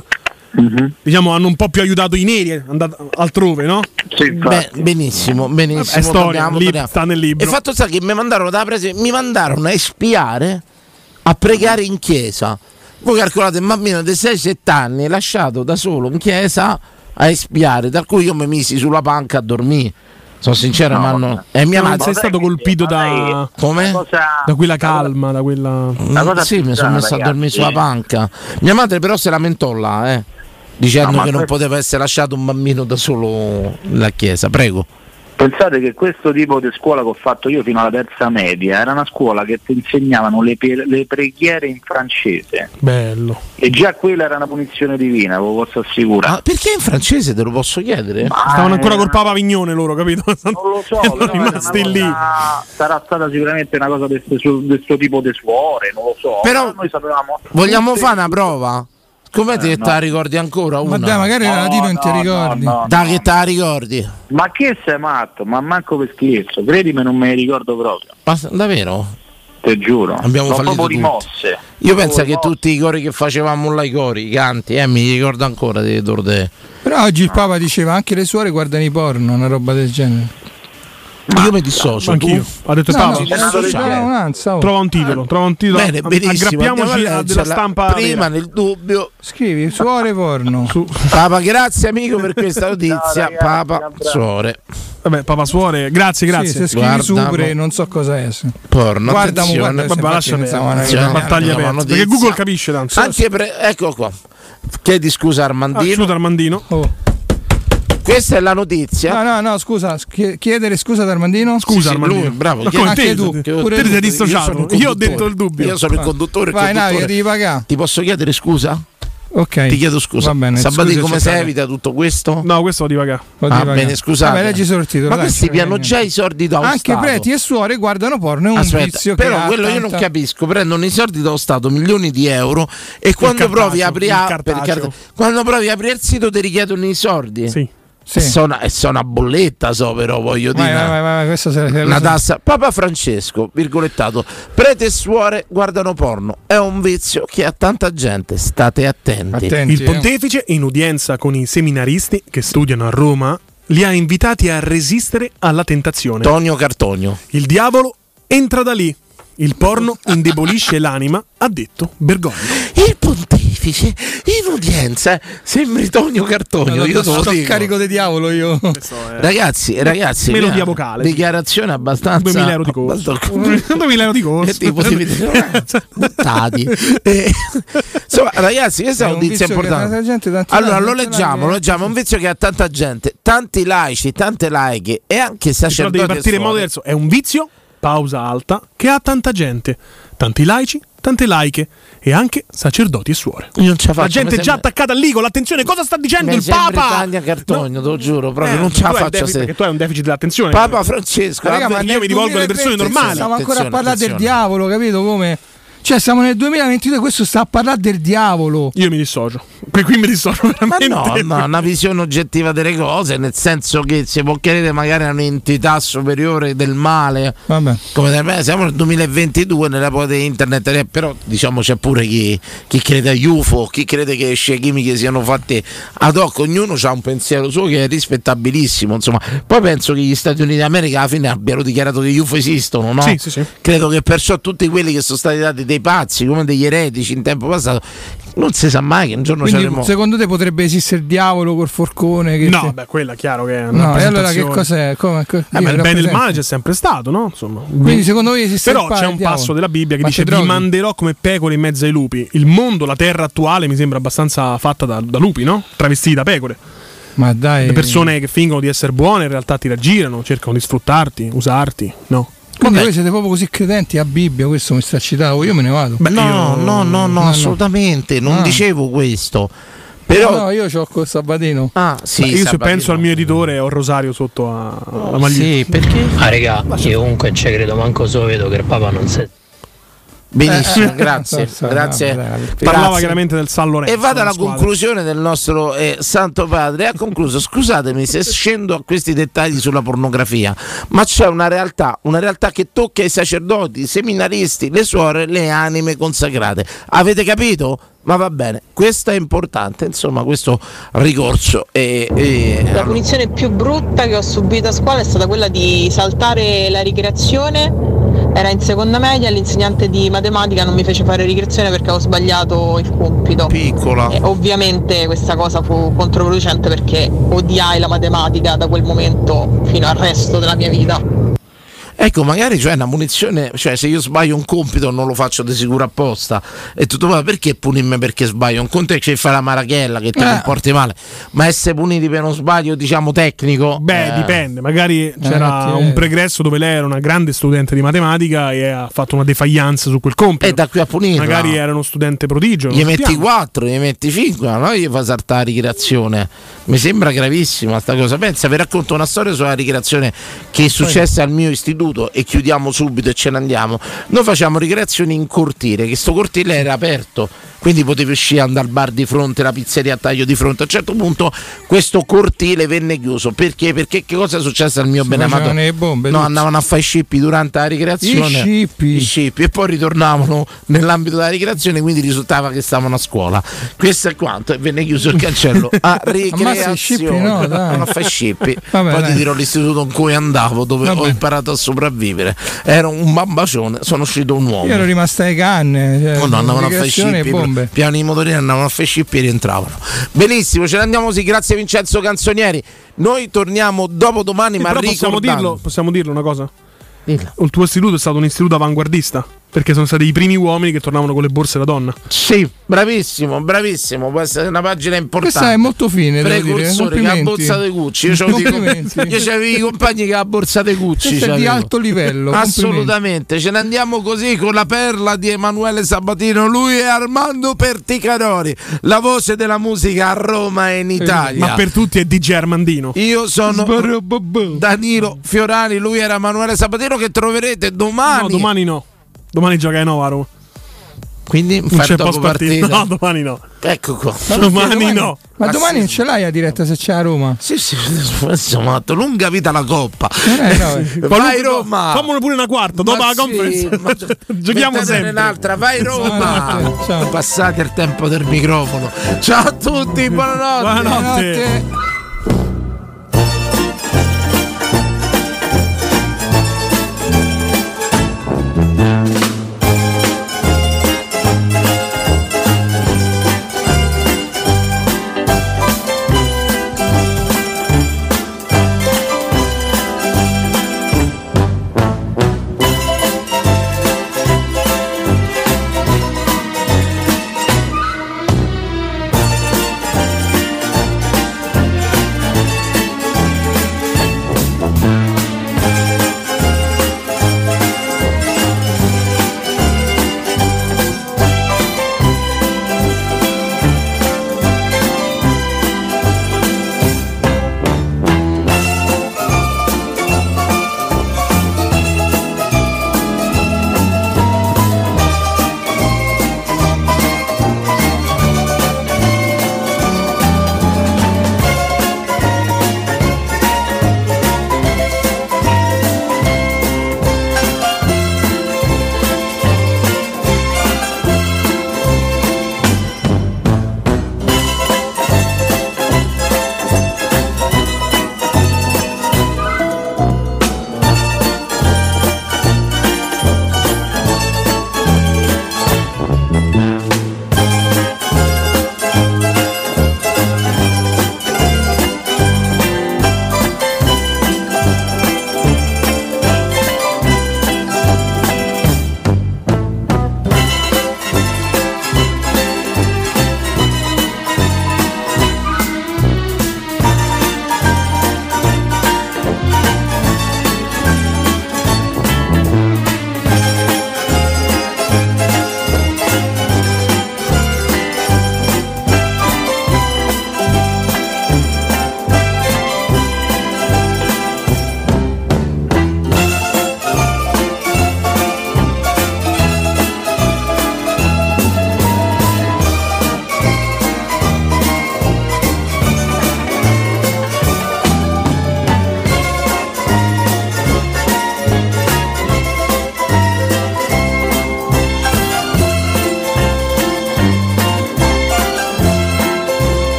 Diciamo hanno un po' più aiutato i neri altrove, no? Sì, benissimo. È storia, sta nel libro. E fatto sta che mi mandarono a espiare, a pregare in chiesa. Voi calcolate un bambino di 6-7 anni lasciato da solo in chiesa a espiare, da cui io mi misi sulla panca a dormire. Sono sincero, mia madre. Sei stato colpito da quella calma, da quella. Sì, mi sono messo a dormire sulla panca. Mia madre però se lamentò là, dicendo che non poteva essere lasciato un bambino da solo nella chiesa. Prego. Pensate che questo tipo di scuola che ho fatto io fino alla terza media era una scuola che ti insegnavano le preghiere in francese. Bello. E già quella era una punizione divina, ve lo posso assicurare. Ma perché in francese, te lo posso chiedere? Stavano ancora col Papa Avignone loro, capito? Non lo so, sono rimasti lì. Sarà stata sicuramente una cosa di questo tipo di suore, non lo so. Però noi sapevamo. Vogliamo fare una prova? Come te la ricordi ancora una? Ma dai, magari la latino non ti ricordi. Dai, che te la ricordi? Ma che sei matto? Ma manco per scherzo, credimi, non me ne ricordo proprio. Ma davvero? Te giuro. Abbiamo sono fallito proprio tutti. rimosse. Io penso che tutti i cori che facevamo là, i cori, i canti, mi ricordo ancora dei Torde. Però oggi il Papa diceva anche le suore guardano i porno, una roba del genere. Io mi dissocio. Anch'io. Ha detto Papa. Trova un titolo. Bene, benissimo. Aggrappiamoci della stampa. Prima nel dubbio. Scrivi suore porno. Papa, grazie amico per questa notizia. Papa, suore. Vabbè, Papa suore, grazie. Sì, se scrivi supre non so cosa è. Porno. Guarda, lascia perdere. Battaglia aperta. Perché Google capisce tanto. Anche ecco qua. Chiedi scusa Armandino. Scusa Armandino. Questa è la notizia. No, scusa. Chiedere scusa ad Armandino? Scusa Armandino. Lui, bravo. Anche tu. Te sei dissociato. Io ho detto il dubbio. Io sono il conduttore. Vai, Navi, devi pagare. Ti posso chiedere scusa? Ok. Ti chiedo scusa. Va bene. Sabatini, come si evita tutto questo? No, questo lo devi pagare. Va bene, scusate. Vabbè, leggi solo il titolo. Ma questi piano già i soldi dallo Anche Stato. preti e suore guardano porno, è un vizio che però quello io non capisco, prendono i soldi dallo Stato, milioni di euro, e quando provi a aprire il sito ti richiedono i soldi. Sì. Sono una bolletta, però voglio dire. Vai, questo una tassa. Papa Francesco, virgolettato, prete e suore guardano porno. È un vizio che ha tanta gente. State attenti. Il pontefice, in udienza con i seminaristi che studiano a Roma, li ha invitati a resistere alla tentazione. Tonio Cartonio. Il diavolo entra da lì. Il porno indebolisce l'anima, ha detto Bergoglio. Il pontefice in udienza sembri Tonio Cartonio. Io sono carico di diavolo io. Ragazzi, melodia vocale. Dichiarazione abbastanza 2000 euro di corso. 2000 euro di corso. Tipo buttati. Insomma, ragazzi, questa è una notizia importante. Allora lo leggiamo. È un vizio che ha tanta gente, tanti laici, tante laiche e anche sacerdoti. Devi partire in modo diverso. È un vizio, pausa alta, che ha tanta gente, tanti laici, tante laiche e anche sacerdoti e suore. La gente è già attaccata lì con l'attenzione. Cosa sta dicendo il Papa? Tania Cartonio, te lo giuro, proprio non ce la faccio. Perché tu hai un deficit dell'attenzione. Papa Francesco, ma io mi rivolgo alle persone normali. Stiamo ancora a parlare del diavolo, capito come? Cioè siamo nel 2022, questo sta a parlare del diavolo. Io mi dissocio. Qui mi dissocio veramente. Ma no, una visione oggettiva delle cose, nel senso che si può credere magari a un'entità superiore del male. Vabbè. Come siamo nel 2022 nell'epoca di internet, però diciamo c'è pure chi crede agli UFO, chi crede che le scie chimiche siano fatte ad hoc, ognuno ha un pensiero suo che è rispettabilissimo, insomma. Poi penso che gli Stati Uniti d'America alla fine abbiano dichiarato che gli UFO esistono, no? Sì. Credo che perciò tutti quelli che sono stati dati dei pazzi come degli eretici in tempo passato, non si sa mai che un giorno saremo. Secondo te potrebbe esistere il diavolo col forcone? Beh, quella è chiaro che è una no, e allora che cos'è? Il bene e il male c'è sempre stato, no? Insomma. Quindi secondo voi esiste però c'è un passo della Bibbia che dice: vi manderò come pecore in mezzo ai lupi. Il mondo, la terra attuale mi sembra abbastanza fatta da lupi, no? Travestiti da pecore. Ma dai, le persone che fingono di essere buone in realtà ti raggirano, cercano di sfruttarti, usarti, no? Quindi voi siete proprio così credenti a Bibbia? Questo mi sta citando, io me ne vado. No, assolutamente, non dicevo questo. Però no, io c'ho col Sabatino. Sì, io se penso al mio editore ho il rosario sotto alla maglietta. Sì, perché? Raga, io comunque ci credo, manco solo vedo che il Papa non si. Benissimo, grazie. Parlava chiaramente del San Lorenzo. E vado alla conclusione del nostro Santo Padre. Ha concluso: scusatemi se scendo a questi dettagli sulla pornografia, ma c'è una realtà che tocca i sacerdoti, i seminaristi, le suore, le anime consacrate. Avete capito? Ma va bene, questo è importante, insomma, questo ricorso. La punizione più brutta che ho subito a scuola è stata quella di saltare la ricreazione. Era in seconda media, l'insegnante di matematica non mi fece fare ricreazione perché avevo sbagliato il compito. Piccola. E ovviamente questa cosa fu controproducente perché odiai la matematica da quel momento fino al resto della mia vita. Ecco, magari cioè una punizione, cioè se io sbaglio un compito non lo faccio di sicuro apposta e tutto, ma perché punirmi perché sbaglio? Un conto è che fai la marachella che ti comporti male, ma essere puniti per uno sbaglio diciamo tecnico? Beh, dipende, magari c'era un pregresso dove lei era una grande studente di matematica e ha fatto una defaglianza su quel compito. E da qui a punire. Magari era uno studente prodigio. Gli metti 4, gli metti 5, ma gli fa saltare la ricreazione. Mi sembra gravissima sta cosa. Pensa, vi racconto una storia sulla ricreazione che è successa al mio istituto e chiudiamo subito e ce ne andiamo. Noi facciamo ricreazioni in cortile, che sto cortile era aperto, quindi potevi uscire, andare al bar di fronte, la pizzeria a taglio di fronte. A un certo punto questo cortile venne chiuso. Perché? Perché che cosa è successo al mio benamato? Andavano a fare i scippi durante la ricreazione. I scippi e poi ritornavano nell'ambito della ricreazione, quindi risultava che stavano a scuola. Questo è quanto, e venne chiuso il cancello a ricreazione. Non a fare scippi. Poi ti dirò l'istituto in cui andavo, dove ho imparato a sopravvivere. Era un bambacione, sono uscito un uomo. Io ero rimasto ai canne. Andavano a fare scippi. Piani di motorino andavano a fare scippi e rientravano. Benissimo, ce ne andiamo così, grazie Vincenzo Canzonieri. Noi torniamo dopo domani, ma possiamo dirlo una cosa? Dillo. Il tuo istituto è stato un istituto avanguardista, perché sono stati i primi uomini che tornavano con le borse da donna. Sì, bravissimo, può essere una pagina importante. Questa è molto fine, precursore che ha la borsa dei Gucci. Io c'avevo i compagni che ha la borsa dei Gucci. È di alto livello. Assolutamente. Ce ne andiamo così con la perla di Emanuele Sabatino. Lui è Armando Perticarori, la voce della musica a Roma e in Italia. Ma per tutti è DJ Armandino. Io sono Danilo Fiorani, lui era Emanuele Sabatino, che troverete domani. No, domani no. Domani gioca a Nova Roma. Quindi non c'è post partita. No, domani no. Ecco qua. Domani no. Ma domani non ce l'hai a diretta se c'è a Roma? Sì, insomma, lunga vita la Coppa. Vai Roma. Fammone pure una quarta dopo la conferenza. Giochiamo sempre. Un'altra. Vai Roma. Ciao. Passate il tempo del microfono. Ciao a tutti, buonanotte. Buonanotte.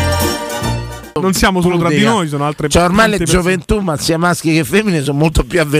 Non siamo solo tra di noi, sono altre ormai le gioventù, ma sia maschi che femmine, sono molto più avvelenate.